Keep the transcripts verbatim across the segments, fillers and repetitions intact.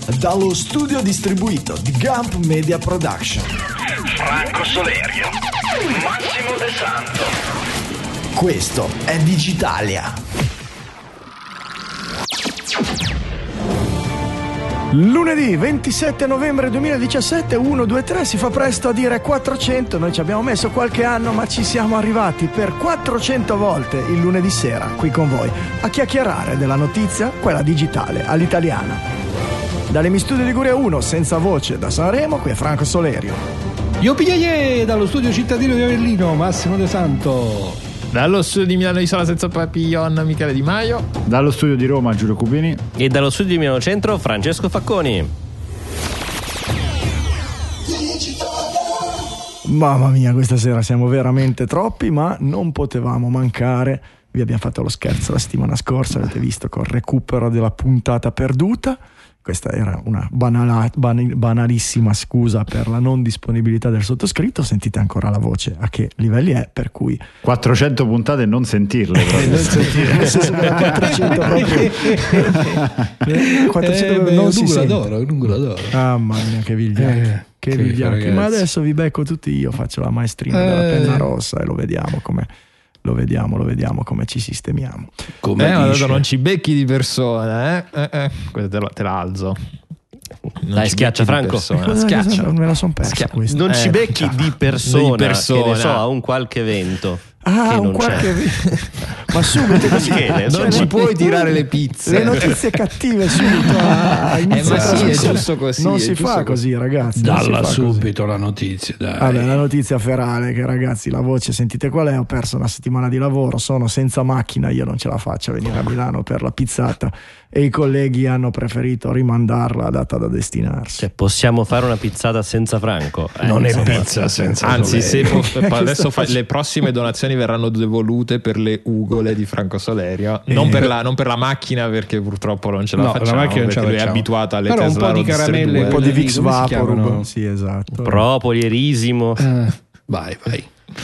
dallo studio distribuito di Gump Media Production. Franco Solerio, Massimo De Santo. Questo è Digitalia. Lunedì ventisette novembre duemiladiciassette, uno, due, tre, si fa presto a dire quattrocento, noi ci abbiamo messo qualche anno ma ci siamo arrivati per quattrocento volte il lunedì sera qui con voi a chiacchierare della notizia, quella digitale, all'italiana. Dalle Mi Studio Liguria uno, senza voce, da Sanremo, qui è Franco Solerio. Io pigliaie dallo studio cittadino di Avellino, Massimo De Santo. Dallo studio di Milano Isola senza Papillon, Michele Di Maio. Dallo studio di Roma, Giulio Cupini. E dallo studio di Milano Centro, Francesco Facconi. Mamma mia, questa sera siamo veramente troppi, ma non potevamo mancare. Vi abbiamo fatto lo scherzo la settimana scorsa, avete visto, col recupero della puntata perduta. Questa era una banala, ban, banalissima scusa per la non disponibilità del sottoscritto. Sentite ancora la voce a che livelli è, per cui quattrocento puntate e non sentirle proprio. non sentirle, nel senso che quattrocento proprio quattrocento eh, beh, non si lungo sente. l'adoro, lungo l'adoro. Ah, mamma mia, che vigliacchi, eh, che, che vigliacchi. Ma adesso vi becco tutti io, faccio la maestrina eh. della penna rossa e lo vediamo come Lo vediamo, lo vediamo come ci sistemiamo. Come eh, ma non ci becchi di persona, eh? eh, eh. Te, la, te la alzo. Non Dai, schiaccia Franco. Schiaccia. Non me la son persa. Schia- questa. Non eh, ci becchi di persona, di persona, che ne so, a un qualche evento. Ah, che un non qualche c'è. Ma subito così Michele, non ci puoi tirare le pizze. Le notizie cattive subito a eh, ma sì, è giusto così. Non si fa così, ragazzi. Dalla subito così. La notizia, dai. Vabbè, la notizia ferale che, ragazzi, la voce, sentite qual è? Ho perso una settimana di lavoro, sono senza macchina, io non ce la faccio a venire a Milano per la pizzata e i colleghi hanno preferito rimandarla a data da destinarsi. Cioè, possiamo fare una pizzata senza Franco? Eh, non insomma. è pizza senza Anzi, se po- adesso fa- faccio... le prossime donazioni verranno devolute per le ugole di Franco Solerio, non, per la, non per la macchina, perché purtroppo non ce la no, facciamo, la macchina non ce la lui facciamo. È abituato alle però Tesla un po' di Roadster caramelle, due. un po' di Vicks come si Vaporub, chiamano? sì, esatto. Propoli, erisimo. Eh, vai, vai.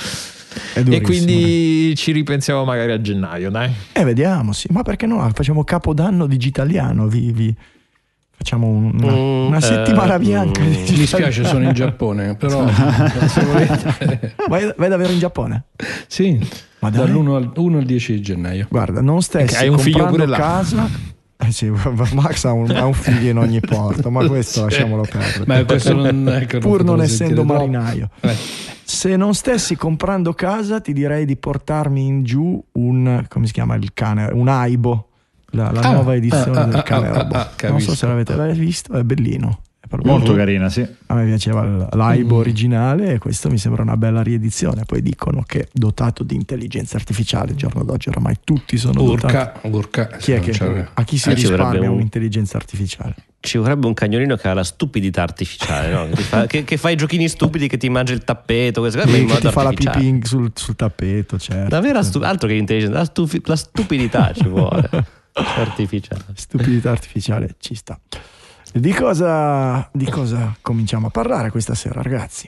E quindi ci ripensiamo magari a gennaio, dai. Eh, vediamo, sì. Ma perché no? Facciamo Capodanno digitaliano, vi, vi facciamo una, mm, una settimana eh, bianca. mm. Mi dispiace, sono in Giappone, però se volete... vai, vai davvero in Giappone? Sì, ma dall'uno al, uno al dieci di gennaio. Guarda, non stessi hai un figlio pure là. casa. Eh sì, Max ha un, ha un figlio in ogni porto, ma questo sì. Lasciamolo perdere. Ma questo non è che pur non, non essendo marinaio. Eh. Se non stessi comprando casa, ti direi di portarmi in giù un, come si chiama il cane? Un Aibo, la, la ah, nuova edizione ah, del cane ah, robot. Ah, ah, non so se l'avete mai visto, è bellino. Molto carina, sì. A me piaceva l'Aibo mm. originale e questo mi sembra una bella riedizione. Poi dicono che dotato di intelligenza artificiale, il giorno d'oggi oramai tutti sono urca, dotati. Urca, Chi è che, a chi si eh, risparmia un... un'intelligenza artificiale? Ci vorrebbe un cagnolino che ha la stupidità artificiale, no? che, fa, che, che fa i giochini stupidi, che ti mangia il tappeto, queste cose, sì, in che modo ti fa la artificiale. pipì sul, sul tappeto, certo. Davvero stu- altro che intelligenza, la, stufi- la stupidità ci vuole. Artificiale. Stupidità artificiale ci sta. Di cosa, di cosa cominciamo a parlare questa sera, ragazzi?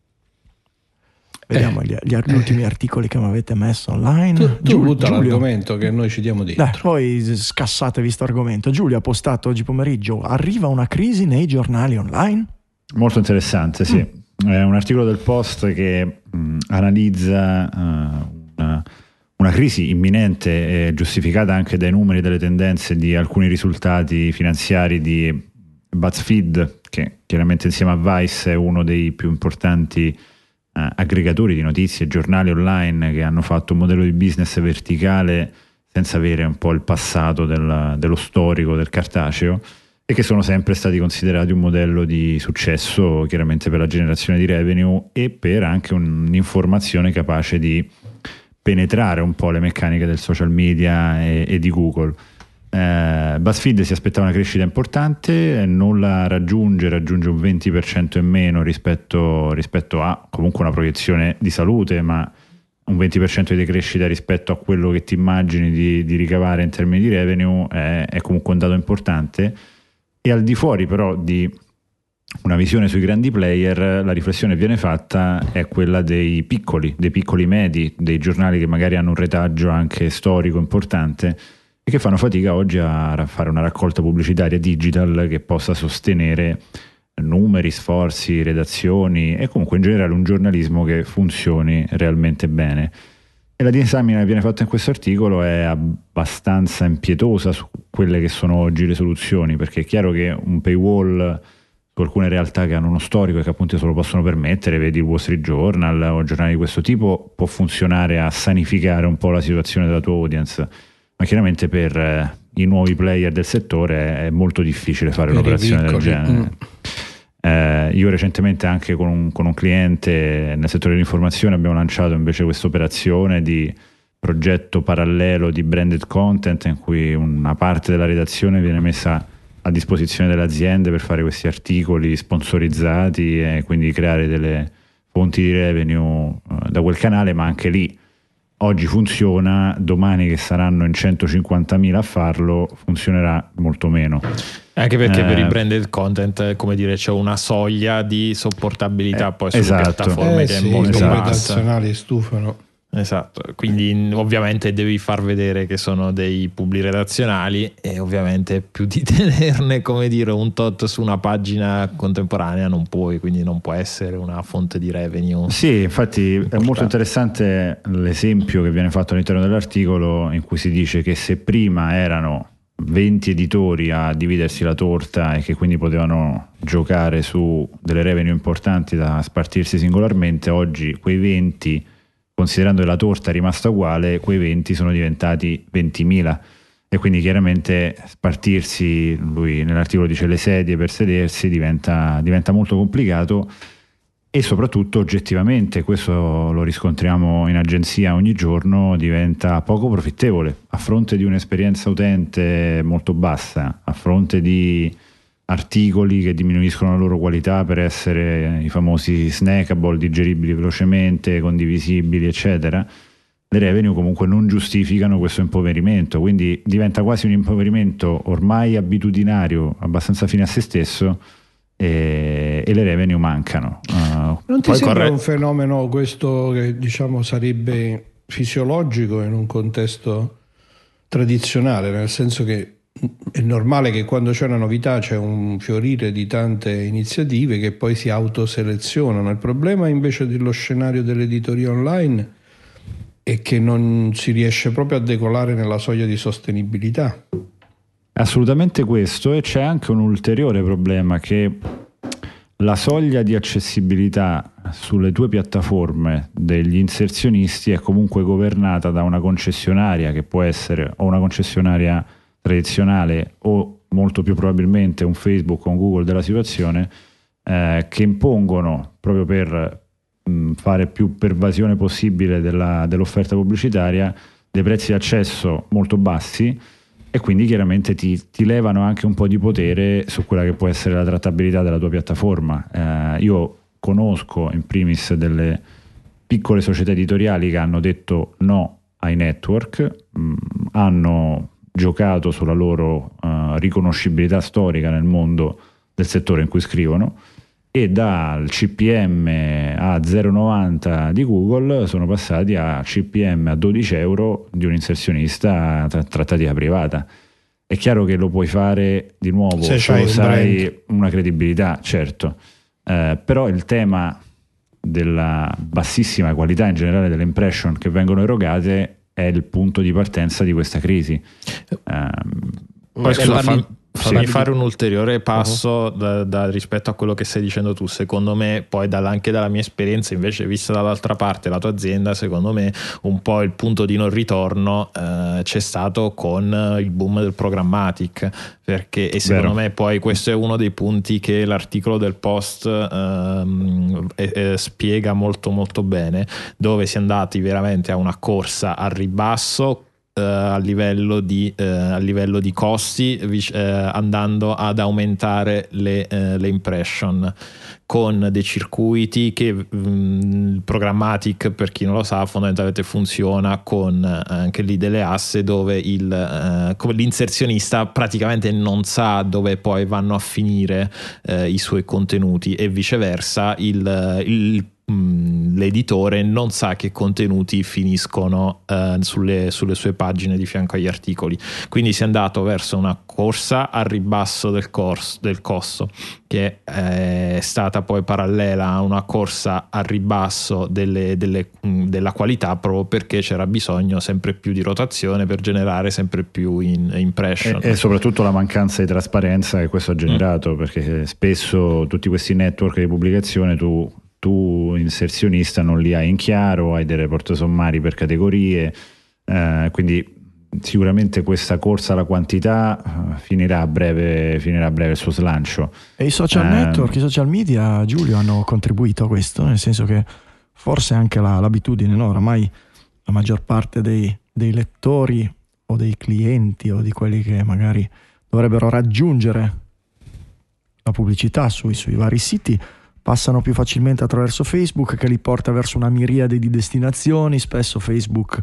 Vediamo eh, gli, gli, gli ultimi eh. articoli che mi avete messo online. Tu, tu Giulio, butta l'argomento che noi ci diamo dentro. Dai, voi scassatevi sto argomento. Giulio ha postato oggi pomeriggio: arriva una crisi nei giornali online? Molto interessante, sì. Mm. È un articolo del Post che mh, analizza uh, una, una crisi imminente e giustificata anche dai numeri e dalle tendenze di alcuni risultati finanziari di BuzzFeed, che chiaramente insieme a Vice è uno dei più importanti uh, aggregatori di notizie, giornali online che hanno fatto un modello di business verticale senza avere un po' il passato del, dello storico, del cartaceo, e che sono sempre stati considerati un modello di successo chiaramente per la generazione di revenue e per anche un'informazione capace di penetrare un po' le meccaniche del social media e, e di Google. Eh, BuzzFeed si aspettava una crescita importante, non la raggiunge, raggiunge un venti per cento in meno rispetto, rispetto a comunque una proiezione di salute, ma un venti per cento di decrescita rispetto a quello che ti immagini di, di ricavare in termini di revenue è, è comunque un dato importante. E al di fuori però di una visione sui grandi player, la riflessione che viene fatta è quella dei piccoli, dei piccoli medi, dei giornali che magari hanno un retaggio anche storico importante e che fanno fatica oggi a fare una raccolta pubblicitaria digital che possa sostenere numeri, sforzi, redazioni e comunque in generale un giornalismo che funzioni realmente bene. E la disamina che viene fatta in questo articolo è abbastanza impietosa su quelle che sono oggi le soluzioni, perché è chiaro che un paywall su alcune realtà che hanno uno storico e che appunto se lo possono permettere, vedi il Wall Street Journal o giornali di questo tipo, può funzionare a sanificare un po' la situazione della tua audience, ma chiaramente per eh, i nuovi player del settore è molto difficile fare per un'operazione del genere. Mm. Eh, io recentemente anche con un, con un cliente nel settore dell'informazione abbiamo lanciato invece questa operazione di progetto parallelo di branded content in cui una parte della redazione viene messa a disposizione delle aziende per fare questi articoli sponsorizzati e quindi creare delle fonti di revenue eh, da quel canale, ma anche lì oggi funziona, domani che saranno in centocinquantamila a farlo funzionerà molto meno. Anche perché eh, per i branded content, come dire, c'è una soglia di sopportabilità eh, poi sulle esatto. piattaforme eh, che sì, è molto esatto. bassa. I redazionali stufano. Esatto, quindi ovviamente devi far vedere che sono dei pubblici redazionali e ovviamente più di tenerne, come dire, un tot su una pagina contemporanea non puoi, quindi non può essere una fonte di revenue. Sì, infatti importante. È molto interessante l'esempio che viene fatto all'interno dell'articolo in cui si dice che se prima erano venti editori a dividersi la torta e che quindi potevano giocare su delle revenue importanti da spartirsi singolarmente, oggi quei venti, considerando che la torta è rimasta uguale, quei venti sono diventati ventimila e quindi chiaramente spartirsi, lui nell'articolo dice le sedie per sedersi, diventa, diventa molto complicato e soprattutto oggettivamente, questo lo riscontriamo in agenzia ogni giorno, diventa poco profittevole a fronte di un'esperienza utente molto bassa, a fronte di articoli che diminuiscono la loro qualità per essere i famosi snackable, digeribili velocemente, condivisibili eccetera. Le revenue comunque non giustificano questo impoverimento, quindi diventa quasi un impoverimento ormai abitudinario, abbastanza fine a se stesso, e, e le revenue mancano. Uh, non ti sembra corre... un fenomeno questo che diciamo sarebbe fisiologico in un contesto tradizionale, nel senso che è normale che quando c'è una novità c'è un fiorire di tante iniziative che poi si autoselezionano. Il problema invece dello scenario dell'editoria online è che non si riesce proprio a decolare nella soglia di sostenibilità. Assolutamente questo, e c'è anche un ulteriore problema, che la soglia di accessibilità sulle tue piattaforme degli inserzionisti è comunque governata da una concessionaria, che può essere o una concessionaria tradizionale o molto più probabilmente un Facebook o un Google della situazione, eh, che impongono, proprio per mh, fare più pervasione possibile della, dell'offerta pubblicitaria, dei prezzi di accesso molto bassi e quindi chiaramente ti, ti levano anche un po' di potere su quella che può essere la trattabilità della tua piattaforma. Eh, io conosco in primis delle piccole società editoriali che hanno detto no ai network, mh, hanno giocato sulla loro uh, riconoscibilità storica nel mondo del settore in cui scrivono, e dal C P M a zero virgola novanta di Google sono passati a C P M a dodici euro di un inserzionista tra- trattativa privata. È chiaro che lo puoi fare di nuovo se solo sai una credibilità, certo, eh, però il tema della bassissima qualità in generale delle impression che vengono erogate è il punto di partenza di questa crisi. Um, Poi scusa, fa, fammi sì. fare un ulteriore passo uh-huh. da, da, rispetto a quello che stai dicendo tu. Secondo me, poi dalla, anche dalla mia esperienza invece vista dall'altra parte, la tua azienda, secondo me un po' il punto di non ritorno eh, c'è stato con il boom del programmatic, perché e secondo Vero. me poi questo è uno dei punti che l'articolo del Post ehm, eh, eh, spiega molto molto bene, dove si è andati veramente a una corsa al ribasso Uh, a livello di uh, a livello di costi, uh, andando ad aumentare le, uh, le impression con dei circuiti che um, il programmatic, per chi non lo sa, fondamentalmente funziona con uh, anche lì delle asse dove il uh, come l'inserzionista praticamente non sa dove poi vanno a finire uh, i suoi contenuti, e viceversa il, il mh, l'editore non sa che contenuti finiscono eh, sulle, sulle sue pagine di fianco agli articoli, quindi si è andato verso una corsa al ribasso del, corso, del costo, che è stata poi parallela a una corsa al ribasso delle, delle, della qualità, proprio perché c'era bisogno sempre più di rotazione per generare sempre più in, impression e, e soprattutto la mancanza di trasparenza che questo ha generato, mm. perché spesso tutti questi network di pubblicazione tu, tu inserzionista non li hai in chiaro, hai dei report sommari per categorie, eh, quindi sicuramente questa corsa alla quantità uh, finirà a breve finirà a breve il suo slancio. E i social eh, network, i social media, Giulio, hanno contribuito a questo, nel senso che forse anche la, l'abitudine, no? Oramai la maggior parte dei, dei lettori o dei clienti o di quelli che magari dovrebbero raggiungere la pubblicità sui, sui vari siti passano più facilmente attraverso Facebook, che li porta verso una miriade di destinazioni. Spesso Facebook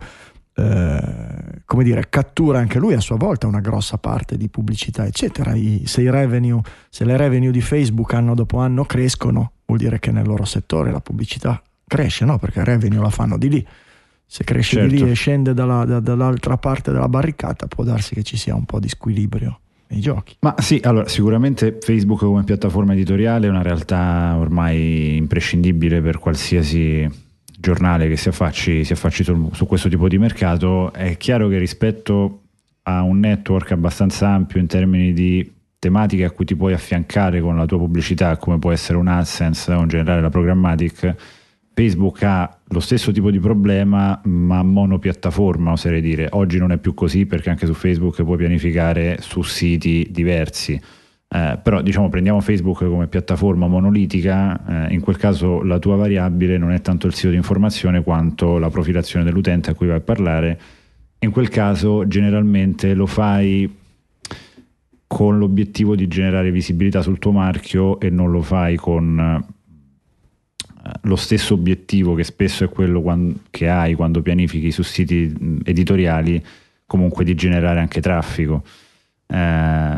Eh, come dire, cattura anche lui a sua volta una grossa parte di pubblicità eccetera. I, se i revenue se le revenue di Facebook anno dopo anno crescono, vuol dire che nel loro settore la pubblicità cresce, no? Perché il revenue la fanno di lì. Se cresce certo. di lì e scende dalla, da, dall'altra parte della barricata, può darsi che ci sia un po' di squilibrio nei giochi. Ma sì, allora sicuramente Facebook come piattaforma editoriale è una realtà ormai imprescindibile per qualsiasi giornale che si affacci, si affacci su, su questo tipo di mercato. È chiaro che rispetto a un network abbastanza ampio in termini di tematiche a cui ti puoi affiancare con la tua pubblicità, come può essere un AdSense o in generale la programmatic, Facebook ha lo stesso tipo di problema ma monopiattaforma, oserei dire. Oggi non è più così, perché anche su Facebook puoi pianificare su siti diversi. Eh, però diciamo prendiamo Facebook come piattaforma monolitica, eh, in quel caso la tua variabile non è tanto il sito di informazione quanto la profilazione dell'utente a cui vai a parlare. In quel caso generalmente lo fai con l'obiettivo di generare visibilità sul tuo marchio e non lo fai con eh, lo stesso obiettivo che spesso è quello quando, che hai quando pianifichi su siti editoriali, comunque di generare anche traffico. Eh,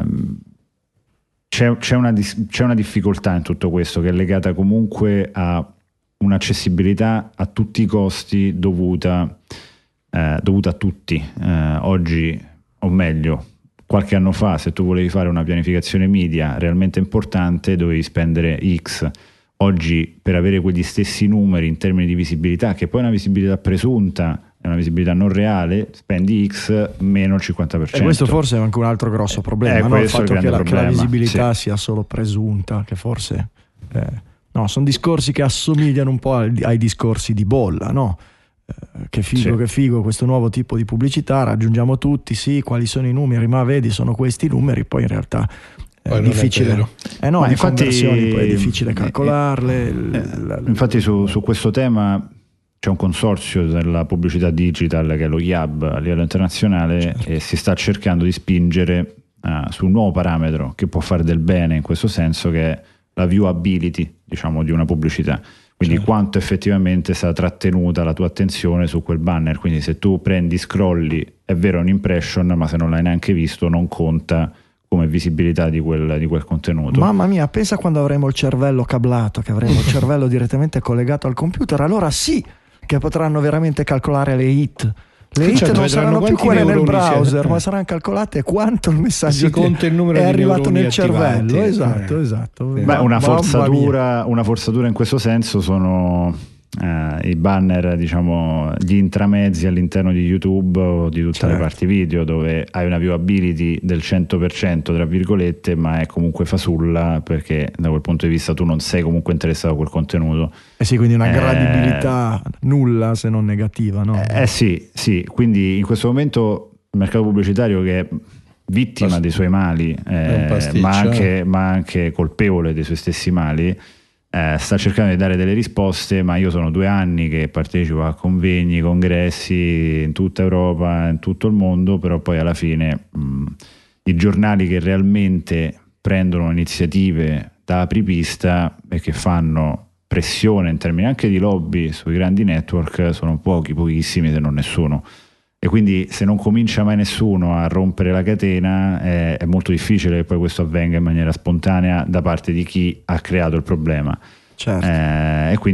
C'è, c'è, una, c'è una difficoltà in tutto questo, che è legata comunque a un'accessibilità a tutti i costi dovuta, eh, dovuta a tutti. Eh, oggi, o meglio, qualche anno fa, se tu volevi fare una pianificazione media realmente importante, dovevi spendere X. Oggi, per avere quegli stessi numeri in termini di visibilità, che poi è una visibilità presunta, è una visibilità non reale, spendi X meno il cinquanta per cento. E questo forse è anche un altro grosso problema, eh, no? Il fatto il che la, problema, che la visibilità sì. sia solo presunta, che forse eh, no, sono discorsi che assomigliano un po' ai, ai discorsi di bolla, no? Eh, che figo, sì. che figo questo nuovo tipo di pubblicità, raggiungiamo tutti, sì, quali sono i numeri, ma vedi, sono questi numeri, poi in realtà è difficile, è eh no, ma le infatti, conversioni poi è difficile calcolarle. Eh, l, l, infatti su, su questo tema c'è un consorzio della pubblicità digital che è lo I A B a livello internazionale, certo. e si sta cercando di spingere uh, su un nuovo parametro che può fare del bene in questo senso, che è la viewability, diciamo, di una pubblicità. Quindi certo. quanto effettivamente sta trattenuta la tua attenzione su quel banner. Quindi se tu prendi, scrolli, è vero, è un'impression, ma se non l'hai neanche visto non conta come visibilità di quel, di quel contenuto. Mamma mia, pensa quando avremo il cervello cablato, che avremo il cervello direttamente collegato al computer, allora sì che potranno veramente calcolare le hit. Le hit certo, non saranno più quelle nel browser, ma saranno calcolate quanto il messaggio conta il numero è di arrivato nel attivati. cervello. Esatto, eh. esatto. Beh, una forzatura, una forzatura in questo senso sono eh, i banner, diciamo, gli intramezzi all'interno di YouTube o di tutte certo. le parti video, dove hai una viewability del cento per cento tra virgolette, ma è comunque fasulla, perché da quel punto di vista tu non sei comunque interessato a quel contenuto. Eh sì, quindi una gradibilità eh, nulla se non negativa, no? Eh sì, sì, quindi in questo momento il mercato pubblicitario, che è vittima Past- dei suoi mali, eh, ma, anche, ma anche colpevole dei suoi stessi mali, eh, sta cercando di dare delle risposte, ma io sono due anni che partecipo a convegni, congressi in tutta Europa, in tutto il mondo, però poi alla fine mh, i giornali che realmente prendono iniziative da apripista e che fanno pressione in termini anche di lobby sui grandi network sono pochi, pochissimi, se non nessuno. E quindi se non comincia mai nessuno a rompere la catena, è, è molto difficile che poi questo avvenga in maniera spontanea da parte di chi ha creato il problema. Certo. Eh, e quindi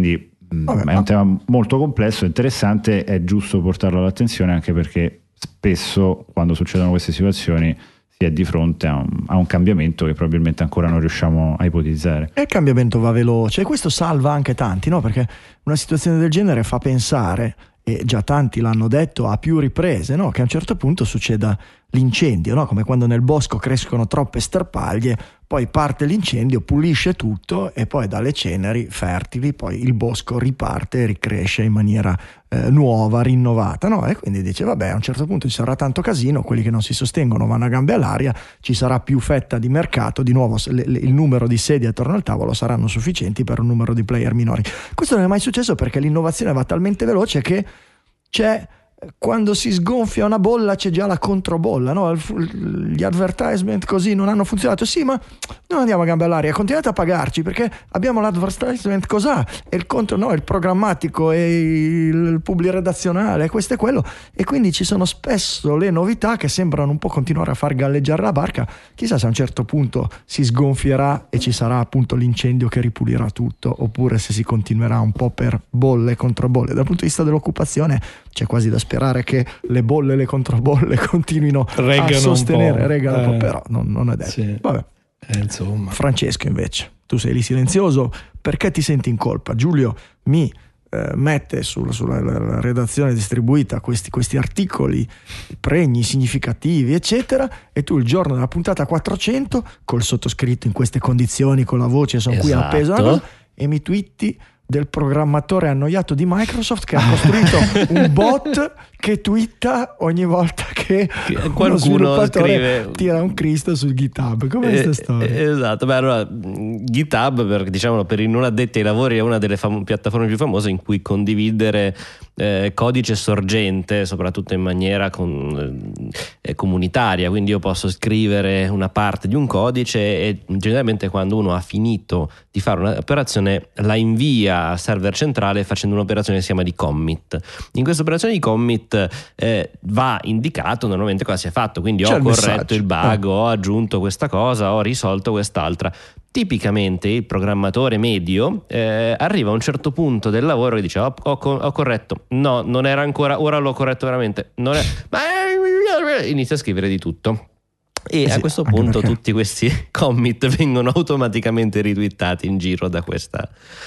Vabbè, è un tema molto complesso, interessante, è giusto portarlo all'attenzione anche perché spesso quando succedono queste situazioni si è di fronte a un, a un cambiamento che probabilmente ancora non riusciamo a ipotizzare. E il cambiamento va veloce e questo salva anche tanti, no? Perché una situazione del genere fa pensare, e già tanti l'hanno detto a più riprese, no? Che a un certo punto succeda l'incendio, no? Come quando nel bosco crescono troppe sterpaglie, poi parte l'incendio, pulisce tutto e poi dalle ceneri fertili poi il bosco riparte e ricresce in maniera eh, nuova, rinnovata, no? E quindi dice vabbè, a un certo punto ci sarà tanto casino, quelli che non si sostengono vanno a gambe all'aria, ci sarà più fetta di mercato, di nuovo le, le, il numero di sedie attorno al tavolo saranno sufficienti per un numero di player minori. Questo non è mai successo perché l'innovazione va talmente veloce che c'è, quando si sgonfia una bolla c'è già la controbolla, no? Gli advertisement così non hanno funzionato, sì, ma non andiamo a gambe all'aria, continuate a pagarci perché abbiamo l'advertisement cos'ha e il contro, no, il programmatico e il publiredazionale, questo e quello, e quindi ci sono spesso le novità che sembrano un po' continuare a far galleggiare la barca. Chissà se a un certo punto si sgonfierà e ci sarà appunto l'incendio che ripulirà tutto, oppure se si continuerà un po' per bolle contro bolle. Dal punto di vista dell'occupazione c'è quasi da sperare che le bolle e le controbolle continuino Reggano a sostenere, un reggano eh, un po', però non, non è detto. Sì. Vabbè. Eh, insomma. Francesco invece, tu sei lì silenzioso, perché ti senti in colpa? Giulio mi eh, mette sul, sulla la, la redazione distribuita questi, questi articoli pregni, significativi eccetera, e tu il giorno della puntata quattrocento col sottoscritto in queste condizioni, con la voce, sono Esatto. qui appeso una cosa, e mi twitti del programmatore annoiato di Microsoft che ha costruito un bot che twitta ogni volta che qualcuno sviluppatore scrive tira un Cristo su GitHub. Com'è questa eh, storia? eh, esatto, beh, allora GitHub, per, diciamolo, per i non addetti ai lavori è una delle fam- piattaforme più famose in cui condividere eh, codice sorgente, soprattutto in maniera con, eh, comunitaria, quindi io posso scrivere una parte di un codice e generalmente quando uno ha finito di fare un'operazione la invia al server centrale facendo un'operazione che si chiama di commit. In questa operazione di commit eh, va indicato normalmente cosa si è fatto, quindi C'è ho il corretto messaggio. il bug, Eh. ho aggiunto questa cosa, ho risolto quest'altra. Tipicamente il programmatore medio eh, arriva a un certo punto del lavoro e dice ho, ho, ho corretto, no, non era ancora, ora l'ho corretto veramente, non è... ma inizia a scrivere di tutto. E Eh a sì, questo anche punto perché- tutti questi commit vengono automaticamente ritwittati in giro da questa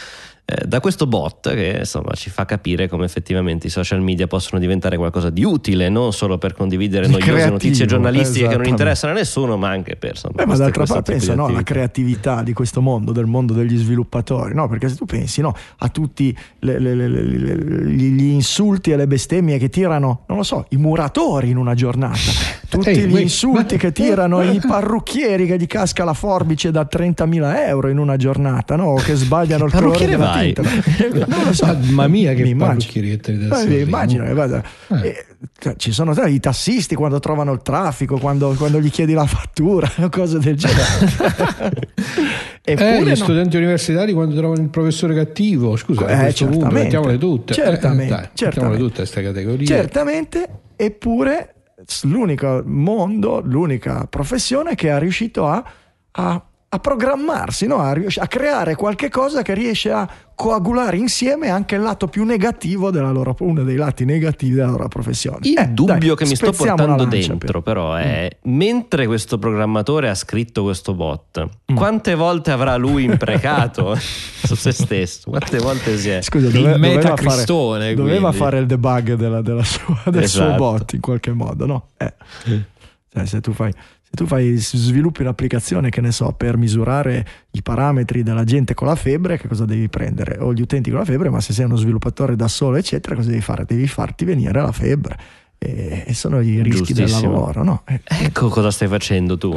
eh, da questo bot che insomma ci fa capire come effettivamente i social media possono diventare qualcosa di utile, non solo per condividere Di noiose creativo, notizie giornalistiche che non esattamente. interessano a nessuno, ma anche per insomma, Beh, ma queste- d'altra questo parte tipo pensa di no, alla attività. creatività di questo mondo, del mondo degli sviluppatori, no? Perché se tu pensi no, a tutti le- le- le- le- le- gli gli insulti e le bestemmie che tirano, non lo so, i muratori in una giornata, tutti Ehi, gli wait, insulti ma- che tirano i parrucchieri che gli casca la forbice da trentamila euro in una giornata, no? O che sbagliano il colore Parrucchiere della vai? tinta. Non lo so. Mamma mia, che Mi immagino. parrucchierietta di Eh, adesso. mi immagino che vada. Eh. Eh, cioè, ci sono i tassisti quando trovano il traffico, quando, quando gli chiedi la fattura, cose del genere. Eppure Eh, gli no. studenti universitari quando trovano il professore cattivo, scusa, Eh, a questo punto certamente. mettiamole tutte. Certamente, Eh, dai, mettiamole certamente. tutte queste categorie. Certamente, eppure l'unico mondo, l'unica professione che ha riuscito a, a, a programmarsi, no? a, rius- a creare qualche cosa che riesce a coagulare insieme anche il lato più negativo della loro, uno dei lati negativi della loro professione. Il Eh, dubbio dai, che mi sto spezziamo una portando lancia dentro per- però è mentre questo programmatore ha scritto questo bot, Mm. quante volte avrà lui imprecato su se stesso, quante volte si è Scusa, Il dove- doveva, metacristone, fare, doveva quindi. fare il debug della, della sua, del suo Esatto. bot in qualche modo, no? Eh. Cioè, se tu fai se tu fai sviluppi un'applicazione, che ne so, per misurare i parametri della gente con la febbre, che cosa devi prendere? O gli utenti con la febbre, ma se sei uno sviluppatore da solo eccetera, cosa devi fare? Devi farti venire la febbre, e, e sono i rischi del Giustissimo. lavoro, no? Eh, Ecco cosa stai facendo tu,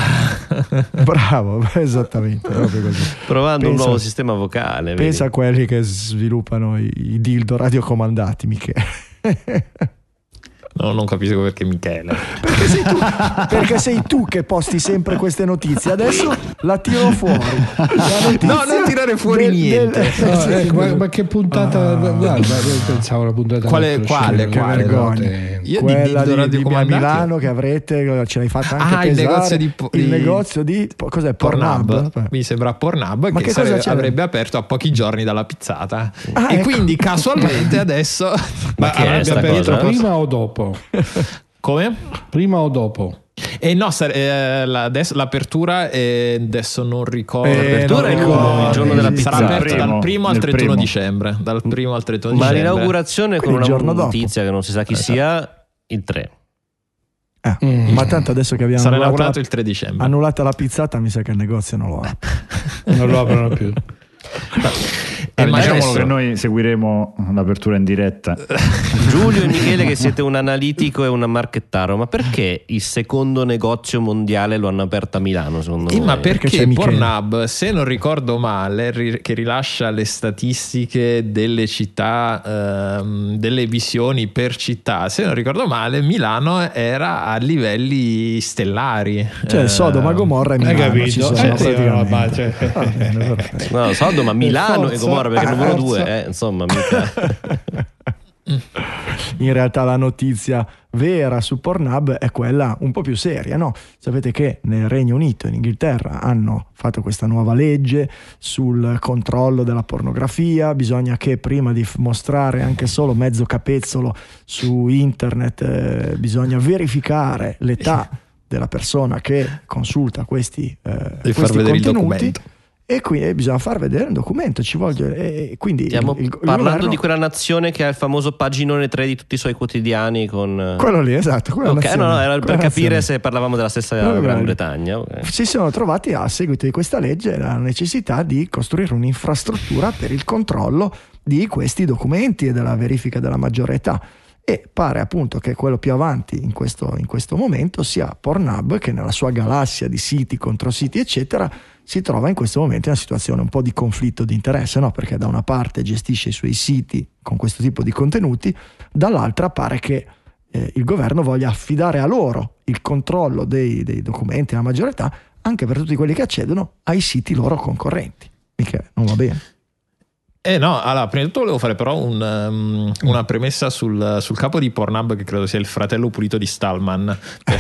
bravo, esattamente, proprio così. provando un Pensa- nuovo sistema vocale, vedi? Pensa a quelli che sviluppano i, i dildo radiocomandati, Michele. No, non capisco perché Michele. Perché sei, tu, perché sei tu che posti sempre queste notizie. Adesso la tiro fuori. La no, non tirare fuori del, niente. Del, no, sì, ecco, ma, ma che puntata? Ah. Guarda, io pensavo la puntata. Quale? Quale? Che quale vergogna. Io Quella di, di, di, di Milano che avrete, ce l'hai fatta anche ah, pesare. il negozio di, il di... negozio di cos'è? Pornhub. Pornhub. Mi sembra Pornhub ma che, che sarebbe, cosa avrebbe aperto a pochi giorni dalla pizzata. Ah, e ecco. quindi casualmente adesso ma avrebbe aperto prima o dopo? Come? Prima o dopo? Eh no, eh, la, adesso, l'apertura è, adesso non ricordo. Eh, l'apertura è il, il giorno della pizza. Sarà aperta primo, dal primo al trentuno primo. dicembre. Dal primo al trentuno ma dicembre. l'inaugurazione con quindi una il notizia che non si sa chi esatto. sia il tre. Eh, mm. Ma tanto adesso che abbiamo sarà annullato inaugurato la, il tre dicembre. Annullata la pizzata, mi sa che il negozio non lo apre. Non lo aprono più. Eh, diciamo adesso... che noi seguiremo l'apertura in diretta. Giulio e Michele che siete un analitico e un marchettaro, ma perché il secondo negozio mondiale lo hanno aperto a Milano secondo eh, me? ma perché, perché Pornhub, se non ricordo male, ri- che rilascia le statistiche delle città, ehm, delle visioni per città, se non ricordo male Milano era a livelli stellari. Cioè eh, Sodoma, Gomorra e Milano. Hai capito? Ci sono Eh, praticamente. no, ma cioè... Va bene, perfetto. No, Sodoma, Milano e Forza. Gomorra perché è il numero Forza. due, eh, insomma, mica. In realtà la notizia vera su Pornhub è quella un po' più seria, no? Sapete che nel Regno Unito e in Inghilterra hanno fatto questa nuova legge sul controllo della pornografia. Bisogna che prima di mostrare anche solo mezzo capezzolo su internet eh, bisogna verificare l'età della persona che consulta questi, eh, Devi far questi vedere il contenuti. documento. E quindi bisogna far vedere un documento, ci voglio. E quindi Stiamo il, il, il parlando governo... di quella nazione che ha il famoso paginone tre di tutti i suoi quotidiani con... Quello lì, esatto. Quella Ok, nazione, no, no, era per quella capire nazione. se parlavamo della stessa No, Gran no, Bretagna. Okay. Si sono trovati a seguito di questa legge la necessità di costruire un'infrastruttura per il controllo di questi documenti e della verifica della maggiore età. E pare appunto che quello più avanti in questo, in questo momento sia Pornhub, che nella sua galassia di siti contro siti eccetera si trova in questo momento in una situazione un po' di conflitto di interesse, no? Perché da una parte gestisce i suoi siti con questo tipo di contenuti, dall'altra pare che eh, il governo voglia affidare a loro il controllo dei, dei documenti alla maggiore età anche per tutti quelli che accedono ai siti loro concorrenti. Michele, non va bene? Eh no, allora, prima di tutto volevo fare però un, um, una premessa sul, sul capo di Pornhub, che credo sia il fratello pulito di Stallman.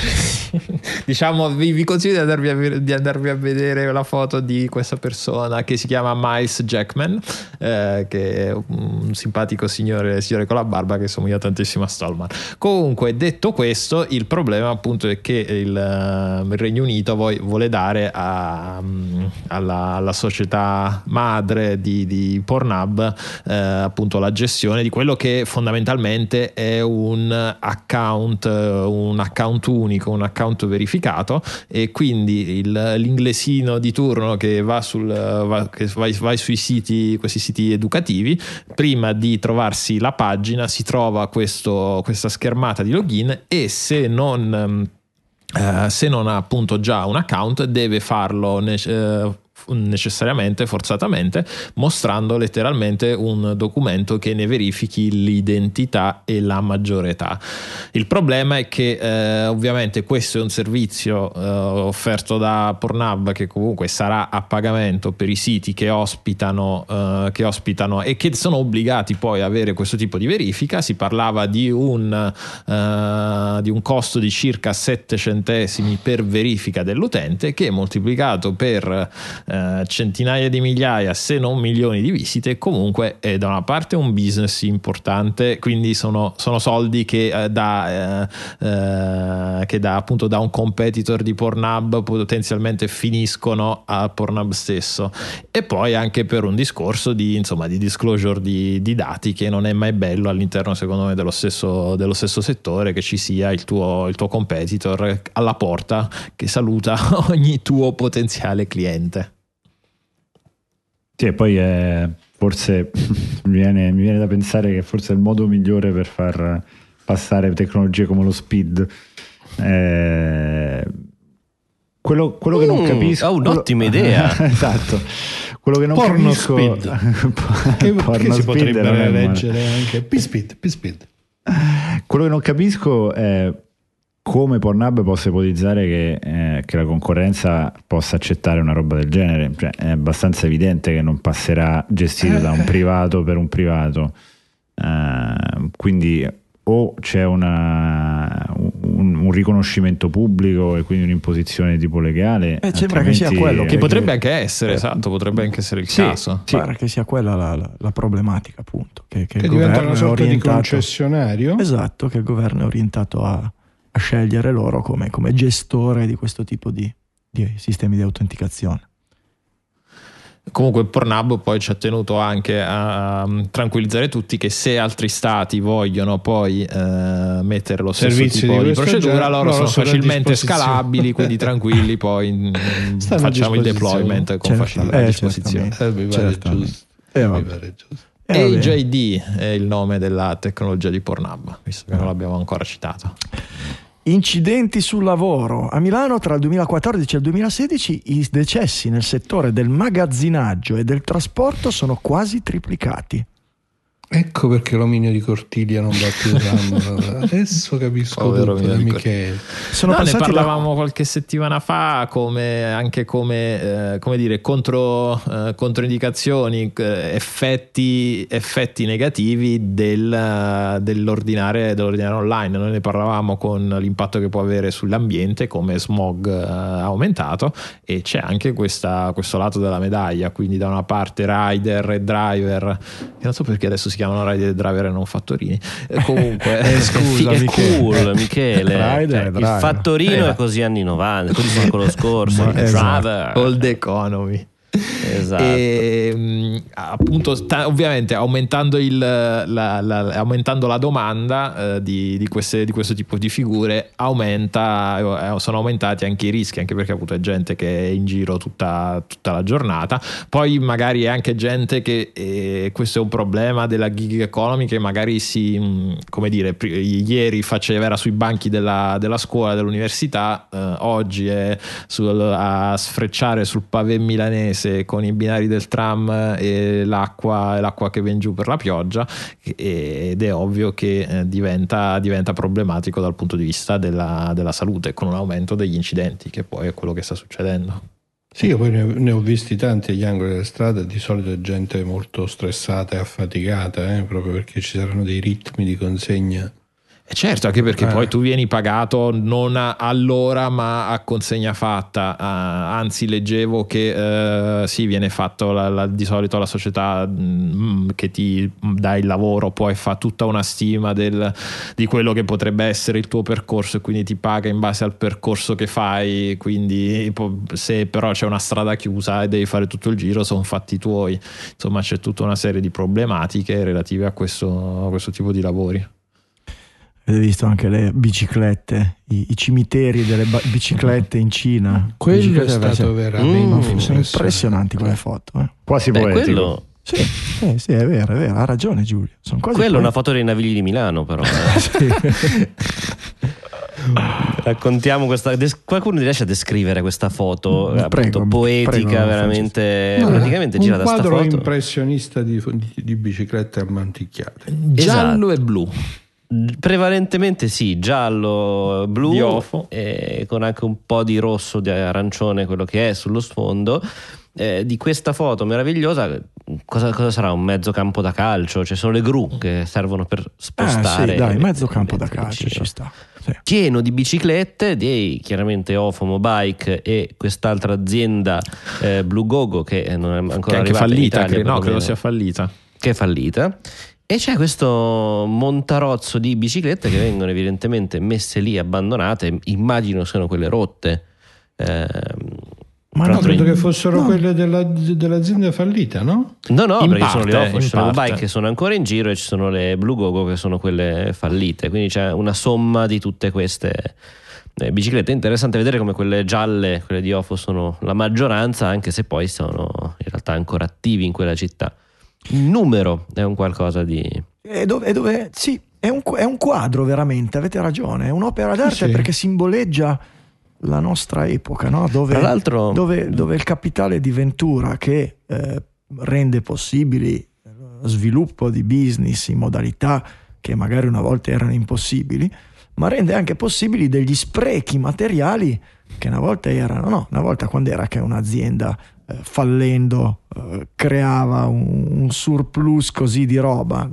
Diciamo, vi, vi consiglio di andarvi, a, di andarvi a vedere la foto di questa persona che si chiama Miles Jackman, eh, che è un simpatico signore, signore con la barba che somiglia tantissimo a Stallman. Comunque, detto questo, il problema appunto è che il, uh, il Regno Unito vuole, vuole dare a, um, alla, alla società madre di, di Pornhub Eh, appunto la gestione di quello che fondamentalmente è un account un account unico, un account verificato, e quindi il, l'inglesino di turno che va sul va, che vai, vai sui siti, questi siti educativi, prima di trovarsi la pagina si trova questo, questa schermata di login, e se non Uh, se non ha appunto già un account deve farlo nece- uh, necessariamente, forzatamente, mostrando letteralmente un documento che ne verifichi l'identità e la maggiore età. Il problema è che eh, ovviamente questo è un servizio eh, offerto da Pornhub, che comunque sarà a pagamento per i siti che ospitano, eh, che ospitano e che sono obbligati poi a avere questo tipo di verifica. Si parlava di un, eh, di un costo di circa sette centesimi per verifica dell'utente, che moltiplicato per eh, centinaia di migliaia, se non milioni di visite, comunque è da una parte un business importante, quindi sono, sono soldi che eh, da eh, eh, che da appunto da un competitor di Pornhub potenzialmente finiscono a Pornhub stesso, e poi anche per un discorso di insomma di disclosure di, di dati, che non è mai bello all'interno secondo me dello stesso, dello stesso settore che ci sia il tuo, il tuo competitor alla porta che saluta ogni tuo potenziale cliente. Sì, e poi è, forse mi viene, mi viene da pensare che forse è il modo migliore per far passare tecnologie come lo speed. Eh, quello, quello che non Mm, capisco... oh, un'ottima quello, idea. esatto. Quello che non Porno capisco... speed. Che, Porno che si speed potrebbe non è male. leggere anche P-speed, P-speed. Quello che non capisco è come Pornhub possa ipotizzare che, eh, che la concorrenza possa accettare una roba del genere. Cioè, è abbastanza evidente che non passerà gestito da un privato per un privato. Uh, quindi o c'è una, un, un riconoscimento pubblico e quindi un'imposizione tipo legale. Eh, sembra che sia quello che, che potrebbe anche essere, esatto, potrebbe anche essere il sì, caso. Sì. Pare che sia quella la, la, la problematica, appunto. Che, che, che il diventa una sorta orientato, di concessionario. Esatto, che il governo è orientato a, a scegliere loro come, come gestore di questo tipo di, di sistemi di autenticazione. Comunque Pornhub poi ci ha tenuto anche a, a tranquillizzare tutti che se altri stati vogliono poi eh, mettere lo stesso Servizi tipo di di procedura, genere, loro loro sono sono a facilmente disposizione. scalabili, quindi tranquilli, poi Stanno facciamo a il disposizione. deployment con Certo, facilità eh, a disposizione. Eh, mi pare Certamente. giusto. Eh, Mi vabbè. pare giusto. Eh, A vabbè. J D è il nome della tecnologia di Pornhub, visto che non l'abbiamo ancora citato. Incidenti sul lavoro. A Milano tra il duemilaquattordici e il duemilasedici i decessi nel settore del magazzinaggio e del trasporto sono quasi triplicati. Ecco perché l'ominio di Cortiglia non va più usando. Adesso capisco Povero tutto da Ominio di Michele. Sono No, ne passati parlavamo qualche settimana fa come anche come, eh, come dire contro, eh, controindicazioni, eh, effetti, effetti negativi del, dell'ordinare, dell'ordinare online. Noi ne parlavamo con l'impatto che può avere sull'ambiente, come smog eh, aumentato, e c'è anche questa, questo lato della medaglia, quindi da una parte rider e driver, che non so perché adesso si chiamano rider e driver e non fattorini. Eh, comunque Eh, scusa, è Michele. cool, Michele. Rider Cioè, e il driver. fattorino Eh, è così anni novanta, così secolo scorso. Ma- il esatto. driver. old economy. Esatto. E mh, appunto sta, ovviamente aumentando, il, la, la, aumentando la domanda eh, di, di, queste, di questo tipo di figure, aumenta, eh, sono aumentati anche i rischi, anche perché appunto è gente che è in giro tutta, tutta la giornata. Poi magari è anche gente che eh, questo è un problema della gig economy, che magari si mh, come dire pri- ieri faceva era sui banchi della, della scuola, dell'università, eh, oggi è sul, a sfrecciare sul pavé milanese con i binari del tram e l'acqua, l'acqua che viene giù per la pioggia, ed è ovvio che diventa, diventa problematico dal punto di vista della, della salute, con un aumento degli incidenti, che poi è quello che sta succedendo. Sì, io poi ne, ne ho visti tanti agli angoli delle strade, di solito è gente molto stressata e affaticata, eh, proprio perché ci saranno dei ritmi di consegna. E certo, anche perché Eh. poi tu vieni pagato non a- all'ora ma a consegna fatta. Ah, anzi, leggevo che eh, sì, viene fatto la, la- di solito la società mh, che ti dà il lavoro poi fa tutta una stima del, di quello che potrebbe essere il tuo percorso, e quindi ti paga in base al percorso che fai. Quindi po- se però c'è una strada chiusa e devi fare tutto il giro, sono fatti tuoi. Insomma, c'è tutta una serie di problematiche relative a questo, a questo tipo di lavori. Avete visto anche le biciclette, i, i cimiteri delle ba- biciclette in Cina? Quello è Biciclette stato veramente- veramente Mm, sono impressionanti quelle foto. Eh. Quasi Beh, poetico. quello, Sì, sì, sì, è vero, è vero, ha ragione Giulio. Sono quasi quello è una poeti. foto dei Navigli di Milano, però. eh. Sì. Raccontiamo questa. des- qualcuno riesce a descrivere questa foto Prego, appunto poetica, prego, veramente. No, praticamente un gira da sta quadro foto. impressionista di, di, di biciclette ammanticchiate. Giallo e blu. Prevalentemente sì, giallo, blu, Di ofo. e con anche un po' di rosso, di arancione, quello che è sullo sfondo. Eh, di questa foto meravigliosa, cosa, cosa sarà? Un mezzo campo da calcio? Cioè sono le gru che servono per Ah, spostare. sì, dai, le- mezzo campo le- da le calcio vicine. ci sta. Sì. Pieno di biciclette, di chiaramente Ofomo Bike e quest'altra azienda eh, Blue Gogo, che non è ancora Che è anche arrivata in fallita, Italia, cre- no, credo perlomeno, sia fallita. che è fallita. E c'è questo montarozzo di biciclette che vengono evidentemente messe lì abbandonate, immagino siano quelle rotte. Ehm, Ma tra No, l'altro credo in- che fossero no. quelle della- dell'azienda fallita, no? No, no, In perché parte, sono le Ofo, in ci sono le parte. bike che sono ancora in giro e ci sono le Blue Gogo che sono quelle fallite, quindi c'è una somma di tutte queste eh, biciclette. È interessante vedere come quelle gialle, quelle di Ofo, sono la maggioranza, anche se poi sono in realtà ancora attivi in quella città. Il numero è un qualcosa di... E dove, e dove- sì, è un, è un quadro veramente, avete ragione, è un'opera d'arte Sì. perché simboleggia la nostra epoca, no? dove, Tra l'altro- dove, dove il capitale di Ventura che eh, rende possibili lo sviluppo di business in modalità che magari una volta erano impossibili, ma rende anche possibili degli sprechi materiali che una volta erano, no, una volta quando era che un'azienda eh, fallendo eh, creava un, un surplus così di roba.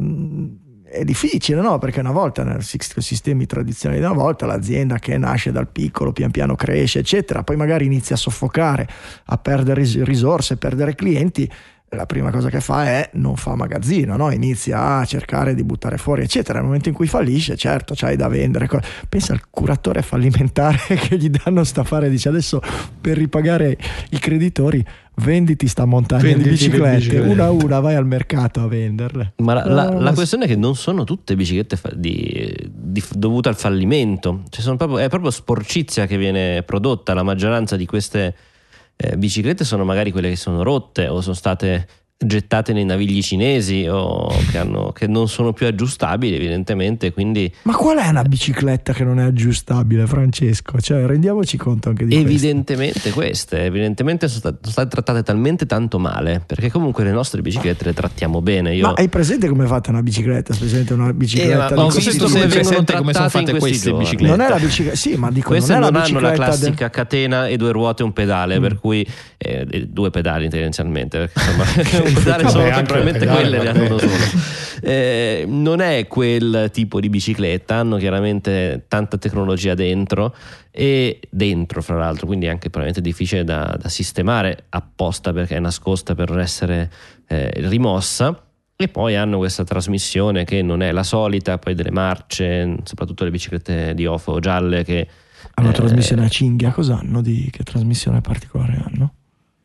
È difficile, no? Perché una volta nei sistemi tradizionali di una volta l'azienda che nasce dal piccolo pian piano cresce eccetera, poi magari inizia a soffocare, a perdere risorse, perdere clienti, la prima cosa che fa è non fa magazzino, no? Inizia a cercare di buttare fuori eccetera. Nel momento in cui fallisce, certo, c'hai da vendere. Pensa al curatore fallimentare che gli danno sta fare, dice adesso per ripagare i creditori venditi sta montagna venditi di biciclette, biciclette una a una, vai al mercato a venderle. Ma la, la, la questione è che non sono tutte biciclette fa- di, di, dovute al fallimento, cioè sono proprio, è proprio sporcizia che viene prodotta. La maggioranza di queste eh, biciclette sono magari quelle che sono rotte o sono state gettate nei navigli cinesi o che, hanno, che non sono più aggiustabili evidentemente, quindi... Ma qual è una bicicletta che non è aggiustabile, Francesco? Cioè rendiamoci conto anche di evidentemente queste, queste evidentemente sono state, sono state trattate talmente tanto male, perché comunque le nostre biciclette le trattiamo bene. Io... Ma hai presente come è fatta una bicicletta? Specialmente una bicicletta eh, ma, di questo questo come vengono presente come sono fatte queste giorni. biciclette? Non è la bicicletta, sì, ma dico queste non, è non la hanno la classica del... catena e due ruote e un pedale, mm. per cui eh, due pedali tendenzialmente, perché insomma un pedale solo che probabilmente quelle ne hanno solo. Eh, non è quel tipo di bicicletta, hanno chiaramente tanta tecnologia dentro e dentro fra l'altro, quindi è anche probabilmente difficile da, da sistemare apposta perché è nascosta per non essere eh, rimossa. E poi hanno questa trasmissione che non è la solita, poi delle marce, soprattutto le biciclette di Ofo gialle che hanno eh, trasmissione a cinghia. Cosa hanno? Di che trasmissione particolare hanno?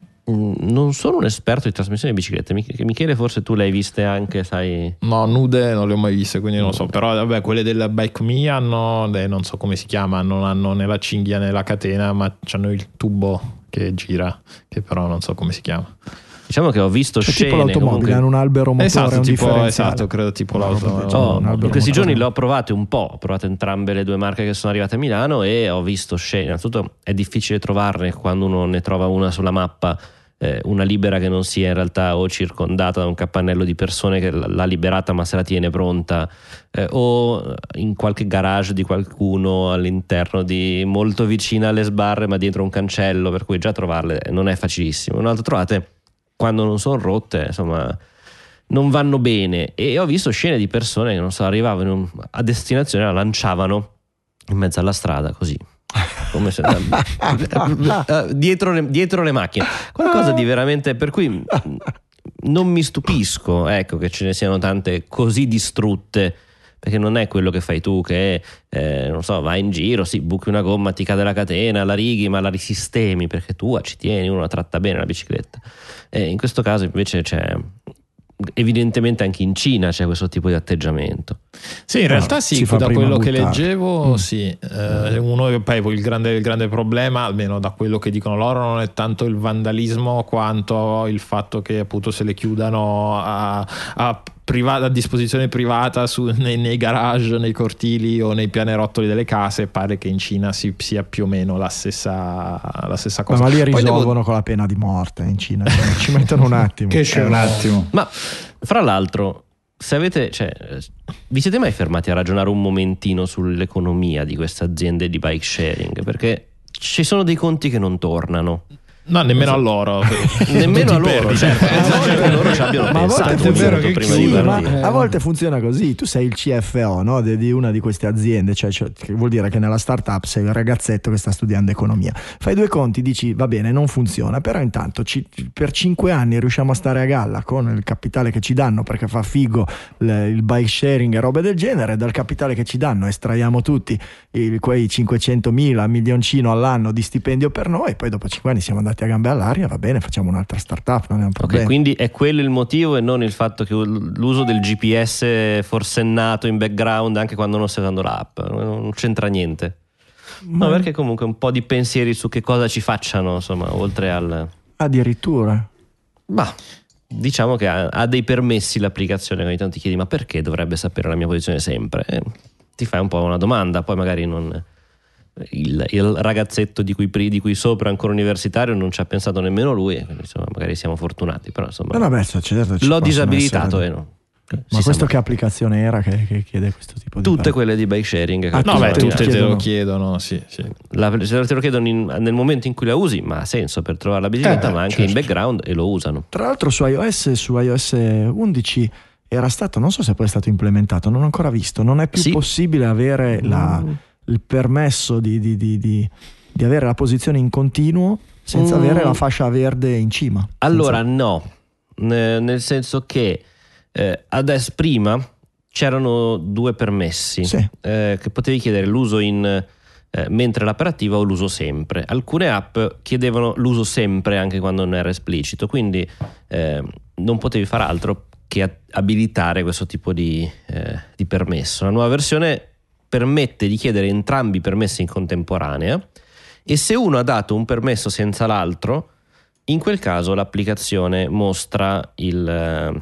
Non sono un esperto di trasmissione di biciclette. Michele, forse tu le hai viste anche, sai? No, nude non le ho mai viste, quindi non lo so. Però vabbè, quelle della Bike Me hanno, eh, non so come si chiama, non hanno né la cinghia né la catena, ma hanno il tubo che gira, che però non so come si chiama. Diciamo che ho visto cioè, scene tipo l'automobile, comunque... hanno un albero motore, esatto, un tipo, esatto, credo tipo l'automobile. Oh, in questi giorni le ho provate un po', ho provato entrambe le due marche che sono arrivate a Milano e ho visto scene. Innanzitutto è difficile trovarne quando uno ne trova una sulla mappa, eh, una libera che non sia in realtà o circondata da un capannello di persone che l'ha liberata ma se la tiene pronta, eh, o in qualche garage di qualcuno all'interno di molto vicina alle sbarre ma dietro un cancello, per cui già trovarle non è facilissimo. Un'altra trovate quando non sono rotte, insomma non vanno bene, e ho visto scene di persone che non so, arrivavano a destinazione, la lanciavano in mezzo alla strada così come se, dietro, le, dietro le macchine, qualcosa di veramente, per cui non mi stupisco, ecco, che ce ne siano tante così distrutte, perché non è quello che fai tu che eh, non so, vai in giro, sì, buchi una gomma, ti cade la catena, la righi ma la risistemi perché tu ci tieni, uno la tratta bene la bicicletta. E in questo caso invece c'è, evidentemente anche in Cina c'è questo tipo di atteggiamento. Sì, in realtà sì, da quello che leggevo, mm. sì, eh, uno poi il grande, il grande problema, almeno da quello che dicono loro, non è tanto il vandalismo quanto il fatto che appunto se le chiudano a, a, priva- a disposizione privata su, nei, nei garage, nei cortili o nei pianerottoli delle case. Pare che in Cina si, sia più o meno la stessa, la stessa cosa. Ma, ma lì poi risolvono devo... con la pena di morte in Cina, cioè, ci mettono un attimo. Che c'è un attimo. Ma fra l'altro, se avete, cioè, vi siete mai fermati a ragionare un momentino sull'economia di queste aziende di bike sharing? Perché ci sono dei conti che non tornano. No, nemmeno a loro. Nemmeno a loro, certo. Ma loro ci abbiano ma a volte pensato funziona prima sì, di ma partire. a volte funziona così. Tu sei il C F O, no? di, di una di queste aziende, cioè, cioè che vuol dire che nella startup sei il ragazzetto che sta studiando economia. Fai due conti, dici va bene, non funziona, però intanto ci, per cinque anni riusciamo a stare a galla con il capitale che ci danno, perché fa figo le, il bike sharing e robe del genere. Dal capitale che ci danno estraiamo tutti il, quei cinquecentomila, milioncino all'anno di stipendio per noi, poi dopo cinque anni siamo andati a gambe all'aria, va bene, facciamo un'altra startup, non è un problema. Ok, quindi è quello il motivo e non il fatto che l'uso del G P S forsennato in background anche quando non stai usando l'app, non c'entra niente. Ma... no, perché comunque un po' di pensieri su che cosa ci facciano, insomma, oltre al... Addirittura? Bah, diciamo che ha, ha dei permessi l'applicazione, ogni tanto ti chiedi ma perché dovrebbe sapere la mia posizione sempre? Eh, ti fai un po' una domanda, poi magari non... Il, il ragazzetto di cui, di cui sopra ancora universitario non ci ha pensato nemmeno lui, insomma magari siamo fortunati, però insomma no, no, beh, certo, l'ho disabilitato essere... eh, no. Ma questo che applicazione era che, che chiede questo tipo di Tutte per... quelle di bike sharing. Ah, No, beh, tutte tutte te chiedono. lo chiedono, sì, sì. La, se te lo chiedono in- nel momento in cui la usi, ma ha senso per trovare la bicicletta, Eh, ma anche certo. in background, e lo usano. Tra l'altro su iOS, su iOS undici era stato, non so se poi è stato implementato, non ho ancora visto, non è più Sì. possibile avere la, Mm. il permesso di, di, di, di, di avere la posizione in continuo senza Mm. avere la fascia verde in cima. Allora, Senza- no, N- nel senso che eh, adesso prima c'erano due permessi Sì. eh, che potevi chiedere l'uso in eh, mentre l'app era attiva o l'uso sempre. Alcune app chiedevano l'uso sempre anche quando non era esplicito, quindi eh, non potevi fare altro che a- abilitare questo tipo di, eh, di permesso. La nuova versione permette di chiedere entrambi i permessi in contemporanea, e se uno ha dato un permesso senza l'altro, in quel caso l'applicazione mostra il, eh,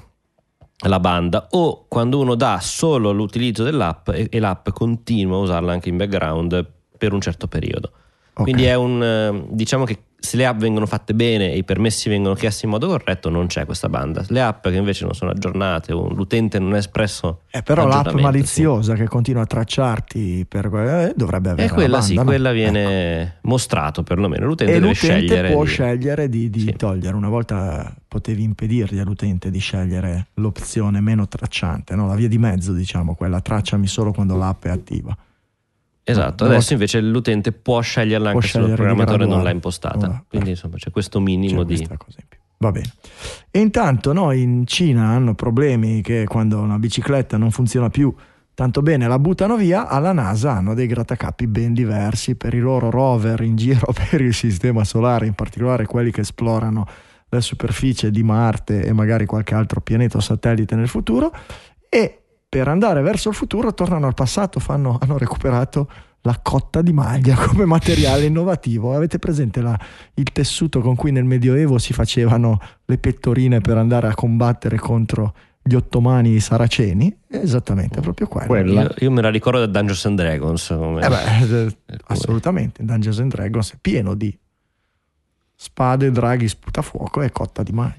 la banda, o quando uno dà solo l'utilizzo dell'app e, e l'app continua a usarla anche in background per un certo periodo. Ok. Quindi è un eh, diciamo che se le app vengono fatte bene e i permessi vengono chiesti in modo corretto, non c'è questa banda. Le app che invece non sono aggiornate o l'utente non è espresso Eh, però l'app aggiornamento, maliziosa che continua a tracciarti per, eh, dovrebbe avere E quella la sì, banda, no? quella Ecco. viene mostrato perlomeno. L'utente E deve l'utente scegliere. può di- scegliere di, di Sì. togliere. Una volta potevi impedirgli all'utente di scegliere l'opzione meno tracciante, no? La via di mezzo, diciamo, quella tracciami solo quando l'app è attiva. Esatto, Una adesso volta- invece l'utente può sceglierla Può anche se il scegliere di programmatore non graduare. l'ha impostata. Ah, Quindi eh. insomma c'è questo minimo C'è di... questa cosa in più. Va bene. E intanto no, in Cina hanno problemi che quando una bicicletta non funziona più tanto bene la buttano via. Alla NASA hanno dei grattacapi ben diversi per i loro rover in giro per il sistema solare, in particolare quelli che esplorano la superficie di Marte e magari qualche altro pianeta o satellite nel futuro, e per andare verso il futuro tornano al passato, fanno, hanno recuperato la cotta di maglia come materiale innovativo. Avete presente la, il tessuto con cui nel Medioevo si facevano le pettorine per andare a combattere contro gli ottomani e i saraceni? Esattamente, proprio quello. Quella. Io, io me la ricordo da Dungeons and Dragons. Come... Eh beh, eh, assolutamente, Dungeons and Dragons è pieno di spade, draghi, sputafuoco e cotta di maglia.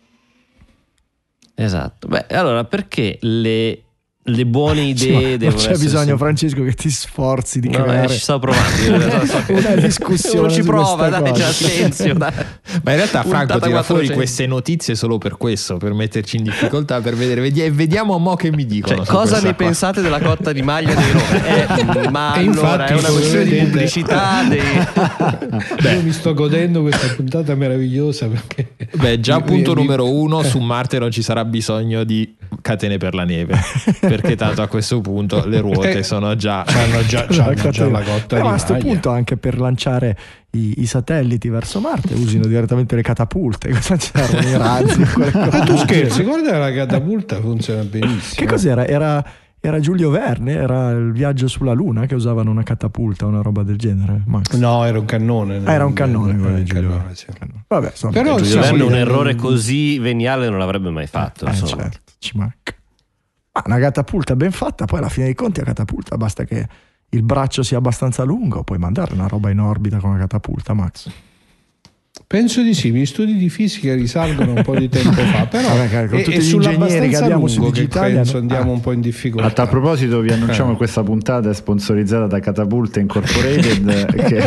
Esatto. Beh, allora perché le, le buone idee Sì, ma non devono c'è essere bisogno, sempre- Francesco, che ti sforzi di No, eh, creare ci sto provando. Io so che- una discussione Uno ci su prova, queste dai, cose. c'è silenzio. Dai. Ma in realtà Franco Puntata tira fuori quattrocento. queste notizie solo per questo, per metterci in difficoltà, per vedere, vedi- vediamo mo che mi dicono. Cioè, su cosa questa ne qua. pensate della cotta di maglia dei rover? Eh, ma E allora infatti, è una come questione di vedete- pubblicità. Dei... Io mi sto godendo questa puntata meravigliosa perché Beh, già mi- punto mi- numero uno, su Marte non ci sarà bisogno di catene per la neve, perché tanto a questo punto le ruote Eh, sono già... c'hanno già, c'hanno già la cotta Eh, di ma a sto maglia. punto anche per lanciare i, i satelliti verso Marte usino direttamente le catapulte. Cosa servono i razzi? quelle cose. Ah, tu scherzi, guarda la catapulta funziona benissimo. Che cos'era? Era, era Giulio Verne, era il viaggio sulla Luna che usavano una catapulta, una roba del genere. Max. No, era un cannone. Ah, era un cannone quello Era di un Giulio cannone, Verne. sì. Vabbè, insomma, Però Giulio siamo Verne un lì- errore così veniale non l'avrebbe mai fatto. eh, insomma. certo, ci manca. Ma una catapulta ben fatta, poi alla fine dei conti la catapulta basta che il braccio sia abbastanza lungo, puoi mandare una roba in orbita con una catapulta, Max. Penso di sì, gli studi di fisica risalgono un po' di tempo fa, però Vabbè, che con è, tutti è gli ingegneri che sull'abbastanza abbiamo su lungo che Digitalia, penso no? andiamo Ah. un po' in difficoltà. A tal proposito vi annunciamo Eh. che questa puntata è sponsorizzata da Catapulta Incorporated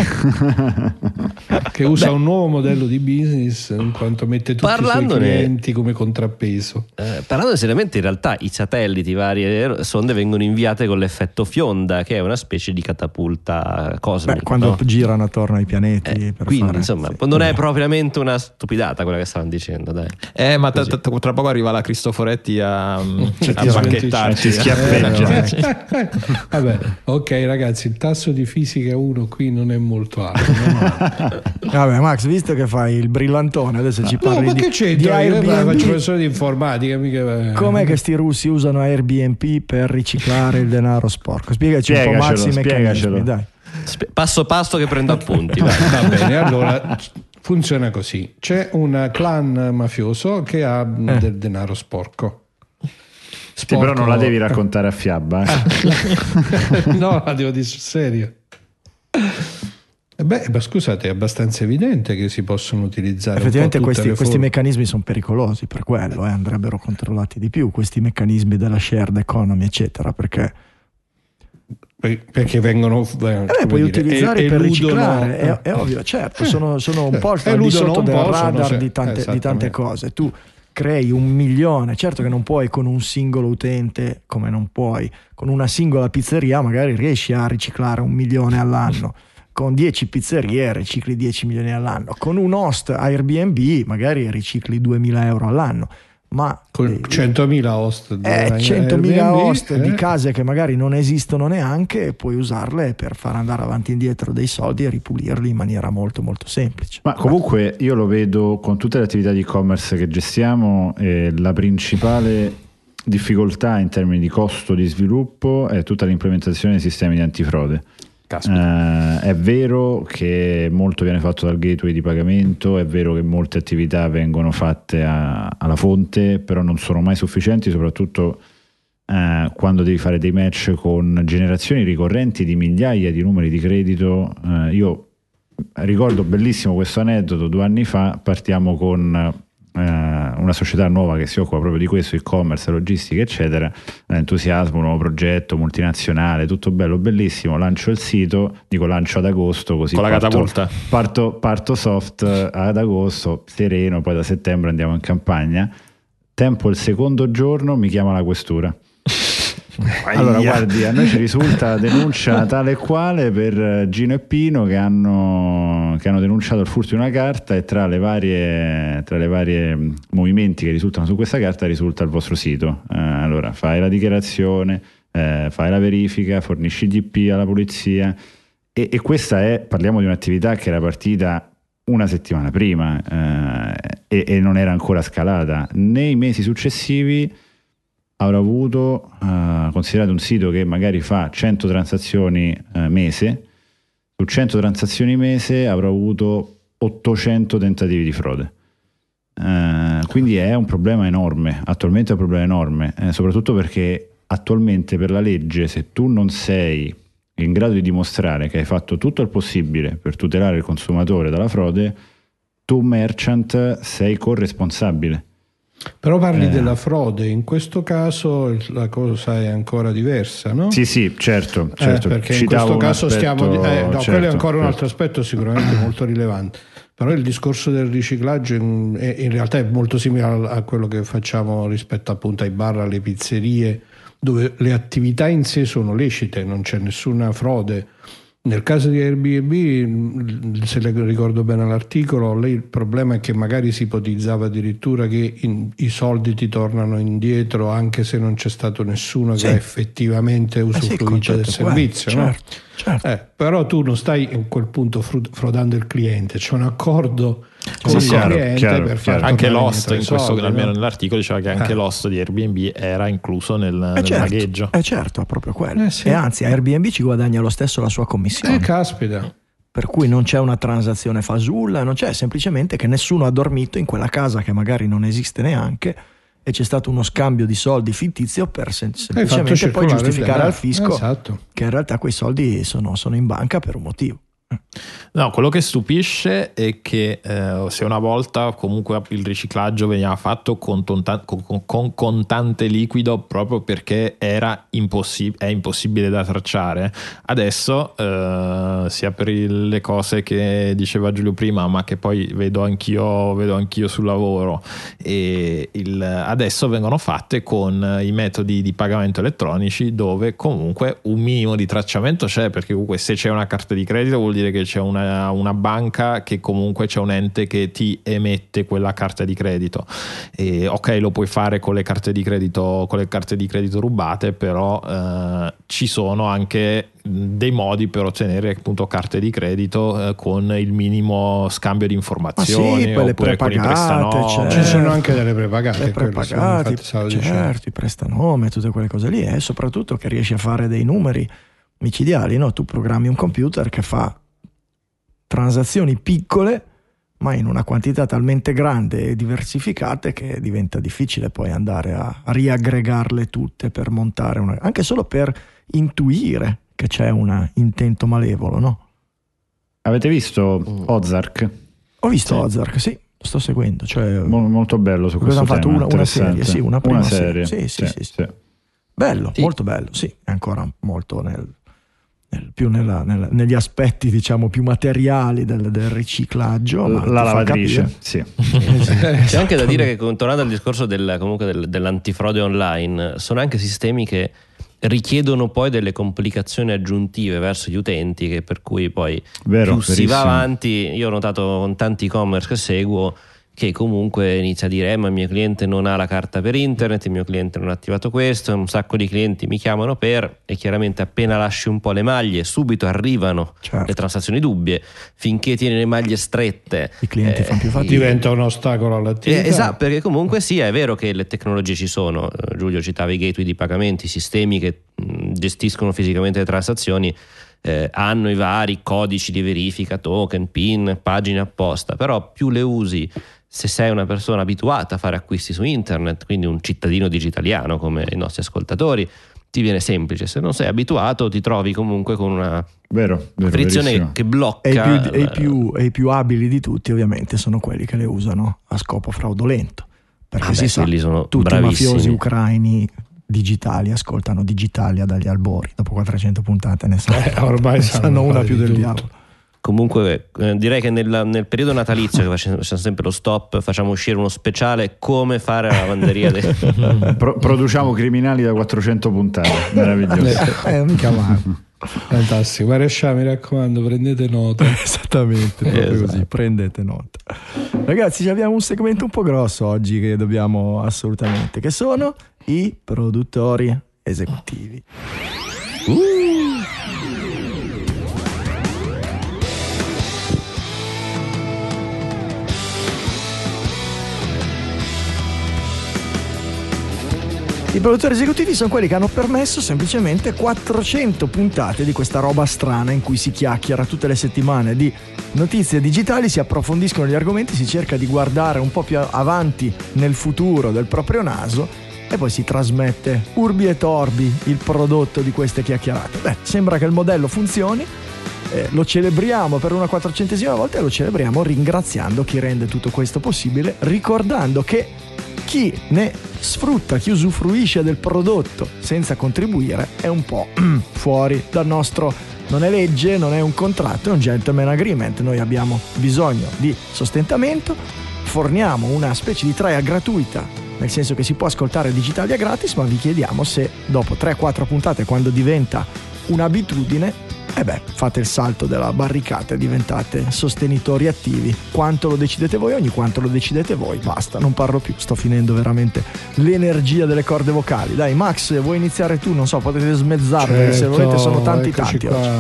che... che usa un nuovo modello di business in quanto mette tutti Parlandone- i suoi clienti come contrappeso. Eh, parlando seriamente, in realtà i satelliti, varie sonde vengono inviate con l'effetto fionda, che è una specie di catapulta cosmica. Beh, quando no? girano attorno ai pianeti. Eh, per quindi fare- insomma sì. non è propriamente una stupidata quella che stavano dicendo, dai. Eh, ma t- t- tra poco arriva la Cristoforetti a, a ti bacchettarci. ti schiaffeggia. Eh, Vabbè, ok ragazzi, il tasso di fisica uno qui non è molto alto. No, Vabbè, Max, visto che fai il brillantone, adesso ci no parli ma di, che di c'entra? Io faccio Airbnb. professore di informatica. Mica... Com'è che sti russi usano Airbnb per riciclare il denaro sporco? Spiegaci un po', Max, i Spiegacelo, meccanismi, spiegacelo. dai. Sp- passo passo che prendo appunti. vai. Va bene, allora funziona così: c'è un clan mafioso che ha Eh. del denaro sporco. Sì, però non la devi raccontare a fiaba. eh. No, la devo dire sul serio. Beh, ma scusate, è abbastanza evidente che si possono utilizzare. Effettivamente un po' tutte questi, le questi forme. meccanismi sono pericolosi per quello, eh, andrebbero controllati di più questi meccanismi della shared economy, eccetera, perché perché vengono eh, eh, puoi dire, utilizzare e- per eludono- riciclare, è, è ovvio, certo, Eh, sono, sono un po' al certo, di eludono sotto un del po', sono radar se- di tante, di tante esattamente. cose. Tu crei un milione, certo che non puoi con un singolo utente, come non puoi con una singola pizzeria, magari riesci a riciclare un milione all'anno. Con dieci pizzerie ricicli dieci milioni all'anno, con un host Airbnb magari ricicli duemila euro all'anno, ma Con centomila host di eh, centomila Airbnb, host eh. di case che magari non esistono neanche, e puoi usarle per far andare avanti e indietro dei soldi e ripulirli in maniera molto molto semplice. Ma comunque io lo vedo con tutte le attività di e-commerce che gestiamo, eh, la principale difficoltà in termini di costo di sviluppo è tutta l'implementazione dei sistemi di antifrode. Caspita. Eh, è vero che molto viene fatto dal gateway di pagamento, è vero che molte attività vengono fatte a- alla fonte, però non sono mai sufficienti, soprattutto eh, quando devi fare dei match con generazioni ricorrenti di migliaia di numeri di credito. Eh, io ricordo bellissimo questo aneddoto: due anni fa partiamo con eh, una società nuova che si occupa proprio di questo, e-commerce, logistica eccetera, entusiasmo, nuovo progetto multinazionale, tutto bello bellissimo, lancio il sito, dico lancio ad agosto, così Con la parto, catapulta. parto, parto soft ad agosto, sereno, poi da settembre andiamo in campagna. Tempo il secondo giorno mi chiama la questura. Allora guardi, a noi ci risulta denuncia tale e quale per Gino e Pino che hanno, che hanno denunciato il furto di una carta, e tra le varie tra le varie movimenti che risultano su questa carta risulta il vostro sito. Eh, allora fai la dichiarazione, eh, fai la verifica, fornisci G P alla polizia, e, e questa è, parliamo di un'attività che era partita una settimana prima eh, e, e non era ancora scalata. Nei mesi successivi avrò avuto, uh, considerato un sito che magari fa cento transazioni uh, mese, su cento transazioni mese avrò avuto ottocento tentativi di frode. Uh, quindi è un problema enorme, attualmente è un problema enorme, eh, soprattutto perché attualmente per la legge, se tu non sei in grado di dimostrare che hai fatto tutto il possibile per tutelare il consumatore dalla frode, tu merchant sei corresponsabile. Però parli Eh. della frode, in questo caso la cosa è ancora diversa, no? Sì, sì, certo, certo. Eh, perché in Citavo questo un caso aspetto- stiamo eh, no, certo, quello è ancora un certo. altro aspetto sicuramente molto rilevante. Però il discorso del riciclaggio in, è- in realtà è molto simile a, a quello che facciamo rispetto appunto ai bar, alle pizzerie, dove le attività in sé sono lecite, non c'è nessuna frode. Nel caso di Airbnb, se le ricordo bene l'articolo, lì il problema è che magari si ipotizzava addirittura che in- i soldi ti tornano indietro anche se non c'è stato nessuno Sì. che ha effettivamente Eh sì, il usufruito concetto del è quello, servizio, no? certo, certo. Eh, però tu non stai in quel punto fru- frodando il cliente, c'è un accordo con Sì, il chiaro, cliente chiaro, per far chiaro. Anche tornare l'host, indietro in i questo, soldi, almeno no? nell'articolo diceva che anche Eh. l'host di Airbnb era incluso nel, Eh nel certo, magheggio. eh certo, è proprio quello. Eh sì. E anzi, Airbnb ci guadagna lo stesso la sua commissione. Eh, caspita. Per cui non c'è una transazione fasulla, non c'è, semplicemente che nessuno ha dormito in quella casa che magari non esiste neanche, e c'è stato uno scambio di soldi fittizio per sem- Hai fatto semplicemente poi circolare il giustificare denaro. al fisco Esatto. che in realtà quei soldi sono, sono in banca per un motivo. No, quello che stupisce è che eh, se una volta comunque il riciclaggio veniva fatto con, tonta- con, con- con contante liquido proprio perché era impossib- è impossibile da tracciare, adesso eh, sia per il- le cose che diceva Giulio prima, ma che poi vedo anch'io, vedo anch'io sul lavoro, e il, adesso vengono fatte con i metodi di pagamento elettronici dove comunque un minimo di tracciamento c'è, perché comunque se c'è una carta di credito vuol dire che c'è una, una banca, che comunque c'è un ente che ti emette quella carta di credito, e ok, lo puoi fare con le carte di credito con le carte di credito rubate, però eh, ci sono anche dei modi per ottenere appunto carte di credito eh, con il minimo scambio di informazioni, Ma sì, quelle oppure con i prepagate, prestanomi. certo. Ci sono anche delle prepagate, Le quello prepagati, infatti stavo dicendo. certo, i prestanome, tutte quelle cose lì, e soprattutto che riesci a fare dei numeri micidiali, no? Tu programmi un computer che fa transazioni piccole ma in una quantità talmente grande e diversificate che diventa difficile poi andare a riaggregarle tutte per montare una, anche solo per intuire che c'è un intento malevolo, no? Avete visto mm. Ozark? Ho visto sì. Ozark, sì, lo sto seguendo. Cioè, Mol, molto bello su questo hanno tema. Hanno fatto una, una serie, sì, una prima una serie. serie. Sì, sì, sì, sì, sì. sì. Bello, sì. molto bello, sì, è ancora molto nel, nel, più nella, nella, negli aspetti, diciamo, più materiali del, del riciclaggio. La, la lavatrice, sì. C'è anche da dire che, tornando al discorso del, comunque del, dell'antifrode online, sono anche sistemi che richiedono poi delle complicazioni aggiuntive verso gli utenti, che per cui poi Vero, più verissimo. si va avanti. Io ho notato con tanti e-commerce che seguo che comunque inizia a dire eh, ma il mio cliente non ha la carta per internet, il mio cliente non ha attivato questo, un sacco di clienti mi chiamano per, e chiaramente appena lasci un po' le maglie subito arrivano certo. le transazioni dubbie. Finché tieni le maglie strette i clienti eh, fanno più fatica, diventa un ostacolo all'attività. Eh, esatto, perché comunque sì, è vero che le tecnologie ci sono. Giulio citava i gateway di pagamenti, i sistemi che mh, gestiscono fisicamente le transazioni, eh, hanno i vari codici di verifica, token, pin, pagine apposta, però più le usi, se sei una persona abituata a fare acquisti su internet, quindi un cittadino digitaliano come i nostri ascoltatori, ti viene semplice. Se non sei abituato ti trovi comunque con una vero, vero, frizione verissimo. che blocca. e i, più, e, i più, e i più abili di tutti ovviamente sono quelli che le usano a scopo fraudolento, perché ah si beh, sa, sono tutti bravissimi. i mafiosi ucraini digitali ascoltano Digitalia dagli albori, dopo quattrocento puntate ne sanno, eh, ormai sanno una più del tutto. diavolo. Comunque eh, direi che nel, nel periodo natalizio, che facciamo sempre lo stop, facciamo uscire uno speciale come fare la lavanderia dei... Pro- produciamo criminali da quattrocento puntate, meraviglioso. Eh, mica male. Fantastico, Marescià, mi raccomando, prendete nota. Esattamente, proprio Esatto. così, prendete nota. Ragazzi, abbiamo un segmento un po' grosso oggi che dobbiamo assolutamente, che sono i produttori esecutivi. Uh! I produttori esecutivi sono quelli che hanno permesso semplicemente quattrocento puntate di questa roba strana in cui si chiacchiera tutte le settimane di notizie digitali, si approfondiscono gli argomenti, si cerca di guardare un po' più avanti nel futuro del proprio naso e poi si trasmette urbi e torbi il prodotto di queste chiacchierate. Beh, sembra che il modello funzioni, eh, lo celebriamo per una quattrocentesima volta e lo celebriamo ringraziando chi rende tutto questo possibile, ricordando che chi ne sfrutta, chi usufruisce del prodotto senza contribuire è un po' fuori dal nostro, non è legge, non è un contratto, è un gentleman agreement. Noi abbiamo bisogno di sostentamento, forniamo una specie di trial gratuita, nel senso che si può ascoltare Digitalia gratis, ma vi chiediamo se dopo tre quattro puntate, quando diventa un'abitudine, e eh beh, fate il salto della barricata e diventate sostenitori attivi. Quanto lo decidete voi, ogni quanto lo decidete voi, basta, non parlo più, sto finendo veramente l'energia delle corde vocali. Dai Max, vuoi iniziare tu? Non so, potete smezzare, certo, se volete, sono tanti eccoci tanti qua. oggi.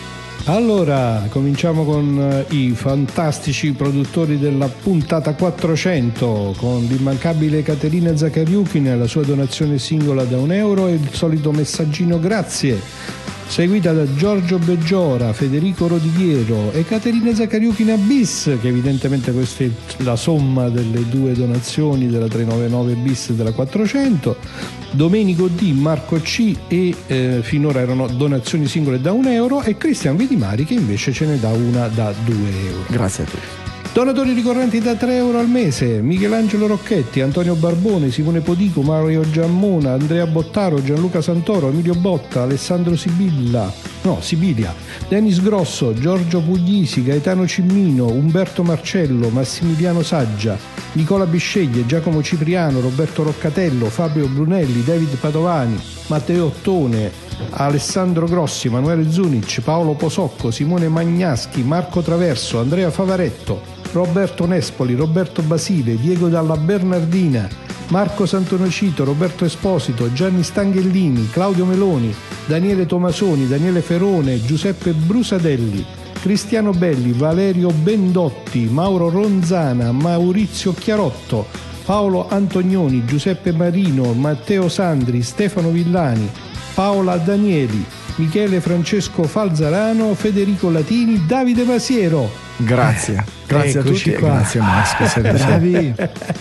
Allora, cominciamo con uh, i fantastici produttori della puntata quattrocento, con l'immancabile Caterina Zakariukin e la sua donazione singola da un euro e il solito messaggino grazie, seguita da Giorgio Beggiora, Federico Rodighiero e Caterina Zakariukin bis, che evidentemente questa è la somma delle due donazioni della trecentonovantanove bis e della quattrocento, Domenico D, Marco C e eh, finora erano donazioni singole da un euro, e Cristian Vidimari che invece ce ne dà una da due euro. Grazie a tutti. Donatori ricorrenti da tre euro al mese: Michelangelo Rocchetti, Antonio Barbone, Simone Podico, Mario Giammona, Andrea Bottaro, Gianluca Santoro, Emilio Botta, Alessandro Sibilla, no, Sibilia, Denis Grosso, Giorgio Puglisi, Gaetano Cimmino, Umberto Marcello, Massimiliano Saggia, Nicola Bisceglie, Giacomo Cipriano, Roberto Roccatello, Fabio Brunelli, David Padovani, Matteo Ottone, Alessandro Grossi, Emanuele Zunic, Paolo Posocco, Simone Magnaschi, Marco Traverso, Andrea Favaretto, Roberto Nespoli, Roberto Basile, Diego Dalla Bernardina, Marco Santonocito, Roberto Esposito, Gianni Stanghellini, Claudio Meloni, Daniele Tomasoni, Daniele Ferone, Giuseppe Brusadelli, Cristiano Belli, Valerio Bendotti, Mauro Ronzana, Maurizio Chiarotto, Paolo Antonioni, Giuseppe Marino, Matteo Sandri, Stefano Villani, Paola Danieli, Michele Francesco Falzarano, Federico Latini, Davide Masiero. Grazie, grazie Eccoci a tutti qua. e grazie Max, che siete bravi.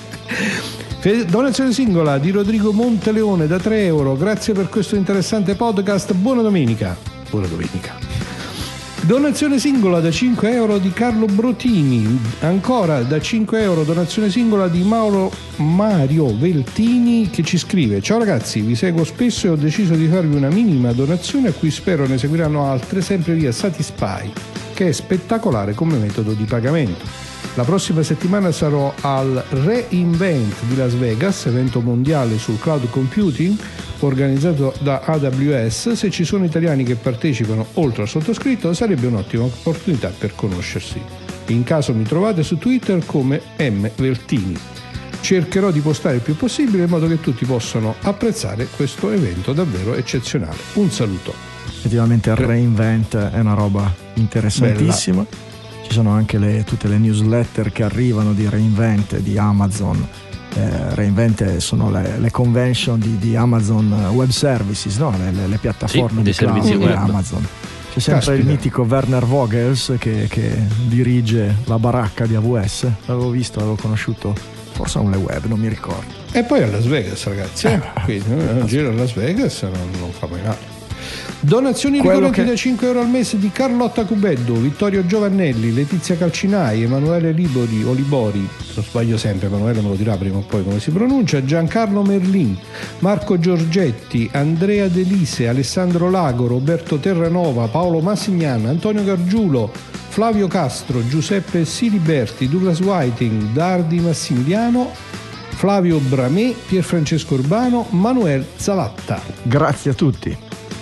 Donazione singola di Rodrigo Monteleone da tre euro. Grazie per questo interessante podcast. Buona domenica. Buona domenica. Donazione singola da cinque euro di Carlo Brotini. Ancora da cinque euro donazione singola di Mauro Mario Veltini, che ci scrive: ciao ragazzi, vi seguo spesso e ho deciso di farvi una minima donazione a cui spero ne seguiranno altre, sempre via Satispay, che è spettacolare come metodo di pagamento. La prossima settimana sarò al reInvent di Las Vegas, evento mondiale sul cloud computing organizzato da A W S. Se ci sono italiani che partecipano oltre al sottoscritto, sarebbe un'ottima opportunità per conoscersi. In caso mi trovate su Twitter come M Veltini. Cercherò di postare il più possibile in modo che tutti possano apprezzare questo evento davvero eccezionale. Un saluto. Effettivamente il reInvent è una roba interessantissima. Bella. Ci sono anche le, tutte le newsletter che arrivano di reInvent, di Amazon. Eh, reInvent sono le, le convention di, di Amazon Web Services, no? le, le, le piattaforme sì, di servizi cloud web di Amazon. C'è sempre Caspita. Il mitico Werner Vogels che, che dirige la baracca di A W S. L'avevo visto, l'avevo conosciuto forse a un web, non mi ricordo. E poi a Las Vegas, ragazzi. Eh? Quindi un giro a Las Vegas non, non fa mai male. Donazioni ricorrenti che... da cinque euro al mese di Carlotta Cubeddo, Vittorio Giovannelli, Letizia Calcinai, Emanuele Libori o Libori, lo sbaglio sempre, Emanuele me lo dirà prima o poi come si pronuncia, Giancarlo Merlin, Marco Giorgetti, Andrea Delise, Alessandro Lago, Roberto Terranova, Paolo Massignana, Antonio Gargiulo, Flavio Castro, Giuseppe Siliberti, Douglas Whiting, Dardi Massimiliano, Flavio Bramè, Pierfrancesco Urbano, Manuel Zalatta. Grazie a tutti.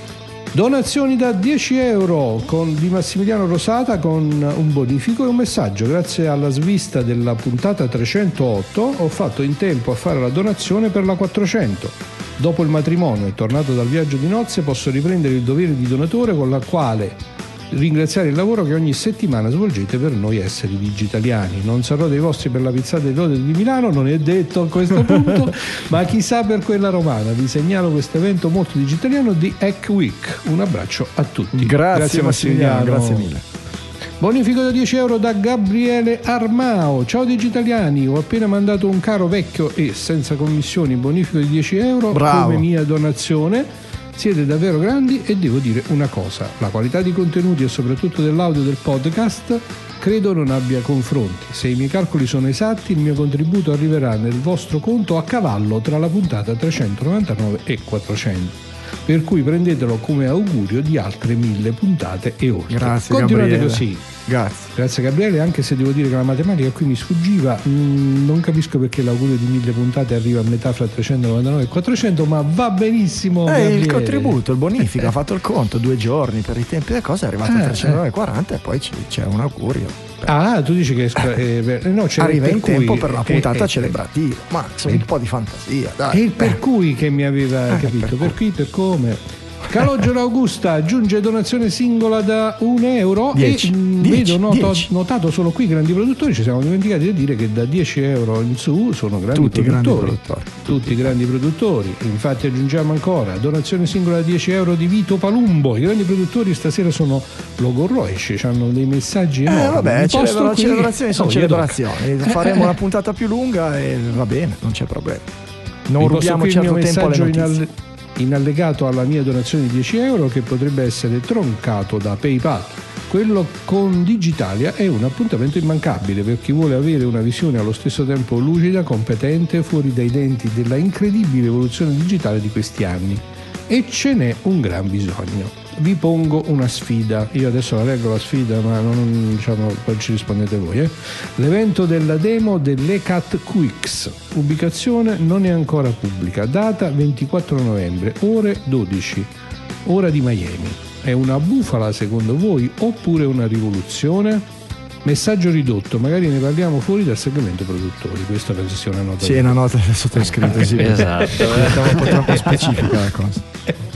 Donazioni da dieci euro con, di Massimiliano Rosata con un bonifico e un messaggio. Grazie alla svista della puntata trecentootto ho fatto in tempo a fare la donazione per la quattrocento. Dopo il matrimonio e tornato dal viaggio di nozze posso riprendere il dovere di donatore, con la quale ringraziare il lavoro che ogni settimana svolgete per noi esseri digitaliani. Non sarò dei vostri per la pizzata di lode di Milano, non è detto a questo punto, ma chissà per quella romana. Vi segnalo questo evento molto digitaliano di Hack Week. Un abbraccio a tutti. Grazie, grazie Massimiliano, grazie mille. Bonifico da dieci euro da Gabriele Armao. Ciao digitaliani, ho appena mandato un caro vecchio e senza commissioni, bonifico di dieci euro. Bravo. Come mia donazione. Siete davvero grandi e devo dire una cosa: la qualità di contenuti e soprattutto dell'audio del podcast credo non abbia confronti. Se i miei calcoli sono esatti, il mio contributo arriverà nel vostro conto a cavallo tra la puntata trecentonovantanove e quattrocento. Per cui prendetelo come augurio di altre mille puntate e oltre. Grazie, continuate Gabriele. Così. Grazie. Grazie Gabriele, anche se devo dire che la matematica qui mi sfuggiva, mm, non capisco perché l'augurio di mille puntate arriva a metà fra trecentonovantanove e quattrocento, ma va benissimo. Eh, il contributo, il bonifico, ha fatto il conto, due giorni per i tempi delle cose, è arrivato eh, a trecentoquaranta eh. e poi c'è un augurio. Ah, tu dici che eh, no, c'è arriva in tempo cui, per la puntata eh, celebrativa, ma c'è un po' di fantasia, dai. È il per cui che mi aveva eh, capito, per, per qui, per come. Calogero Augusta aggiunge donazione singola da un euro dieci, e dieci, vedo noto, dieci. notato solo qui grandi produttori. Ci siamo dimenticati di dire che da dieci euro in su sono grandi tutti produttori, grandi produttori tutti grandi produttori. Infatti aggiungiamo ancora donazione singola da dieci euro di Vito Palumbo. I grandi produttori stasera sono logorroici, hanno dei messaggi enormi. Eh vabbè, celebra- qui... celebrazioni sono oh, celebrazioni, faremo una puntata più lunga e va bene, non c'è problema, non vi rubiamo certo tempo alle notizie. All- in allegato alla mia donazione di dieci euro, che potrebbe essere troncato da PayPal. Quello con Digitalia è un appuntamento immancabile per chi vuole avere una visione allo stesso tempo lucida, competente, fuori dai denti della incredibile evoluzione digitale di questi anni. E ce n'è un gran bisogno. Vi pongo una sfida, io adesso la leggo la sfida, ma non, diciamo, poi ci rispondete voi. Eh? L'evento della demo dell'E C A T Quicks, ubicazione non è ancora pubblica, data ventiquattro novembre, ore dodici, ora di Miami. È una bufala secondo voi oppure una rivoluzione? Messaggio ridotto, magari ne parliamo fuori dal segmento produttori. Questa penso sia una nota. Sì, è una nota sottoscritta, sì. Esatto, è un po' troppo specifica la cosa.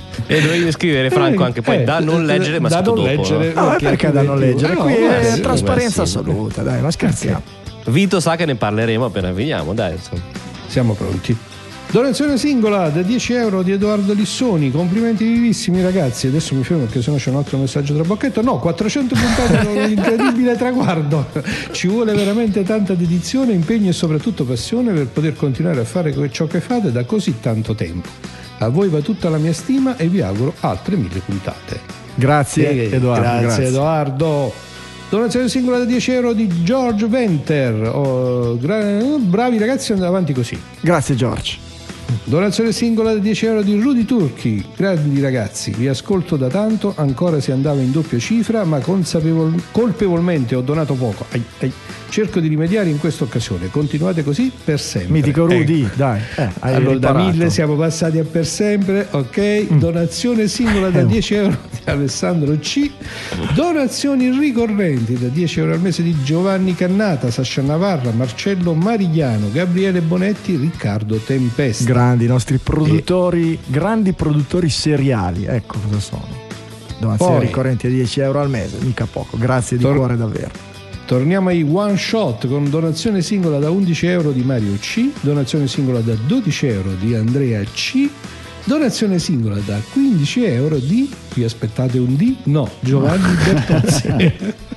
E dovevi scrivere, Franco, anche poi eh, da non leggere, ma da scritto non dopo. leggere, no, perché, perché da non leggere? No, qui no, è sì, trasparenza sì, assoluta, dai, ma scherziamo. Vito sa che ne parleremo appena veniamo, dai, insomma. Siamo pronti. Donazione singola da dieci euro di Edoardo Lissoni. Complimenti vivissimi ragazzi. Adesso mi fermo perché sennò c'è un altro messaggio tra bocchetto. No, quattrocento puntate è un incredibile traguardo. Ci vuole veramente tanta dedizione, impegno e soprattutto passione per poter continuare a fare ciò che fate da così tanto tempo. A voi va tutta la mia stima e vi auguro altre mille puntate. Grazie Eh, Edoardo. Grazie, grazie. Edoardo. Donazione singola da dieci euro di George Venter. Oh, gra- bravi ragazzi, andate avanti così. Grazie George. Donazione singola da dieci euro di Rudy Turchi. Grandi ragazzi, vi ascolto da tanto, ancora si andava in doppia cifra, ma consapevol- colpevolmente ho donato poco. Ai, ai. Cerco di rimediare in questa occasione. Continuate così per sempre. Mitico Rudy, Ecco. dai. Eh, hai Allora, da riparato. mille siamo passati a per sempre, ok? Donazione singola da Eh. dieci euro di Alessandro C. Donazioni ricorrenti da dieci euro al mese di Giovanni Cannata, Sascia Navarra, Marcello Marigliano, Gabriele Bonetti, Riccardo Tempesta. Grandi, i nostri produttori, grandi produttori seriali, ecco cosa sono. Donazioni Poi- ricorrenti a dieci euro al mese, mica poco. Grazie di Tor- cuore davvero. Torniamo ai one shot con donazione singola da undici euro di Mario C, donazione singola da dodici euro di Andrea C, donazione singola da quindici euro di, vi aspettate un D? No, Giovanni Bertozzi.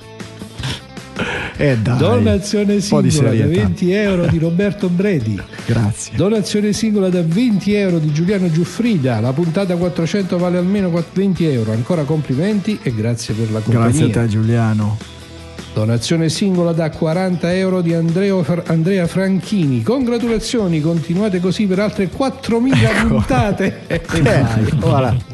Eh dai. Donazione un po' di singola da serietà. venti euro di Roberto Bredi. Grazie. Donazione singola da venti euro di Giuliano Giuffrida. La puntata quattrocento vale almeno venti euro. Ancora complimenti e grazie per la compagnia. Grazie a te Giuliano. Donazione singola da quaranta euro di Andreo, Andrea Franchini. Congratulazioni, continuate così per altre quattromila puntate. E vai. Voilà.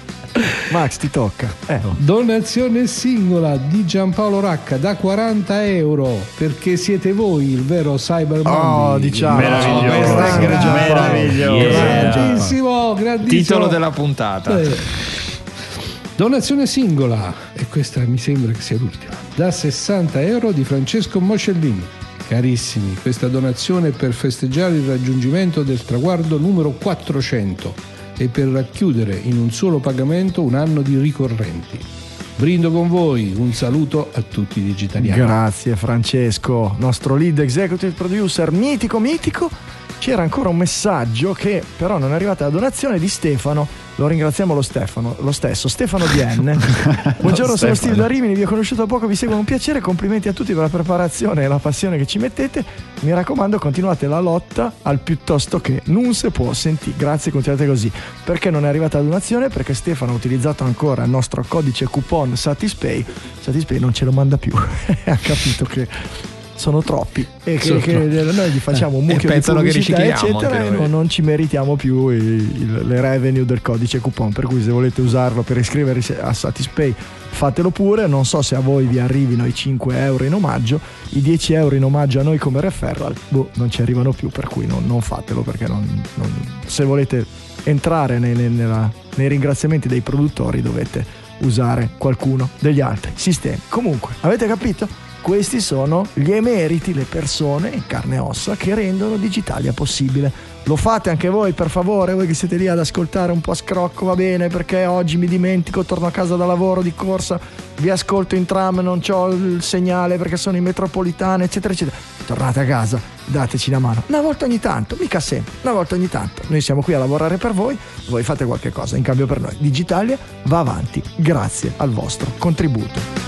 Max ti tocca. Eh, oh. Donazione singola di Giampaolo Racca da quaranta euro, perché siete voi il vero Cyber Oh, Monday. diciamo. Meraviglioso. Questa è grande. Meraviglioso. Yeah. Grandissimo, grandissimo. Titolo della puntata. Eh. Donazione singola, e questa mi sembra che sia l'ultima, da sessanta euro di Francesco Moscellini. Carissimi, questa donazione è per festeggiare il raggiungimento del traguardo numero quattrocento e per racchiudere in un solo pagamento un anno di ricorrenti. Brindo con voi, un saluto a tutti i digitaliani. Grazie Francesco, nostro lead executive producer mitico mitico. C'era ancora un messaggio che però non è arrivata la donazione di Stefano. Lo ringraziamo lo Stefano, lo stesso, Stefano D N. Buongiorno, sono Steve da Rimini, vi ho conosciuto da poco, vi seguo con piacere, complimenti a tutti per la preparazione e la passione che ci mettete. Mi raccomando, continuate la lotta al piuttosto che non si può sentire. Grazie, continuate così. Perché non è arrivata la donazione? Perché Stefano ha utilizzato ancora il nostro codice coupon Satispay. Satispay non ce lo manda più. Ha capito che sono troppi e che, che noi gli facciamo un Eh, mucchio e di pensano che pubblicità ricicliamo eccetera anche e noi. non, non ci meritiamo più i, il, le revenue del codice coupon, per cui se volete usarlo per iscrivervi a Satispay fatelo pure. Non so se a voi vi arrivino i cinque euro in omaggio, i dieci euro in omaggio a noi come referral, boh, non ci arrivano più, per cui non, non fatelo, perché non, non, se volete entrare nei, nei, nella, nei ringraziamenti dei produttori dovete usare qualcuno degli altri sistemi. Comunque, avete capito? Questi sono gli emeriti, le persone in carne e ossa che rendono Digitalia possibile. Lo fate anche voi, per favore, voi che siete lì ad ascoltare un po' a scrocco, va bene, perché oggi mi dimentico, torno a casa da lavoro di corsa, vi ascolto in tram, non c'ho il segnale perché sono in metropolitana, eccetera, eccetera. Tornate a casa, dateci una mano. Una volta ogni tanto, mica sempre, una volta ogni tanto. Noi siamo qui a lavorare per voi, voi fate qualche cosa in cambio per noi. Digitalia va avanti, grazie al vostro contributo.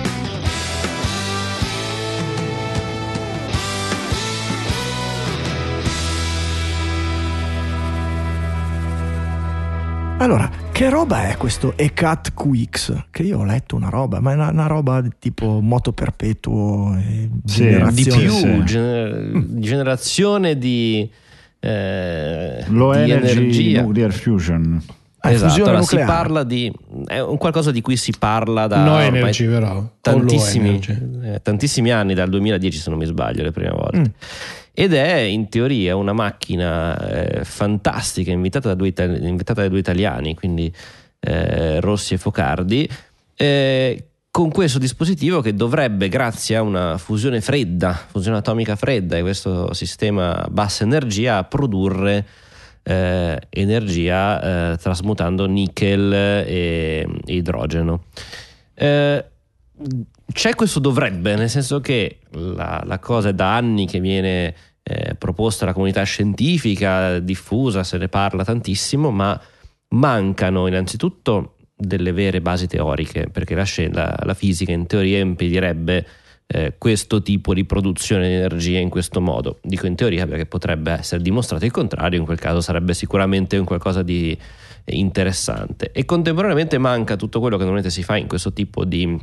Allora, che roba è questo E C A T Q X? Che io ho letto una roba, ma è una, una roba tipo moto perpetuo, e Sì, Di generazione. più, sì. gener- generazione di, eh, Low di Energy energia. Nuclear Fusion. Ah, Esatto, fusione allora, si nucleare. parla di è un qualcosa di cui si parla da No ormai energy però. O tantissimi, low energy. eh, tantissimi anni, dal duemiladieci se non mi sbaglio le prime volte. Mm. Ed è in teoria una macchina eh, fantastica inventata da, due itali- inventata da due italiani, quindi eh, Rossi e Focardi, eh, con questo dispositivo che dovrebbe, grazie a una fusione fredda, fusione atomica fredda e questo sistema a bassa energia, produrre eh, energia eh, trasmutando nickel e, e idrogeno. Eh, c'è questo dovrebbe, nel senso che la, la cosa è da anni che viene eh, proposta alla comunità scientifica, diffusa, se ne parla tantissimo, ma mancano innanzitutto delle vere basi teoriche, perché la, scien- la, la fisica in teoria impedirebbe eh, questo tipo di produzione di energia in questo modo. Dico in teoria perché potrebbe essere dimostrato il contrario, in quel caso sarebbe sicuramente un qualcosa di interessante. E contemporaneamente manca tutto quello che normalmente si fa in questo tipo di,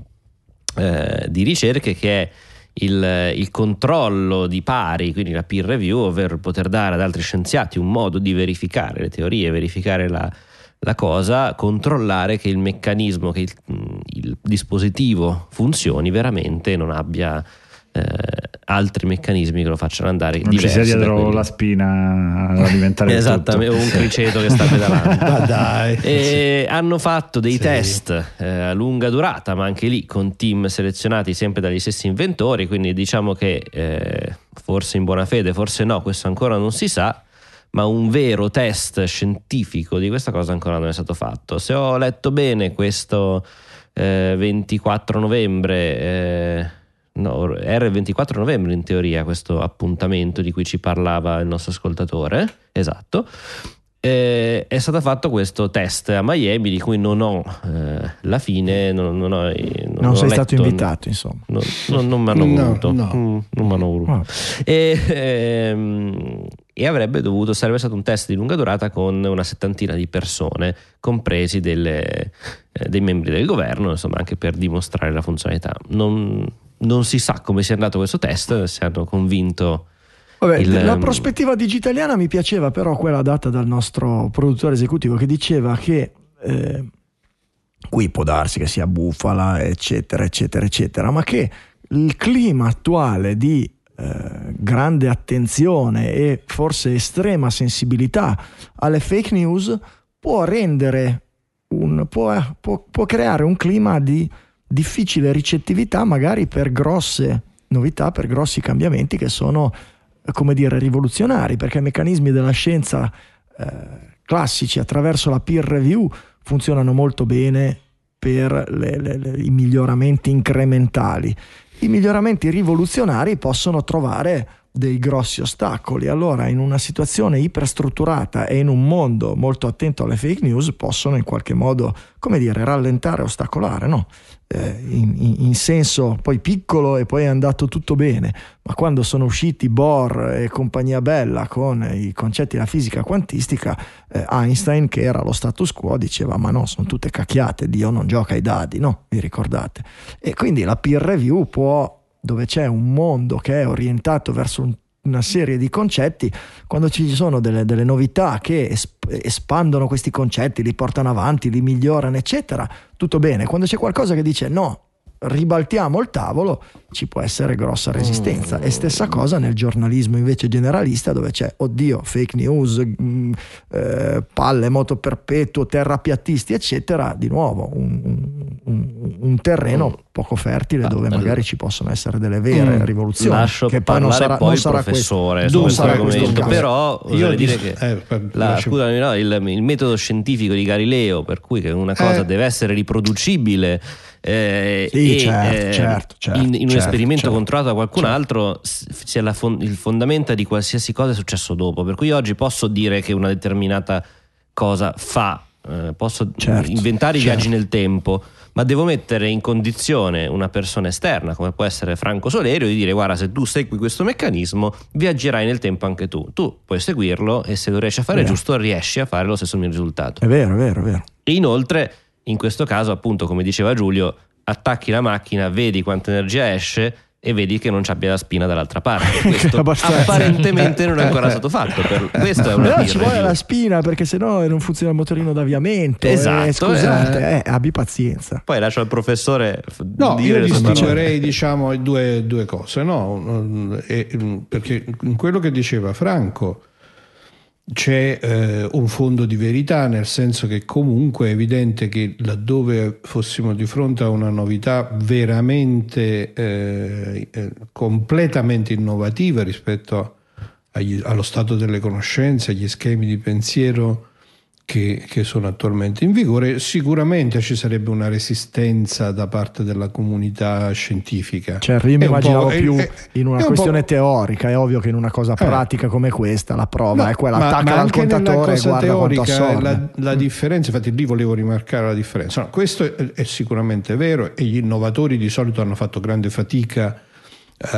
eh, di ricerche, che è il, il controllo di pari, quindi la peer review, ovvero poter dare ad altri scienziati un modo di verificare le teorie, verificare la, la cosa, controllare che il meccanismo, che il, il dispositivo funzioni veramente, non abbia eh, altri meccanismi che lo facciano andare non diversi. Non ci sia dietro quelli... la spina ad alimentare esattamente, tutto. un criceto che sta pedalando. Ma dai, E sì. Hanno fatto dei sì. test eh, a lunga durata, ma anche lì con team selezionati sempre dagli stessi inventori, quindi diciamo che eh, forse in buona fede, forse no, questo ancora non si sa, ma un vero test scientifico di questa cosa ancora non è stato fatto. Se ho letto bene, questo eh, ventiquattro novembre eh, no, era il ventiquattro novembre in teoria questo appuntamento di cui ci parlava il nostro ascoltatore, esatto, eh, è stato fatto questo test a Miami di cui non ho eh, la fine, non, non, ho, non, non ho sei letto, stato invitato, insomma. non, non, non mi hanno No, voluto no. Mm, non mi hanno voluto Wow. e, ehm, e avrebbe dovuto, sarebbe stato un test di lunga durata con una settantina di persone, compresi delle, eh, dei membri del governo, insomma, anche per dimostrare la funzionalità. Non, non si sa come sia andato questo test, se hanno convinto. Vabbè, il, la prospettiva digitaliana mi piaceva, però quella data dal nostro produttore esecutivo, che diceva che eh, qui può darsi che sia bufala, eccetera, eccetera, eccetera, ma che il clima attuale di eh, grande attenzione e forse estrema sensibilità alle fake news può rendere un, può, può, può creare un clima di difficile ricettività magari per grosse novità, per grossi cambiamenti che sono, come dire, rivoluzionari, perché i meccanismi della scienza eh, classici attraverso la peer review funzionano molto bene per le, le, le, i miglioramenti incrementali. I miglioramenti rivoluzionari possono trovare dei grossi ostacoli. Allora, in una situazione iperstrutturata e in un mondo molto attento alle fake news, possono in qualche modo, come dire, rallentare, ostacolare, no? Eh, in, in, in senso poi piccolo, e poi è andato tutto bene, ma quando sono usciti Bohr e compagnia bella con i concetti della fisica quantistica, eh, Einstein, che era lo status quo, diceva: ma no, sono tutte cacchiate, Dio non gioca ai dadi, no? Vi ricordate? E quindi la peer review può, dove c'è un mondo che è orientato verso un, una serie di concetti, quando ci sono delle, delle novità che esp- espandono questi concetti, li portano avanti, li migliorano, eccetera, tutto bene. Quando c'è qualcosa che dice no, ribaltiamo il tavolo, ci può essere grossa resistenza. E stessa cosa nel giornalismo invece generalista, dove c'è oddio, fake news, mh, eh, palle, moto perpetuo, terrapiattisti, eccetera. Di nuovo un, un, un terreno poco fertile, dove magari ci possono essere delle vere mm. rivoluzioni. Lascio che poi non sarà, poi non il sarà professore questo, su questo argomento, però io dire dis- che eh, la, scusami, no, il, il metodo scientifico di Galileo, per cui che una cosa eh. deve essere riproducibile eh, sì, e certo, eh, certo, certo, in, in un certo, esperimento certo, controllato da qualcun certo. altro sia la fon- il fondamenta di qualsiasi cosa è successo dopo, per cui oggi posso dire che una determinata cosa fa, eh, posso certo, inventare i certo. viaggi nel tempo, ma devo mettere in condizione una persona esterna come può essere Franco Solerio di dire: guarda, se tu segui questo meccanismo viaggerai nel tempo anche tu, tu puoi seguirlo e se lo riesci a fare vero. giusto riesci a fare lo stesso mio risultato. È vero, è vero, è vero. E inoltre in questo caso, appunto, come diceva Giulio, attacchi la macchina, vedi quanta energia esce e vedi che non c'abbia la spina dall'altra parte. Questo apparentemente non è ancora stato fatto, per questo è una però peer ci vuole review. la spina, perché sennò non funziona il motorino d'avviamento. Esatto, eh, scusate, eh. eh, abbi pazienza. Poi lascio al professore No, dire io le sue parole. distinguerei, diciamo, due, due cose, no? E, perché in quello che diceva Franco c'è eh, un fondo di verità, nel senso che comunque è evidente che laddove fossimo di fronte a una novità veramente eh, eh, completamente innovativa rispetto agli, allo stato delle conoscenze, agli schemi di pensiero che, che sono attualmente in vigore, sicuramente ci sarebbe una resistenza da parte della comunità scientifica. Certo, io mi È un immaginavo po', più è, in una è un questione po', teorica. È ovvio che in una cosa pratica come questa la prova no, è quella: ma, attacca ma al anche nella contatore e cosa guarda quanto teorica assorbe. la, la differenza, infatti lì volevo rimarcare la differenza. No, questo è, è sicuramente vero, e gli innovatori di solito hanno fatto grande fatica Uh,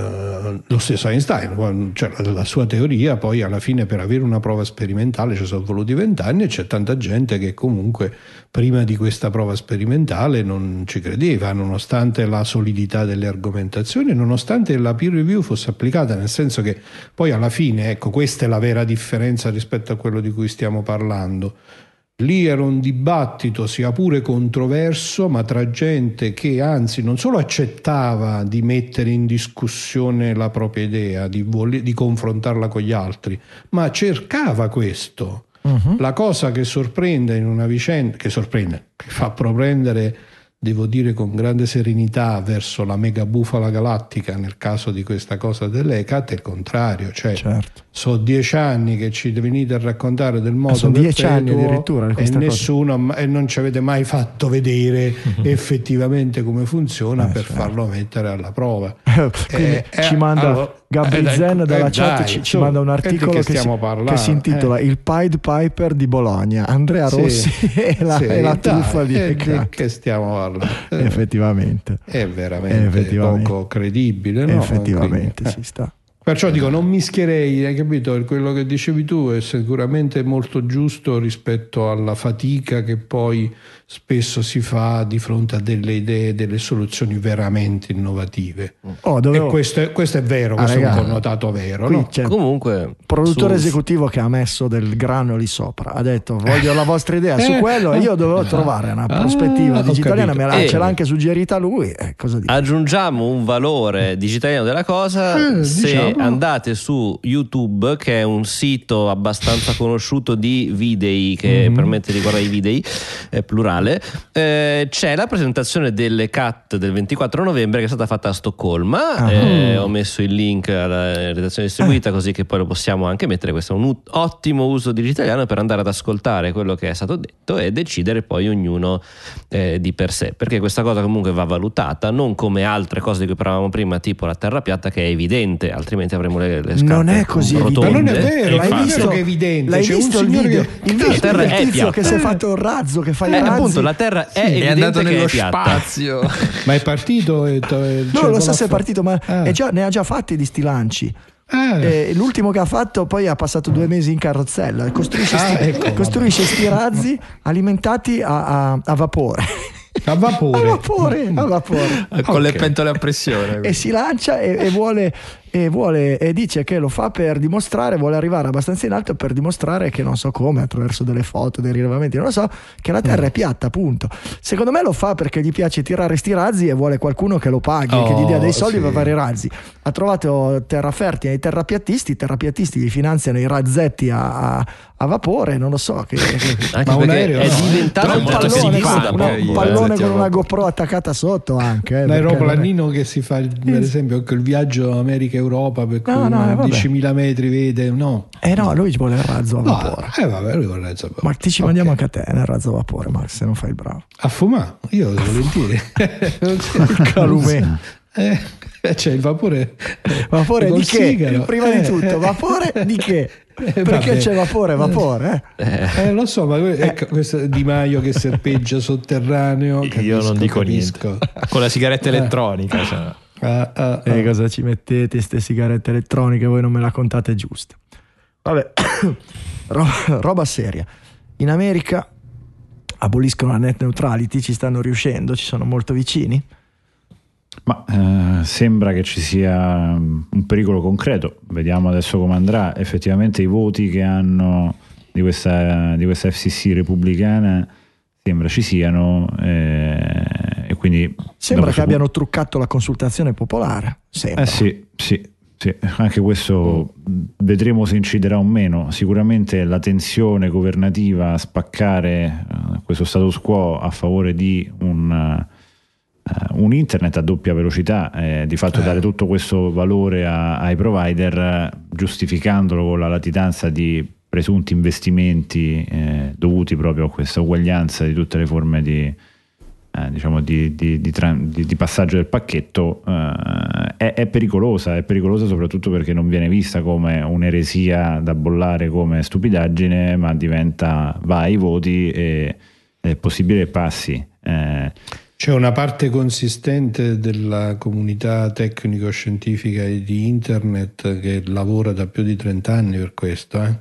uh, lo stesso Einstein, cioè la, la sua teoria poi alla fine per avere una prova sperimentale ci sono voluti vent'anni, e c'è tanta gente che comunque prima di questa prova sperimentale non ci credeva, nonostante la solidità delle argomentazioni, nonostante la peer review fosse applicata, nel senso che poi alla fine, ecco, questa è la vera differenza rispetto a quello di cui stiamo parlando. Lì era un dibattito sia pure controverso, ma tra gente che anzi non solo accettava di mettere in discussione la propria idea, di, voler, di confrontarla con gli altri, ma cercava questo. Uh-huh. La cosa che sorprende in una vicenda, che sorprende, che fa propendere, devo dire con grande serenità, verso la mega bufala galattica nel caso di questa cosa dell'E C A T è il contrario, cioè certo. Sono dieci anni che ci venite a raccontare del modo sono dieci anni addirittura e nessuno e non ci avete mai fatto vedere uh-huh. effettivamente come funziona eh, per certo. farlo mettere alla prova. eh, ci manda allora, Gabri eh, Zen dalla eh, chat dai, ci, ci manda un articolo che, che, si, che si intitola eh. Il Pied Piper di Bologna, Andrea Rossi sì, e la, sì, e la truffa di E di che stiamo parlando? Eh, effettivamente è veramente effettivamente. Poco credibile, no? Effettivamente Quindi, si sta. Perciò dico, non mischierei, hai capito? Quello che dicevi tu è sicuramente molto giusto rispetto alla fatica che poi spesso si fa di fronte a delle idee, delle soluzioni veramente innovative. Oh, dovevo... E questo è, questo è vero, questo ah, è un ragazzi, connotato vero. No? Comunque, produttore su... esecutivo che ha messo del grano lì sopra, ha detto voglio la vostra idea su quello, io dovevo trovare una prospettiva ah, digitaliana, me l'ha, e... ce l'ha anche suggerita lui. Eh, cosa dico? Aggiungiamo un valore digitaliano della cosa, eh, se diciamo... andate su YouTube, che è un sito abbastanza conosciuto di video che mm-hmm. permette di guardare i video, è plurale. Eh, c'è la presentazione delle C A T del ventiquattro novembre che è stata fatta a Stoccolma. Ah. Eh, ho messo il link alla redazione distribuita, eh. così che poi lo possiamo anche mettere. Questo è un ut- ottimo uso digitaliano per andare ad ascoltare quello che è stato detto e decidere poi ognuno eh, di per sé, perché questa cosa comunque va valutata, non come altre cose di cui parlavamo prima, tipo la terra piatta, che è evidente, altrimenti avremo le, le scarpe non è così rotonde. Ma non è vero, l'hai visto che è evidente. L'hai C'è visto un il video, che... il video terra del è tizio piatta. che si è fatto un razzo, che fa eh, i razzi. Appunto, la terra è, sì, è andato nello è spazio. Ma è partito? E to- no, non lo so se è partito, ma ah. è già, ne ha già fatti di sti lanci. Ah. Eh, l'ultimo che ha fatto poi ha passato due mesi in carrozzella. Costruisce, ah, sti, ecco, costruisce sti razzi alimentati a, a, a vapore. A vapore, a vapore, a vapore. Con okay. le pentole a pressione. E si lancia e, e vuole e vuole e dice che lo fa per dimostrare, vuole arrivare abbastanza in alto per dimostrare che non so come, attraverso delle foto, dei rilevamenti, non lo so, che la terra è piatta, appunto. Secondo me lo fa perché gli piace tirare sti razzi e vuole qualcuno che lo paghi, oh, che gli dia dei soldi sì. per fare i razzi. Ha trovato terra fertile ai terrapiattisti, i terrapiattisti gli finanziano i razzetti a, a, a vapore, non lo so che, che... anche ma un aereo è no. diventato un pallone, con, un pallone con una GoPro attaccata sotto anche, eh, l'aeroplanino che si fa per esempio il viaggio America Europa, per cui no, no, diecimila metri vede, no. Eh no, lui vuole il razzo a vapore. No, eh vabbè, lui vuole il razzo a vapore. Ma ti ci mandiamo okay. anche a te nel razzo a vapore, Max, se non fai il bravo. A fumare? Io volentieri. Il calume. Eh, c'è il vapore. Vapore di che? Prima eh, di tutto, vapore di che? Eh, Perché vabbè. c'è vapore, vapore? Eh? Eh, lo so, ma ecco, questo Di Maio che serpeggia sotterraneo. Io capisco, non dico capisco. niente. Con la sigaretta elettronica. Cioè. Ah, ah, e ah. cosa ci mettete ste sigarette elettroniche? Voi non me la contate giusta. Vabbè, roba, roba seria. In America aboliscono la net neutrality, ci stanno riuscendo, ci sono molto vicini. Ma eh, sembra che ci sia un pericolo concreto. Vediamo adesso come andrà. Effettivamente i voti che hanno di questa, di questa F C C repubblicana sembra ci siano, eh, e quindi sembra che abbiano truccato la consultazione popolare. Sembra. Eh sì, sì, sì, anche questo mm. vedremo se inciderà o meno. Sicuramente la tensione governativa a spaccare uh, questo status quo a favore di un Uh, un internet a doppia velocità, eh, di fatto eh. dare tutto questo valore a, ai provider, eh, giustificandolo con la latitanza di presunti investimenti eh, dovuti proprio a questa uguaglianza di tutte le forme di, eh, diciamo di, di, di, di, di passaggio del pacchetto, eh, è, è pericolosa, è pericolosa soprattutto perché non viene vista come un'eresia da bollare come stupidaggine, ma diventa va ai voti e è possibile che passi. Eh, C'è una parte consistente della comunità tecnico-scientifica e di internet che lavora da più di trenta anni per questo, eh?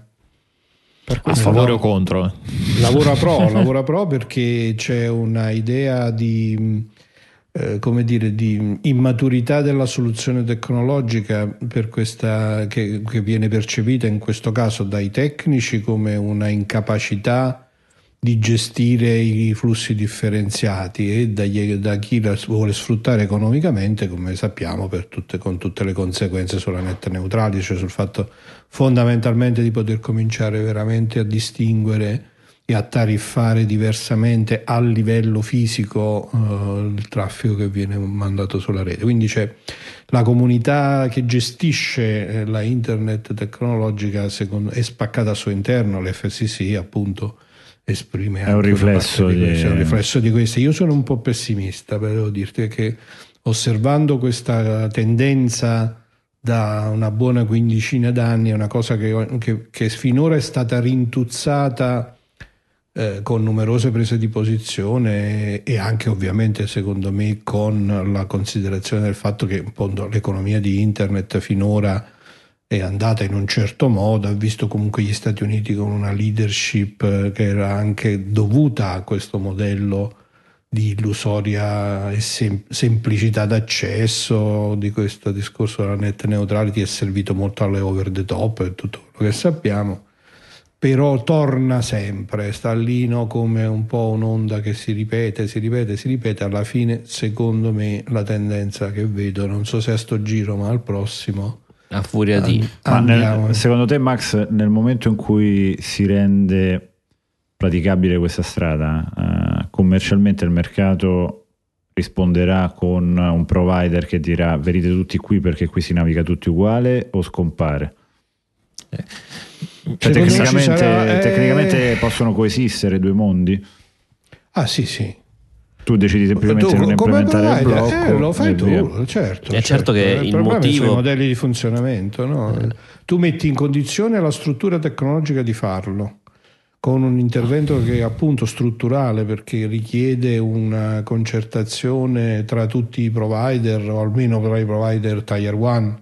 Per A questo favore no. o contro? Lavora pro, lavora pro perché c'è una idea di, eh, come dire, di immaturità della soluzione tecnologica per questa, che, che viene percepita in questo caso dai tecnici come una incapacità di gestire i flussi differenziati e dagli, da chi la vuole sfruttare economicamente, come sappiamo, per tutte, con tutte le conseguenze sulla net neutrality, cioè sul fatto fondamentalmente di poter cominciare veramente a distinguere e a tariffare diversamente a livello fisico uh, il traffico che viene mandato sulla rete. Quindi c'è la comunità che gestisce eh, la internet tecnologica, secondo, è spaccata al suo interno, l'F S C appunto esprime è un anche riflesso di, di... questo, è un riflesso di questo. Io sono un po' pessimista, però devo dirti che osservando questa tendenza da una buona quindicina d'anni, è una cosa che, che, che finora è stata rintuzzata eh, con numerose prese di posizione e anche ovviamente secondo me con la considerazione del fatto che appunto, l'economia di internet finora è andata in un certo modo, ha visto comunque gli Stati Uniti con una leadership che era anche dovuta a questo modello di illusoria e sem- semplicità d'accesso, di questo discorso della net neutrality è servito molto alle over the top e tutto quello che sappiamo, però torna sempre, sta lì, no, come un po' un'onda che si ripete, si ripete, si ripete. Alla fine secondo me la tendenza che vedo, non so se a sto giro ma al prossimo, a furia di... Ma andiamo. nel, secondo te, Max, nel momento in cui si rende praticabile questa strada, eh, commercialmente il mercato risponderà con un provider che dirà venite tutti qui perché qui si naviga tutti uguale, o scompare? Eh. Cioè, tecnicamente, sarà, eh... tecnicamente possono coesistere due mondi? Ah sì sì. Tu decidi semplicemente di non implementare il blocco, eh, lo fai tu, via. certo. È certo, certo che il, il motivo sono i modelli di funzionamento, no? Eh. Tu metti in condizione la struttura tecnologica di farlo con un intervento che è appunto strutturale, perché richiede una concertazione tra tutti i provider, o almeno tra i provider tier one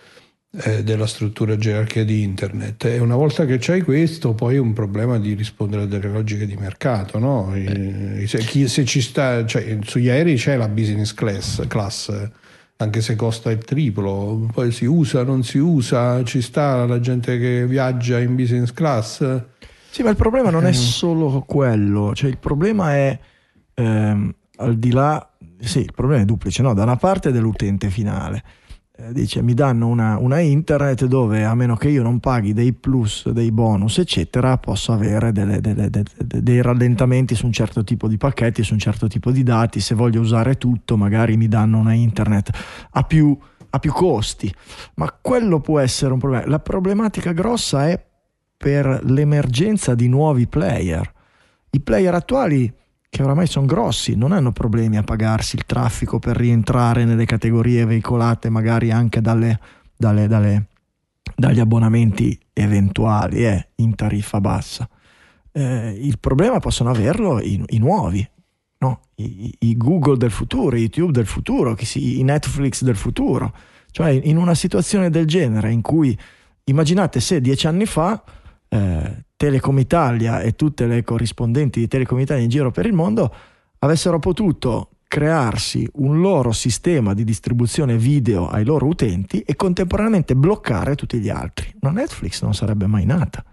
eh, della struttura gerarchia di internet, e una volta che c'hai questo poi è un problema di rispondere a delle logiche di mercato, no? Eh. Se, chi, se ci sta, cioè, sugli aerei c'è la business class, class anche se costa il triplo, poi si usa, non si usa, ci sta la gente che viaggia in business class. Sì, ma il problema non è solo quello, cioè il problema è ehm, al di là, sì, il problema è duplice, no? Da una parte dell'utente finale, eh, dice mi danno una, una internet dove a meno che io non paghi dei plus, dei bonus eccetera, posso avere delle, delle, delle, dei rallentamenti su un certo tipo di pacchetti, su un certo tipo di dati, se voglio usare tutto magari mi danno una internet a più, a più costi, ma quello può essere un problema. La problematica grossa è per l'emergenza di nuovi player. I player attuali, che oramai sono grossi, non hanno problemi a pagarsi il traffico per rientrare nelle categorie veicolate magari anche dalle, dalle, dalle, dagli abbonamenti eventuali eh, in tariffa bassa. Eh, il problema possono averlo i, i nuovi, no? I, i Google del futuro, i YouTube del futuro, i Netflix del futuro. Cioè in una situazione del genere in cui, immaginate se dieci anni fa Eh, Telecom Italia e tutte le corrispondenti di Telecom Italia in giro per il mondo avessero potuto crearsi un loro sistema di distribuzione video ai loro utenti e contemporaneamente bloccare tutti gli altri, una Netflix non sarebbe mai nata,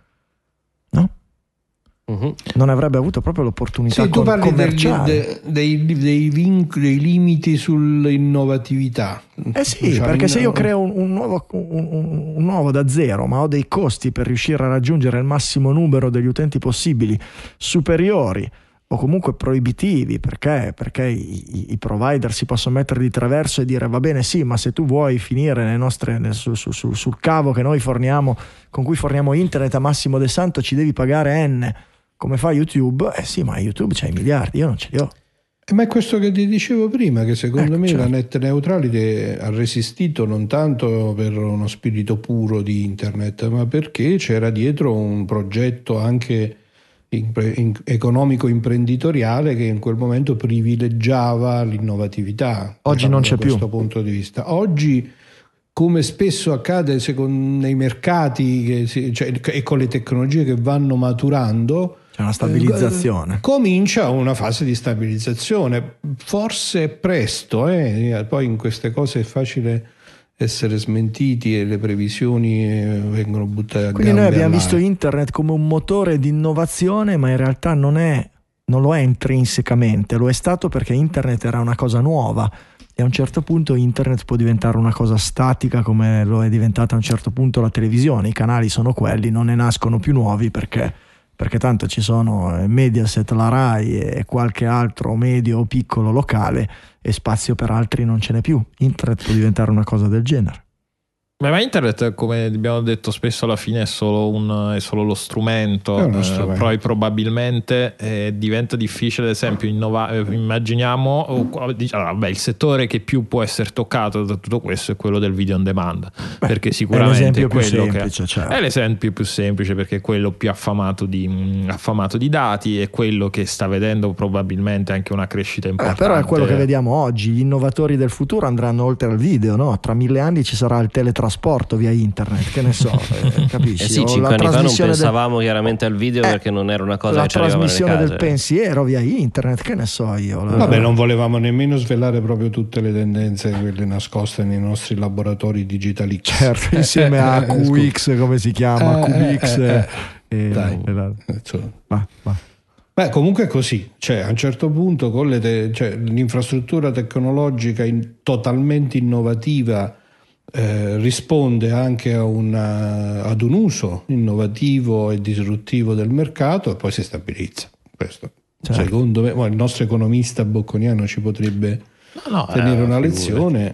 no? Uh-huh. Non avrebbe avuto proprio l'opportunità sì, tu con- parli commerciale dei, dei, dei, vincoli, dei limiti sull'innovatività. Eh sì, cioè, perché in... se io creo un, un, nuovo, un, un nuovo da zero, ma ho dei costi per riuscire a raggiungere il massimo numero degli utenti possibili superiori o comunque proibitivi, perché, perché i, i provider si possono mettere di traverso e dire va bene sì, ma se tu vuoi finire nelle nostre, nel, su, su, su, sul cavo che noi forniamo, con cui forniamo internet a massimo de santo, ci devi pagare N come fa YouTube. Eh sì, ma YouTube c'ha i miliardi, io non ce li ho. Ma è questo che ti dicevo prima, che secondo ecco, me certo. la net neutrality ha resistito non tanto per uno spirito puro di internet, ma perché c'era dietro un progetto anche impre- in- economico-imprenditoriale che in quel momento privilegiava l'innovatività. Oggi non c'è da più. questo punto di vista. Oggi, come spesso accade secondo, nei mercati che si, cioè, e con le tecnologie che vanno maturando, c'è una stabilizzazione. Eh, comincia una fase di stabilizzazione. Forse è presto, eh? Poi in queste cose è facile essere smentiti e le previsioni vengono buttate a Quindi noi gambe abbiamo all'aria. visto internet come un motore di innovazione, ma in realtà non è, non lo è intrinsecamente, lo è stato perché internet era una cosa nuova e a un certo punto internet può diventare una cosa statica come lo è diventata a un certo punto la televisione. I canali sono quelli, non ne nascono più nuovi perché perché tanto ci sono Mediaset, la Rai e qualche altro medio o piccolo locale e spazio per altri non ce n'è più. Internet può diventare una cosa del genere. Beh, ma internet, come abbiamo detto spesso, alla fine è solo, un, è solo lo strumento, È uno eh, strumento. poi probabilmente eh, diventa difficile, ad esempio, innova- eh, immaginiamo, oh, diciamo, vabbè, il settore che più può essere toccato da tutto questo è quello del video on demand, Beh, perché sicuramente è l'esempio è più quello semplice, che certo. è l'esempio più semplice perché è quello più affamato di, mh, affamato di dati, è quello che sta vedendo probabilmente anche una crescita Eh, importante. però è quello che vediamo oggi. Gli innovatori del futuro andranno oltre al video, no? Tra mille anni ci sarà il teletrasporto via internet, che ne so, eh, capisci? Eh sì, O cinque la anni fa non trasmissione del- pensavamo chiaramente al video Eh, perché non era una cosa la che ci arrivava nelle trasmissione case. del pensiero via internet, che ne so io. La- Vabbè, non volevamo nemmeno svelare proprio tutte le tendenze, quelle nascoste nei nostri laboratori Digital X. Certo, insieme a Eh, Q X, come si chiama, Eh, Q X. eh, eh, e- Dai. e la- Insomma. va, va. Beh, comunque è così, cioè a un certo punto con le te- cioè, l'infrastruttura tecnologica in- totalmente innovativa eh, risponde anche a una, ad un uso innovativo e disruttivo del mercato e poi si stabilizza. Questo, Certo. secondo me, well, il nostro economista bocconiano ci potrebbe No, no, tenere eh, una figurati. lezione.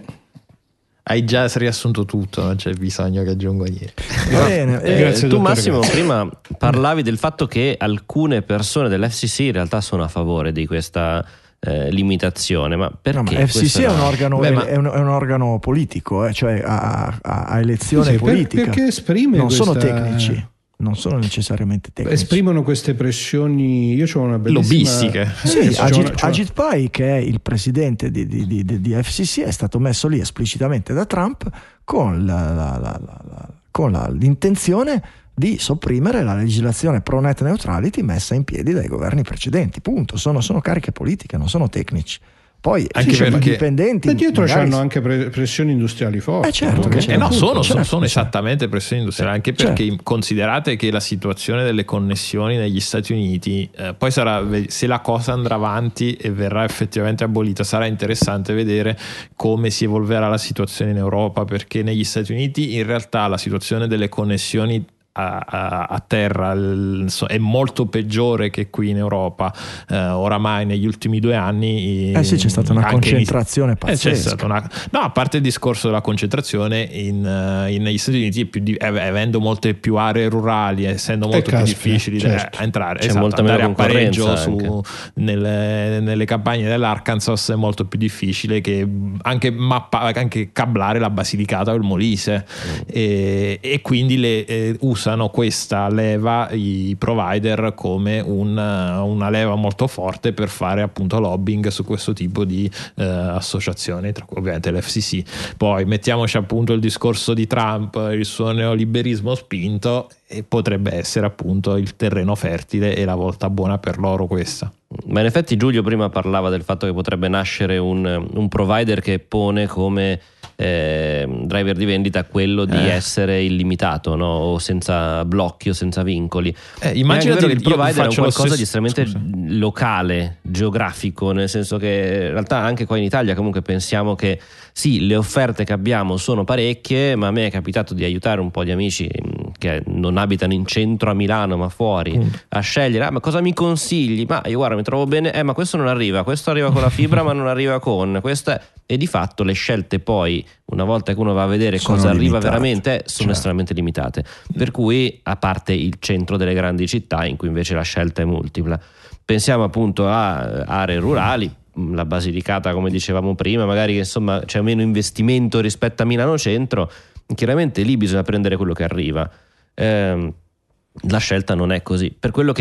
Hai già riassunto tutto, non c'è bisogno che aggiungo niente. Va bene. Eh, eh, Grazie, tu dottore Massimo Grazia. prima parlavi del fatto che alcune persone dell'F C C in realtà sono a favore di questa eh, limitazione, ma perché? no, ma F C C Questo è un no. organo, Beh, ma- è un, è un organo politico, eh, cioè ha, ha- ha elezione Sì, per- politica. perché esprime non sono questa- tecnici, non sono necessariamente tecnici. Esprimono queste pressioni. Io ho una bellissima Lobbistiche. Sì, Eh, c'ho Ajit, una- c'ho- Ajit Pai, che è il presidente di, di, di, di- di F C C, è stato messo lì esplicitamente da Trump con, la, la- la- la- la- con la- l'intenzione di sopprimere la legislazione pro net neutrality messa in piedi dai governi precedenti. Punto. Sono, sono cariche politiche, non sono tecnici. Poi Anche sì, perché- dipendenti. E dietro magari- c'hanno anche pre- pressioni industriali forti. Eh, certo no? che Eh c'è. no, sono, Certo, sono, sono certo. esattamente pressioni industriali, anche perché Certo. considerate che la situazione delle connessioni negli Stati Uniti, eh, poi sarà, se la cosa andrà avanti e verrà effettivamente abolita, sarà interessante vedere come si evolverà la situazione in Europa, perché negli Stati Uniti in realtà la situazione delle connessioni A, a, a terra il- so- è molto peggiore che qui in Europa. Eh, oramai negli ultimi due anni Eh sì, c'è stata una anche in- concentrazione eh, c'è pazzesca. stata una- no, a parte il discorso della concentrazione in, eh, in- negli Stati Uniti è più di- eh, avendo molte più aree rurali, essendo molto più caspita, difficili certo. da entrare, C'è esatto, molta andare meno a pareggio concorrenza su, nelle, nelle campagne dell'Arkansas è molto più difficile che anche, mappa, anche cablare la Basilicata o il Molise. Mm. e, e quindi le, eh, usano questa leva i provider come un, una leva molto forte per fare appunto lobbying su questo tipo di eh, associazioni, tra cui ovviamente l'F C C. Poi mettiamoci appunto il discorso di Trump, il suo neoliberismo spinto, e potrebbe essere appunto il terreno fertile e la volta buona per loro questa. Ma in effetti Giulio prima parlava del fatto che potrebbe nascere un, un provider che pone come eh, driver di vendita quello di Eh. essere illimitato, no? O senza blocchi o senza vincoli. Eh, È immaginate anche vero che il io provider è un faccio lo qualcosa stesso- di estremamente scusa. locale, geografico, nel senso che in realtà anche qua in Italia comunque pensiamo che sì, le offerte che abbiamo sono parecchie, ma a me è capitato di aiutare un po' di amici mh, che non abitano in centro a Milano ma fuori Mm. a scegliere, ah, ma cosa mi consigli? Ma io guarda mi trovo bene, eh ma questo non arriva, questo arriva con la fibra ma non arriva con questa, e di fatto le scelte poi una volta che uno va a vedere Sono cosa arriva limitate. veramente sono Certo. estremamente limitate, per cui a parte il centro delle grandi città in cui invece la scelta è multipla, pensiamo appunto a aree rurali, la Basilicata come dicevamo prima, magari che insomma c'è meno investimento rispetto a Milano centro, chiaramente lì bisogna prendere quello che arriva. Ehm, la scelta non è così, per quello che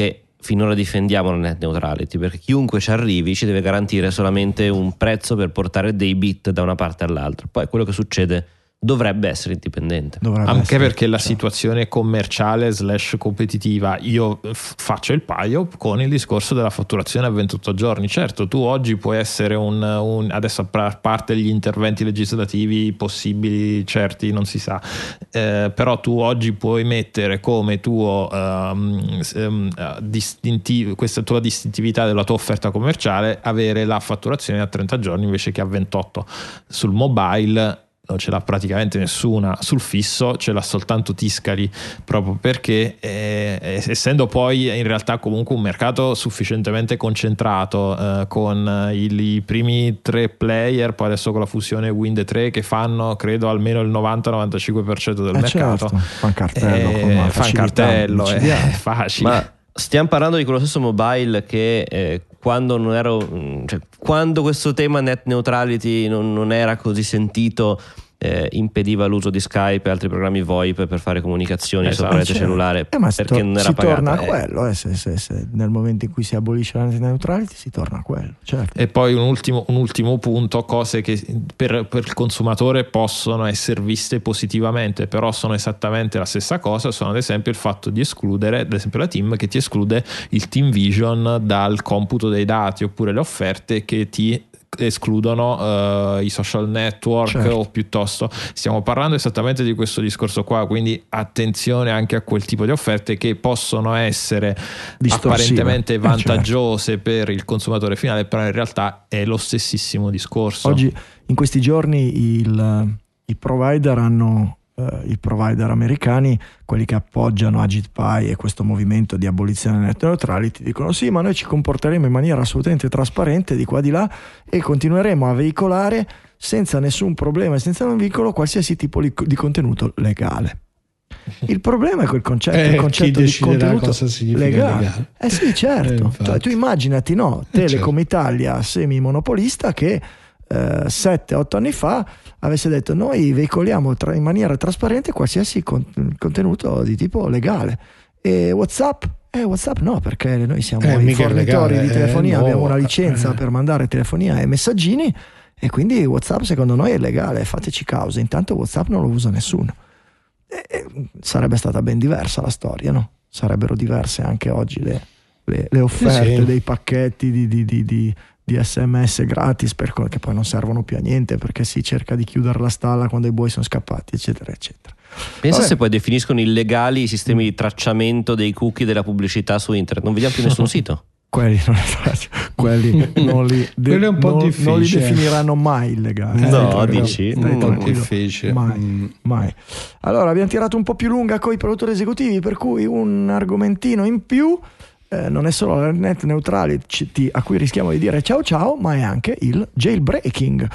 finora difendiamo la net neutrality, perché chiunque ci arrivi ci deve garantire solamente un prezzo per portare dei bit da una parte all'altra. Poi quello che succede dovrebbe essere indipendente. Dovrebbe Anche essere, perché la cioè. situazione commerciale slash competitiva, io f- faccio il paio con il discorso della fatturazione a ventotto giorni. Certo, tu oggi puoi essere un, un adesso a parte gli interventi legislativi possibili, certi non si sa, eh, però tu oggi puoi mettere come tuo um, um, distintivo, questa tua distintività della tua offerta commerciale, avere la fatturazione a trenta giorni invece che a ventotto. Sul mobile non ce l'ha praticamente nessuna, sul fisso ce l'ha soltanto Tiscali, proprio perché eh, essendo poi in realtà comunque un mercato sufficientemente concentrato, eh, con il, i primi tre player, poi adesso con la fusione Wind tre che fanno credo almeno il novanta novantacinque per cento del Eh mercato, certo, fan cartello, con una eh, fan facilità cartello, è micidiale. facile. Ma stiamo parlando di quello stesso mobile che eh, quando non ero, cioè, quando questo tema net neutrality non, non era così sentito, eh, impediva l'uso di Skype e altri programmi VoIP per fare comunicazioni Esatto, sopra rete Cioè, cellulare, eh, ma si, perché tor- non era si pagata. torna a Eh, quello, eh, se, se, se nel momento in cui si abolisce la net neutrality si torna a quello, certo. E poi un ultimo, un ultimo punto, cose che per, per il consumatore possono essere viste positivamente, però sono esattamente la stessa cosa, sono ad esempio il fatto di escludere, ad esempio la team che ti esclude il Team Vision dal computo dei dati, oppure le offerte che ti escludono uh, i social network, certo. o piuttosto stiamo parlando esattamente di questo discorso qua, quindi attenzione anche a quel tipo di offerte che possono essere Distorsive. apparentemente Eh, vantaggiose certo. per il consumatore finale, però in realtà è lo stessissimo discorso. Oggi in questi giorni il, i provider hanno Uh, i provider americani, quelli che appoggiano AgitPy e questo movimento di abolizione net neutrality, dicono sì, ma noi ci comporteremo in maniera assolutamente trasparente di qua di là e continueremo a veicolare senza nessun problema e senza un vincolo qualsiasi tipo di, di contenuto legale. Il problema è quel concetto, Eh, il concetto chi di contenuto cosa significa legale. legale. Eh sì, certo. Eh, cioè, tu immaginati, no, Eh, Telecom certo. Italia semi-monopolista che sette otto anni fa avesse detto noi veicoliamo tra, in maniera trasparente qualsiasi con, contenuto di tipo legale, e WhatsApp eh WhatsApp no, perché noi siamo Eh, i mica è fornitori legale, di telefonia, eh, no. abbiamo una licenza Eh. per mandare telefonia e messaggini e quindi WhatsApp secondo noi è legale, fateci causa. Intanto WhatsApp non lo usa nessuno. E, e, sarebbe stata ben diversa la storia, no? Sarebbero diverse anche oggi le, le, le offerte Sì, sì. dei pacchetti di, di, di, di di sms gratis, per co- che poi non servono più a niente perché si cerca di chiudere la stalla quando i buoi sono scappati, eccetera eccetera. Pensa Vabbè. se poi definiscono illegali i sistemi di tracciamento dei cookie della pubblicità su internet, non vediamo più nessun sito. Quelli non, quelli non li, de- Quello è un po' non, non li difficile. definiranno mai illegali. No, Stai tranquillo, dici? stai Mm, tranquillo. difficile. Mai, Mm. mai. Allora abbiamo tirato un po' più lunga con i produttori esecutivi, per cui un argomentino in più. Eh, non è solo la net neutrality a cui rischiamo di dire ciao ciao, ma è anche il jailbreaking.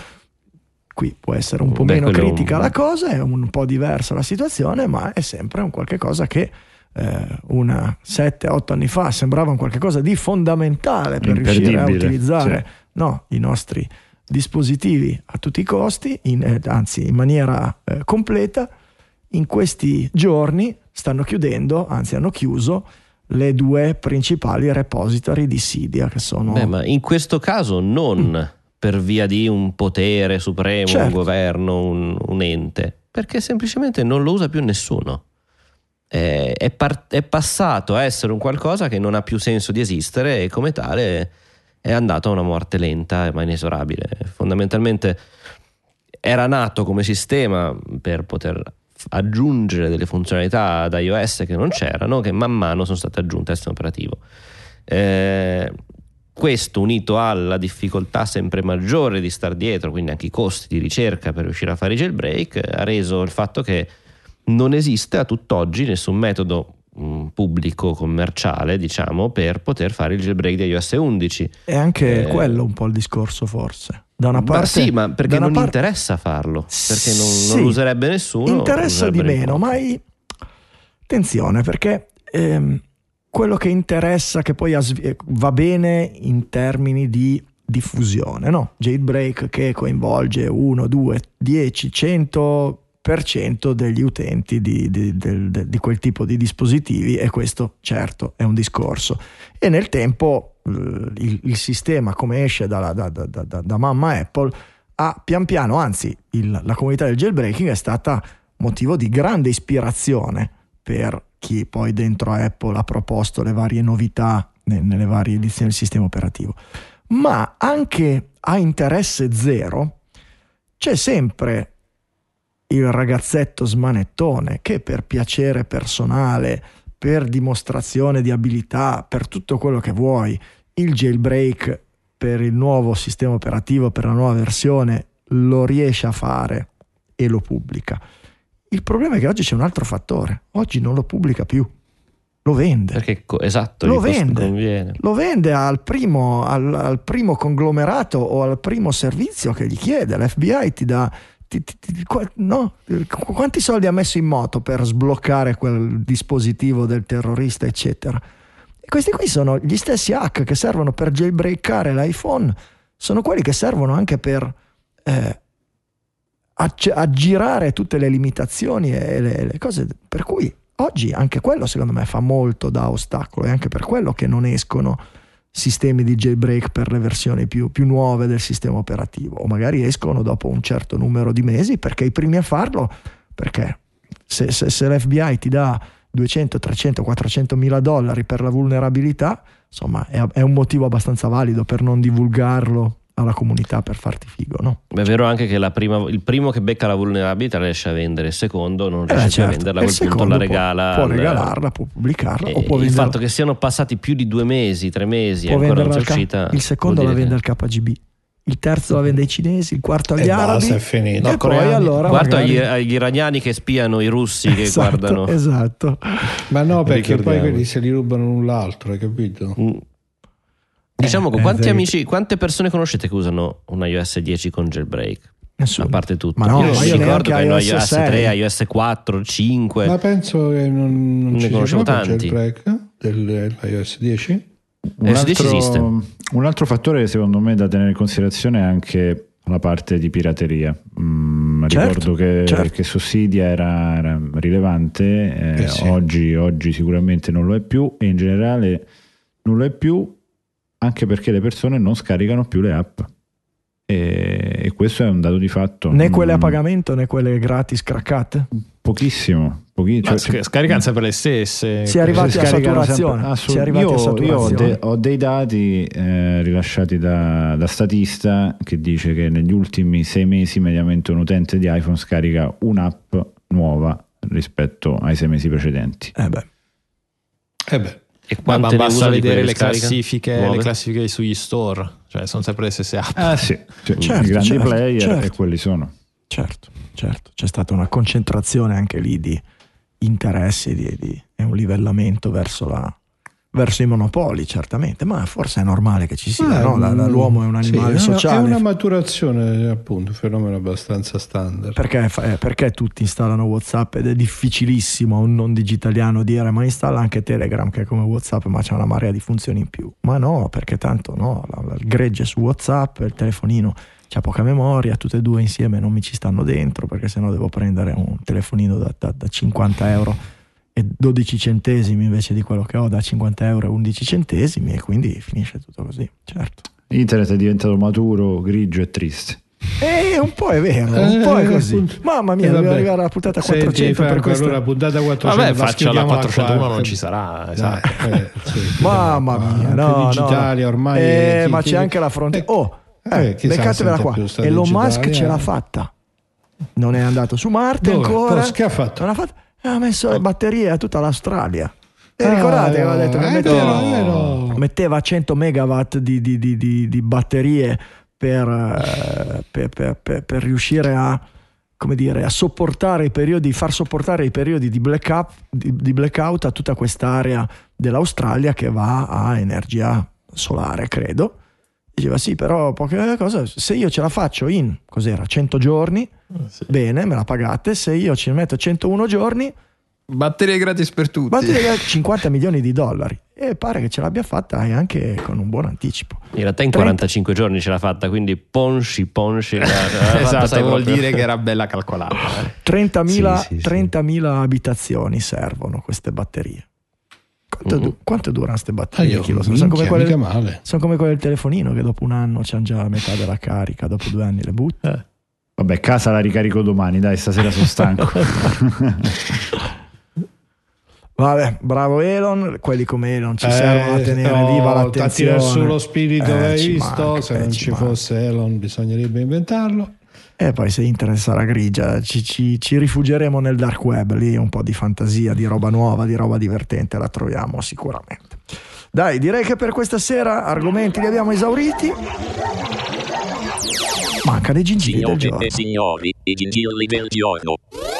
Qui può essere un po' Beh, meno quello- critica la cosa, è un po' diversa la situazione, ma è sempre un qualche cosa che eh, una sette otto anni fa sembrava un qualche cosa di fondamentale per riuscire a Imperdibile, utilizzare no, i nostri dispositivi a tutti i costi, in, eh, anzi in maniera eh, completa. In questi giorni stanno chiudendo, anzi hanno chiuso le due principali repository di Cydia, che sono Beh, ma in questo caso non Mm. per via di un potere supremo, Certo. un governo, un, un ente, perché semplicemente non lo usa più nessuno. È, è, par- è passato a essere un qualcosa che non ha più senso di esistere e come tale è andato a una morte lenta ma inesorabile. Fondamentalmente era nato come sistema per poter aggiungere delle funzionalità ad iOS che non c'erano, che man mano sono state aggiunte al sistema operativo. Eh, questo unito alla difficoltà sempre maggiore di star dietro, quindi anche i costi di ricerca per riuscire a fare i jailbreak, ha reso il fatto che non esiste a tutt'oggi nessun metodo mh, pubblico commerciale, diciamo, per poter fare il jailbreak di iOS undici. è anche Eh, quello un po' il discorso, forse. Da una Ma parte, sì, ma perché da una non parte- interessa farlo, perché non, Sì, non lo userebbe nessuno. interessa lo di userebbero in meno, pochi. ma i- attenzione, perché ehm, quello che interessa, che poi ha svi- va bene in termini di diffusione, no? Jailbreak che coinvolge uno, due, dieci, cento per cento degli utenti di, di, di, di, di quel tipo di dispositivi, e questo certo è un discorso. E nel tempo il, il sistema, come esce da, da, da, da, da mamma Apple, ha pian piano, anzi il, la comunità del jailbreaking è stata motivo di grande ispirazione per chi poi dentro Apple ha proposto le varie novità nelle varie edizioni del sistema operativo. Ma anche a interesse zero c'è sempre il ragazzetto smanettone che per piacere personale, per dimostrazione di abilità, per tutto quello che vuoi, il jailbreak per il nuovo sistema operativo, per la nuova versione, lo riesce a fare e lo pubblica. Il problema è che oggi c'è un altro fattore: oggi non lo pubblica più, lo vende. Perché esatto, lo gli costa- vende, conviene. lo vende al primo, al, al primo conglomerato o al primo servizio che gli chiede. L'F B I ti dà ti, ti, ti, no? Quanti soldi ha messo in moto per sbloccare quel dispositivo del terrorista, eccetera. E questi qui sono gli stessi hack che servono per jailbreakare l'iPhone, sono quelli che servono anche per eh, aggirare tutte le limitazioni e le, le cose, per cui oggi anche quello secondo me fa molto da ostacolo, e anche per quello che non escono sistemi di jailbreak per le versioni più, più nuove del sistema operativo, o magari escono dopo un certo numero di mesi, perché i primi a farlo, perché se, se, se l'F B I ti dà duecento, trecento, quattrocento mila dollari per la vulnerabilità, insomma è, è un motivo abbastanza valido per non divulgarlo alla comunità per farti figo, no? Beh, è vero anche che la prima, il primo che becca la vulnerabilità riesce a vendere, il secondo non riesce Eh, più certo. a venderla, E a il quel punto la secondo regala. può, può al- regalarla, può pubblicarla, E o può il venderla, fatto che siano passati più di due mesi, tre mesi e può ancora non venderla sia al uscita. K- il secondo la vuol dire vende che- al K G B, il terzo la vende ai cinesi, il quarto agli E arabi, basta, è finito. e No, poi coreani. allora Guarda magari- agli, agli iraniani che spiano i russi che esatto, guardano. esatto. Ma no, perché poi Ricordiamo. quelli se li rubano l'un l'altro, hai capito? Mm. Diciamo, Eh, quanti è amici, quante persone conoscete che usano un iOS dieci con jailbreak? Nessuno. A parte tutto, Ma no, io ma mi io ricordo neanche che hanno iOS iOS sei. tre, iOS quattro, cinque. Ma penso che non, non Ne ci sia conoscevo proprio tanti. il jailbreak dell'iOS dieci. Un iOS dieci esiste. altro, un altro fattore secondo me da tenere in considerazione è anche la parte di pirateria. Mm, Certo, ricordo che, certo. che Sussidia era, era rilevante, eh, Eh sì. oggi, oggi sicuramente non lo è più, e in generale non lo è più anche perché le persone non scaricano più le app, e, e questo è un dato di fatto. Né quelle a Mm, pagamento né quelle gratis craccate. pochissimo, pochi- Ma cioè- sc- scaricano sempre le stesse. Si è arrivati a scaricano saturazione. sempre- Si è assolut- arrivati a io, io ho, saturazione. de- ho dei dati eh, rilasciati da, da Statista che dice che negli ultimi sei mesi mediamente un utente di iPhone scarica un'app nuova rispetto ai sei mesi precedenti. Eh beh. Eh beh, E Ma quante ne basta usa di vedere quelle le scarica? classifiche, Nuove? le classifiche sugli store, cioè sono sempre le stesse app. Ah sì, sì, Certo, i grandi certo, player certo. e quelli sono. Certo, certo, c'è stata una concentrazione anche lì di interessi di, di, e un livellamento verso, la, verso i monopoli, certamente, ma forse è normale che ci sia, Eh, no? La- la- l'uomo è un sì, animale è una- sociale. È una maturazione, appunto, un fenomeno abbastanza standard. Perché, fa- eh, perché tutti installano WhatsApp ed è difficilissimo a un non digitaliano dire ma installa anche Telegram che è come WhatsApp ma c'ha una marea di funzioni in più. Ma no, perché tanto no, la- la- il gregge su WhatsApp, il telefonino c'ha poca memoria, tutte e due insieme non mi ci stanno dentro, perché sennò devo prendere un telefonino da, da- da cinquanta euro e dodici centesimi invece di quello che ho da cinquanta euro e undici centesimi, e quindi finisce tutto così, certo. Internet è diventato maturo, grigio e triste. E un po' è vero, un po' è Eh, così. appunto. Mamma mia, Eh, dobbiamo vabbè. arrivare alla puntata Senti, quattrocento per Franco, questa. allora puntata quattrocento. Vabbè, faccia la scriviamo quattrocentuno quarta. non ci sarà, esatto. Dai, eh, sì, Mamma chiudiamo mia, qua. no, Anche no, digitali no. ormai. Eh, chi- ma chi- c'è anche la fronte. eh, Oh, eh, eh, chissà, beccatevela non qua. sente più sta Elon Musk digitale, ce l'ha eh. fatta. Non è andato su Marte Dove? ancora. Cosa- che ha fatto? Non ha fatto. Ha messo le batterie a tutta l'Australia. E Ah, ricordate che aveva detto che è metteva, vero, è vero. metteva cento megawatt di, di- di- di- di batterie per, eh, per, per- per- per riuscire a, come dire, a sopportare i periodi, far sopportare i periodi di blackout, di, di blackout a tutta quest'area dell'Australia che va a energia solare, credo. Diceva sì, però poche cose, se io ce la faccio in, cos'era, cento giorni, bene, me la pagate, se io ci metto centouno giorni, Batterie gratis per tutti. batteria cinquanta milioni di dollari. e pare che ce l'abbia fatta e anche con un buon anticipo. In realtà in quarantacinque giorni ce l'ha fatta, quindi Ponshi Ponshi esatto, vuol dire che era bella calcolata. trentamila, Sì, sì, sì. trentamila abitazioni servono queste batterie. Quanto, du- quanto durano queste batterie? Ah, Chi lo sa? minchia, Sono come quelle, mica male. sono come quelle del telefonino che dopo un anno c'hanno già la metà della carica, dopo due anni le butti. Eh. Vabbè, casa la ricarico domani, dai, stasera sono stanco. Vabbè, bravo Elon, quelli come Elon ci Eh, servono a tenere no, viva a l'attenzione. tirare sullo spirito, Eh, hai ci visto? manca, Se eh, non ci ci manca. fosse Elon bisognerebbe inventarlo. E poi se internet sarà grigia ci, ci, ci rifugieremo nel dark web, lì un po' di fantasia, di roba nuova, di roba divertente la troviamo sicuramente. Dai, direi che per questa sera argomenti li abbiamo esauriti. Manca dei gingilli del Signore giorno, e signori, i gingilli del giorno.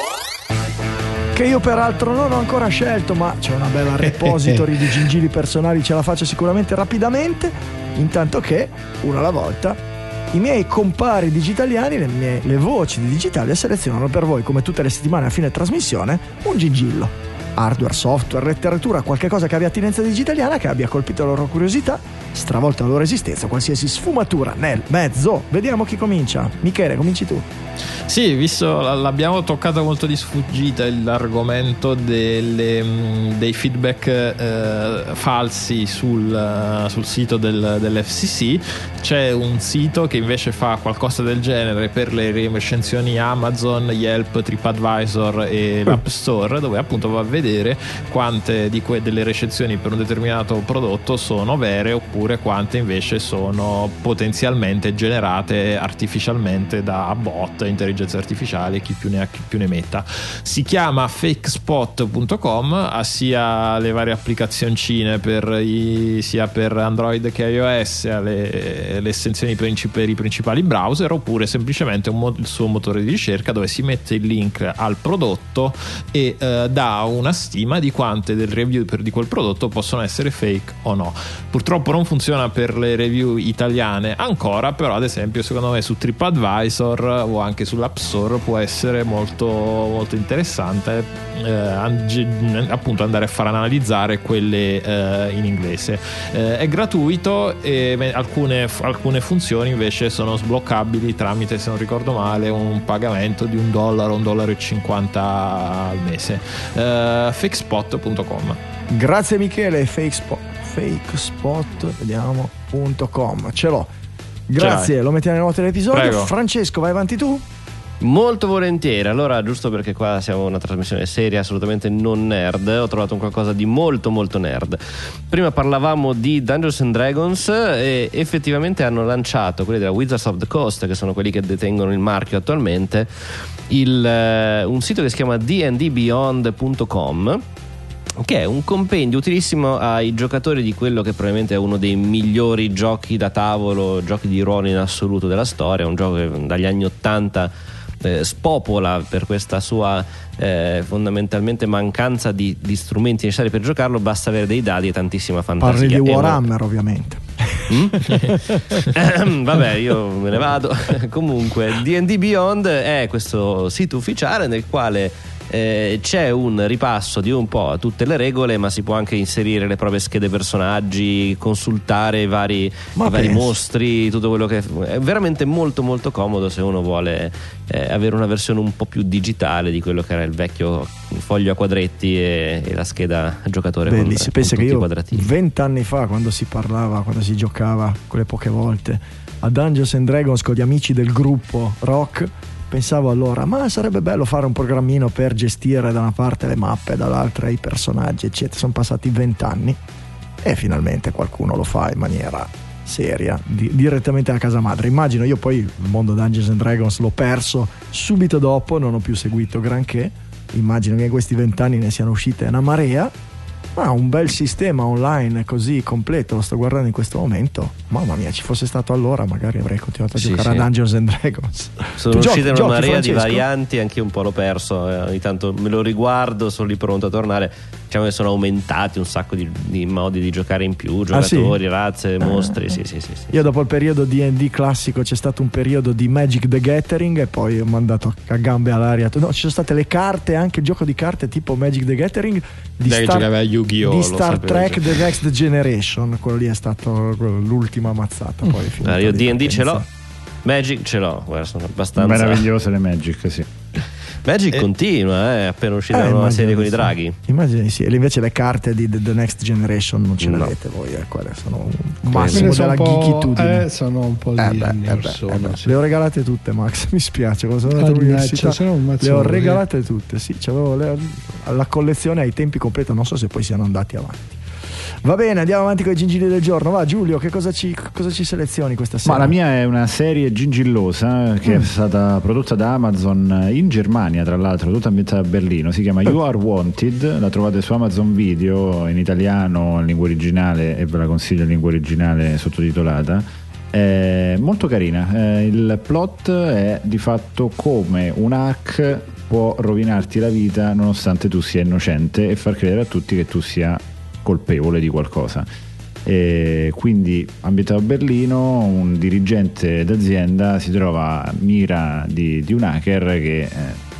che io peraltro non ho ancora scelto, ma c'è una bella repository di gingilli personali, ce la faccio sicuramente rapidamente, intanto che, una alla volta, i miei compari digitaliani, le, mie, le voci di Digitalia selezionano per voi, come tutte le settimane a fine trasmissione, un gingillo. Hardware, software, letteratura, qualche cosa che abbia attinenza digitaliana, che abbia colpito la loro curiosità, stravolta la loro esistenza, qualsiasi sfumatura nel mezzo. Vediamo chi comincia. Michele, cominci tu. Sì, visto l'abbiamo toccato molto di sfuggita l'argomento delle, dei feedback eh, falsi sul, sul sito del, dell'F C C. C'è un sito che invece fa qualcosa del genere per le recensioni Amazon, Yelp, TripAdvisor e l'App Store, dove appunto va a vedere quante di que- delle recensioni per un determinato prodotto sono vere oppure quante invece sono potenzialmente generate artificialmente da bot, intelligenze artificiali, chi più ne ha chi più ne metta. Si chiama fakespot punto com, ha sia le varie applicazioncine per i, sia per Android che iOS, ha le, le estensioni princi- per i principali browser, oppure semplicemente un mo- il suo motore di ricerca dove si mette il link al prodotto e eh, dà una stima di quante del review per di quel prodotto possono essere fake o no. Purtroppo non funziona per le review italiane ancora, però ad esempio secondo me su TripAdvisor o anche sull'App Store può essere molto molto interessante eh, an- appunto andare a far analizzare quelle eh, in inglese. Eh, è gratuito e me- alcune, alcune funzioni invece sono sbloccabili tramite, se non ricordo male, un pagamento di un dollaro, un dollaro e cinquanta al mese. eh, fakespot punto com. Grazie Michele. Fakespot, fakespot, vediamo punto com. Ce l'ho. Grazie, lo mettiamo nelle note dell'episodio. Prego. Francesco, vai avanti tu? Molto volentieri. Allora, giusto perché qua siamo una trasmissione seria, assolutamente non nerd, ho trovato un qualcosa di molto molto nerd. Prima parlavamo di Dungeons and Dragons e effettivamente hanno lanciato, quelli della Wizards of the Coast, che sono quelli che detengono il marchio attualmente, il, uh, un sito che si chiama D and D beyond punto com, che è un compendio utilissimo ai giocatori di quello che probabilmente è uno dei migliori giochi da tavolo, giochi di ruolo in assoluto della storia, un gioco che dagli anni ottanta eh, spopola per questa sua eh, fondamentalmente mancanza di, di strumenti necessari per giocarlo. Basta avere dei dadi e tantissima fantasia. Parli di È uno- Warhammer, ovviamente. Mm? Vabbè, io me ne vado. Comunque, D and D Beyond è questo sito ufficiale nel quale eh, c'è un ripasso di un po' a tutte le regole, ma si può anche inserire le proprie schede personaggi, consultare i vari, Ma i vari pensa. mostri, tutto quello che è veramente molto molto comodo se uno vuole eh, avere una versione un po' più digitale di quello che era il vecchio foglio a quadretti e, e la scheda giocatore con, Bellissimo. con Pensa che tutti i io quadratini. vent'anni fa, quando si parlava, quando si giocava quelle poche volte a Dungeons and Dragons con gli amici del gruppo rock, pensavo allora, ma sarebbe bello fare un programmino per gestire da una parte le mappe, dall'altra i personaggi, eccetera. Sono passati vent'anni e finalmente qualcuno lo fa in maniera seria, di- direttamente da casa madre. Immagino, io poi il mondo Dungeons and Dragons l'ho perso subito dopo, non ho più seguito granché. Immagino che in questi vent'anni ne siano uscite una marea, ma un bel sistema online così completo lo sto guardando in questo momento. Mamma mia, ci fosse stato allora magari avrei continuato a Sì, giocare sì. a Dungeons and Dragons. Sono Tu uscite giochi- una giochi, marea di Francesco? varianti, anche io un po' l'ho perso, eh, ogni tanto me lo riguardo, sono lì pronto a tornare. diciamo che sono aumentati un sacco di, di modi di giocare in più, giocatori, ah, sì? razze, mostri, sì, sì, sì, sì. Io dopo il periodo D and D classico c'è stato un periodo di Magic the Gathering e poi ho mandato a gambe all'aria. No, ci sono state le carte, anche il gioco di carte tipo Magic the Gathering di Lei Star, giocava a Yu-Gi-Oh! di Star sapevo Trek già. The Next Generation. Quello lì è stato l'ultima mazzata. Poi è Allora, io D and D ce l'ho, partenza. Magic ce l'ho, guarda, sono abbastanza Meravigliose le Magic, sì. Magic Eh. continua, eh, appena uscita Eh, una nuova immagino serie con di i sì. draghi. Immagini sì. E invece le carte di The, The Next Generation non ce le No. avete voi, eh, quelle sono un Quelle massimo sono della un po', geekitudine. eh, sono un po' di Eh beh, anni eh or beh, sono, eh beh. sì. Le ho regalate tutte, Max. Mi spiace, quando sono andato Mannaggia, all'università sono un le ho mazzone, regalate tutte. Sì, c'avevo le- la collezione ai tempi completa. Non so se poi siano andati avanti. Va bene, andiamo avanti con i gingilli del giorno. Va, Giulio, che cosa ci, cosa ci selezioni questa sera? Ma la mia è una serie gingillosa che Mm. è stata prodotta da Amazon in Germania, tra l'altro, tutta ambientata a Berlino. Si chiama You Are Wanted, la trovate su Amazon Video in italiano, in lingua originale, e ve la consiglio in lingua originale sottotitolata. È molto carina. Eh, il plot è di fatto come un hack può rovinarti la vita nonostante tu sia innocente e far credere a tutti che tu sia colpevole di qualcosa. E quindi ambientato a Berlino, un dirigente d'azienda si trova a mira di, di un hacker che eh,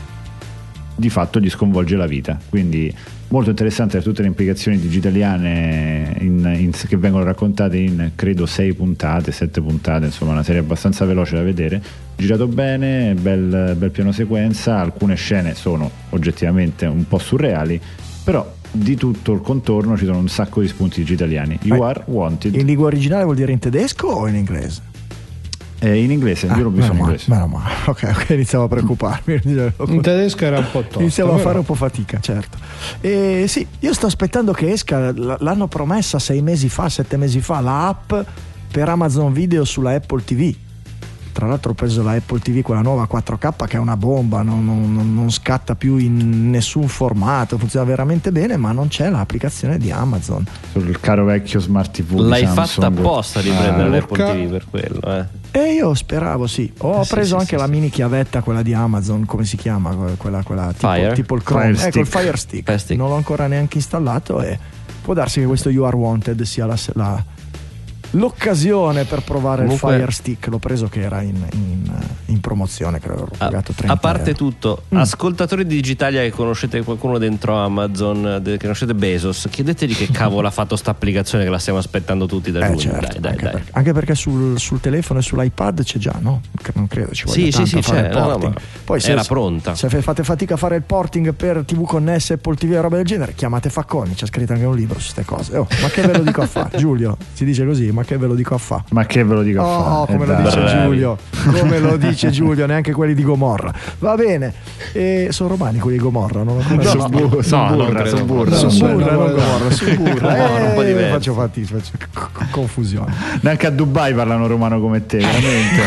di fatto gli sconvolge la vita. Quindi molto interessante per tutte le implicazioni digitaliane in, in, che vengono raccontate in credo sei puntate, sette puntate, insomma una serie abbastanza veloce da vedere, girato bene, bel, bel piano sequenza. Alcune scene sono oggettivamente un po' surreali, però di tutto il contorno ci sono un sacco di spunti digitaliali. You Ma Are Wanted. in lingua originale vuol dire in tedesco o in inglese? Eh, in inglese, io l'ho visto in meno male, inglese. meno male. Ok, ok, iniziavo a preoccuparmi. In tedesco era un po' tosto. Iniziavo a però. fare un po' fatica, certo. E sì, io sto aspettando che esca, l- l'hanno promessa sei mesi fa, sette mesi fa, la app per Amazon Video sulla Apple T V. Tra l'altro ho preso la Apple T V, quella nuova quattro K, che è una bomba, non, non- non scatta più in nessun formato, funziona veramente bene, ma non c'è l'applicazione di Amazon. Sul caro vecchio smart T V di L'hai Samsung. fatta apposta di Ah, prendere l'Apple Luca. T V per quello, eh. E io speravo, sì. Ho Eh, sì, preso sì, anche sì, la sì. mini chiavetta, quella di Amazon, come si chiama? Quella, quella tipo, Fire? tipo il Chrome. Fire ecco, il Stick. Fire Stick. Fire Stick. Non l'ho ancora neanche installato e può darsi che questo You Are Wanted sia la, la- l'occasione per provare Comunque- il Fire Stick. L'ho preso che era in, in- in promozione, credo l'ho A, pagato trenta a parte euro. tutto, Mm. ascoltatori di Digitalia che conoscete qualcuno dentro Amazon, de- che conoscete Bezos, chiedetegli che cavolo ha fatto sta applicazione che la stiamo aspettando tutti da Eh, lui. certo, dai, dai, anche, dai. Perché, anche perché sul, sul telefono e sull'iPad c'è già, no? Che non credo ci voglia Sì, sì, tanto sì, a fare c'è, il no, no, porting. ma Poi se, era pronta. Se fate fatica a fare il porting per tivù connesse, Apple T V e roba del genere, chiamate Facconi, c'è scritto anche un libro su queste cose. Oh, ma che ve lo dico a fa? Giulio, si dice così, ma che ve lo dico a fa? Ma che ve lo dico a Oh, fare? come Eh, lo dai. dice Bravi. Giulio, come lo dice Giulio, neanche quelli di Gomorra. Va bene, e sono romani quelli di Gomorra, non ho ancora Su visto. bu- su no, non burra, credo. su burra. Su Su Burra, non Burra. Gomorra, su Burra. Gomorra, un po' Eh, diverso. faccio fatica, faccio c- c- confusione. Neanche a Dubai parlano romano come te, veramente.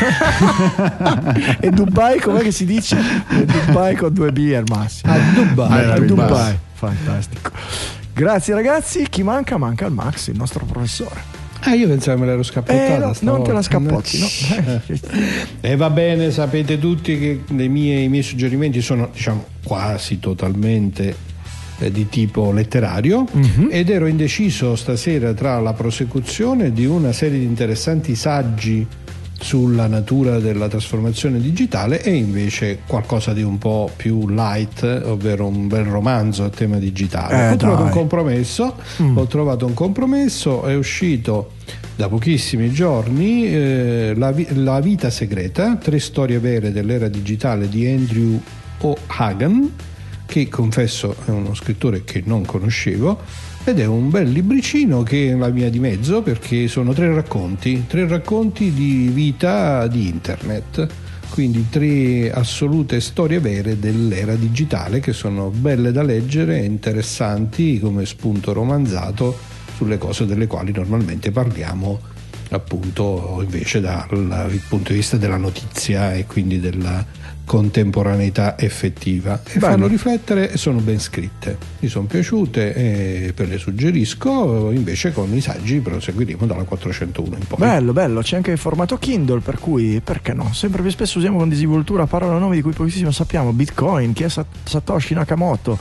E Dubai, com'è che si dice? E Dubai con due B al massimo. A Dubai. A a Dubai. Dubai. Fantastico. Grazie ragazzi. Chi manca? Manca il Max, il nostro professore. Ah, io pensavo me l'ero scappottata. Eh, no, non te la stavolta. scappotti, no? Eh, E va bene, sapete tutti che le mie- i miei suggerimenti sono, diciamo, quasi totalmente eh, di tipo letterario, Mhm. ed ero indeciso stasera tra la prosecuzione di una serie di interessanti saggi sulla natura della trasformazione digitale e invece qualcosa di un po' più light, ovvero un bel romanzo a tema digitale. Eh, ho trovato dai. un compromesso, Mm. ho trovato un compromesso, è uscito da pochissimi giorni eh, la, vi- La vita segreta, tre storie vere dell'era digitale di Andrew O'Hagan, che confesso è uno scrittore che non conoscevo, ed è un bel libricino che è la mia di mezzo, perché sono tre racconti, tre racconti di vita di internet, quindi tre assolute storie vere dell'era digitale che sono belle da leggere e interessanti come spunto romanzato sulle cose delle quali normalmente parliamo, appunto, invece dal punto di vista della notizia e quindi della contemporaneità effettiva, e Bello. fanno riflettere e sono ben scritte, mi sono piaciute e ve le suggerisco. Invece con i saggi proseguiremo dalla quattrocentouno in poi. Bello, bello, c'è anche il formato Kindle, per cui perché no? Sempre più spesso usiamo con disinvoltura parole o nomi di cui pochissimo sappiamo. Bitcoin, chi è Sa- Satoshi Nakamoto,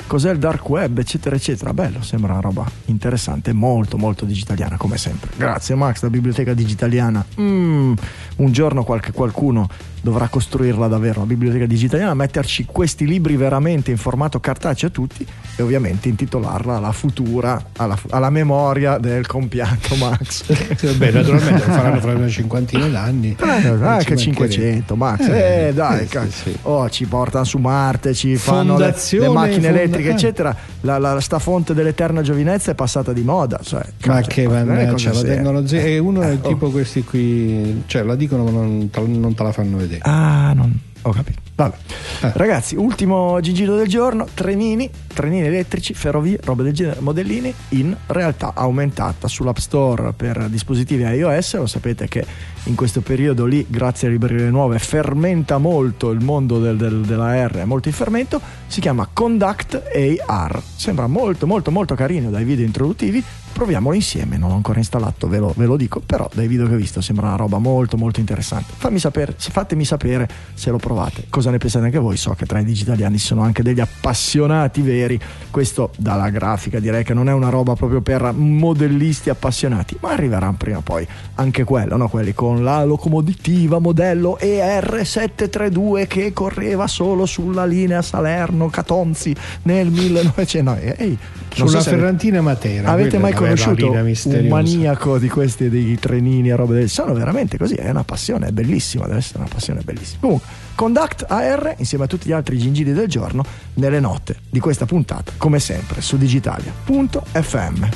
cos'è il dark web, eccetera eccetera. Bello, sembra una roba interessante, molto molto digitaliana come sempre. Grazie Max, la biblioteca digitaliana. Mm, un giorno qualche qualcuno dovrà costruirla davvero, la biblioteca digitaliana, metterci questi libri veramente in formato cartaceo tutti e ovviamente intitolarla alla futura, alla, alla memoria del compianto Max. Beh, naturalmente lo faranno fra una cinquantina d'anni. Eh, anche cinquecento Max, eh, eh dai, eh, sì, sì. Oh, ci portano su Marte, ci fanno le, le macchine fonda- elettriche, eccetera. La, la, sta fonte dell'eterna giovinezza è passata di moda, cioè, ma cioè, che mannaggia, la tengono zi- e uno è eh, tipo oh. questi qui, cioè la dicono ma non te, non te la fanno vedere. Ah, non ho capito. Vabbè. Eh. Ragazzi, ultimo gigino del giorno, trenini, trenini elettrici, ferrovie, robe del genere, modellini in realtà aumentata sull'App Store per dispositivi iOS. Lo sapete che in questo periodo lì, grazie alle librerie nuove, fermenta molto il mondo del, del, della R, è molto in fermento. Si chiama Conduct A R. Sembra molto molto molto carino dai video introduttivi. Proviamolo insieme, non l'ho ancora installato, ve lo, ve lo dico, però dai video che ho visto sembra una roba molto molto interessante. Fammi sapere, fatemi sapere se lo provate, cosa ne pensate anche voi. So che tra i digitaliani ci sono anche degli appassionati veri. Questo dalla grafica direi che non è una roba proprio per modellisti appassionati, ma arriverà prima o poi anche quello, no? Quelli con la locomotiva modello E R settecentotrentadue che correva solo sulla linea Salerno-Catonzi nel millenovecento. No, ehi, non sulla so Ferrantina Matera. Avete mai conosciuto un maniaco maniaco di questi, dei trenini e robe del... Sono veramente così, è una passione, è bellissima, deve essere una passione bellissima. Comunque, Conduct A R insieme a tutti gli altri gingilli del giorno nelle note di questa puntata, come sempre su digitalia punto effe emme.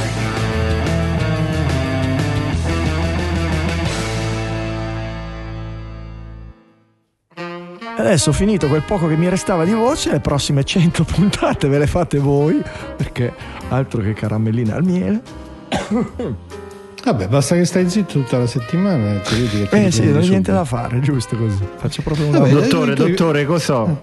Adesso, finito quel poco che mi restava di voce, le prossime cento puntate ve le fate voi, perché altro che caramelline al miele. Vabbè, basta che stai zitto tutta la settimana. Ti vedi che eh sì, non c'è niente da fare, giusto così. Faccio proprio una... Vabbè, dottore, dottore, cos'ho?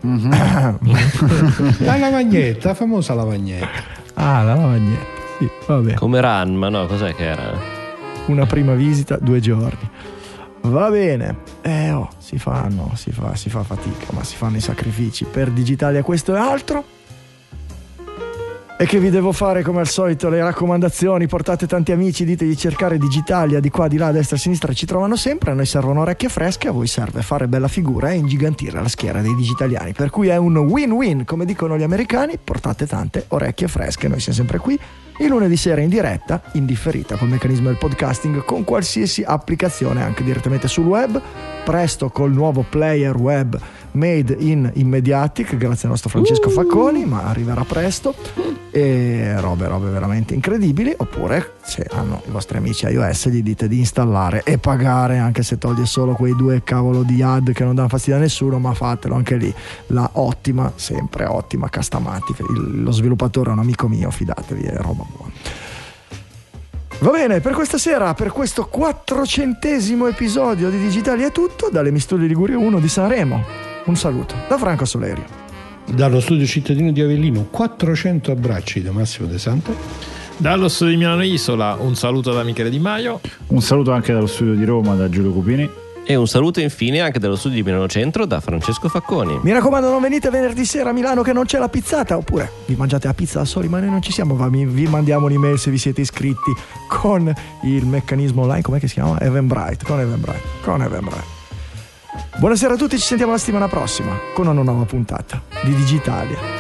La lavagnetta, la famosa lavagnetta. Ah, la lavagnetta, sì, vabbè. Come Ranma, no? Cos'è che era? Una prima visita, due giorni. Va bene, eh oh, si fanno, si fa, si fa fatica, ma si fanno i sacrifici per Digitalia questo e altro. E che vi devo fare come al solito le raccomandazioni, portate tanti amici, dite di cercare Digitalia di qua, di là, a destra, a sinistra, ci trovano sempre, a noi servono orecchie fresche, a voi serve fare bella figura e ingigantire la schiera dei digitaliani, per cui è un win-win, come dicono gli americani, portate tante orecchie fresche, noi siamo sempre qui, il lunedì sera in diretta, in differita col meccanismo del podcasting, con qualsiasi applicazione, anche direttamente sul web, presto col nuovo player web made in Immediatic, grazie al nostro Francesco Facconi, ma arriverà presto, e robe robe veramente incredibili. Oppure se hanno i vostri amici iOS gli dite di installare e pagare, anche se toglie solo quei due cavolo di ad che non danno fastidio a nessuno, ma fatelo anche lì, la ottima, sempre ottima Castamatic. Il, lo sviluppatore è un amico mio, fidatevi, è roba buona. Va bene, per questa sera, per questo quattrocentesimo episodio di Digitalia è tutto. Dalle Mi Studio Liguria uno di Sanremo un saluto da Franco Solerio. Dallo studio cittadino di Avellino quattrocento abbracci da Massimo De Santo. Dallo studio di Milano Isola un saluto da Michele Di Maio. Un saluto anche dallo studio di Roma da Giulio Cupini. E un saluto infine anche dallo studio di Milano Centro da Francesco Facconi. Mi raccomando, non venite venerdì sera a Milano che non c'è la pizzata, oppure vi mangiate la pizza da soli, ma noi non ci siamo, vi mandiamo un'email se vi siete iscritti con il meccanismo online, com'è che si chiama? Eventbrite, con Eventbrite, con Eventbrite. Buonasera a tutti, ci sentiamo la settimana prossima con una nuova puntata di Digitalia.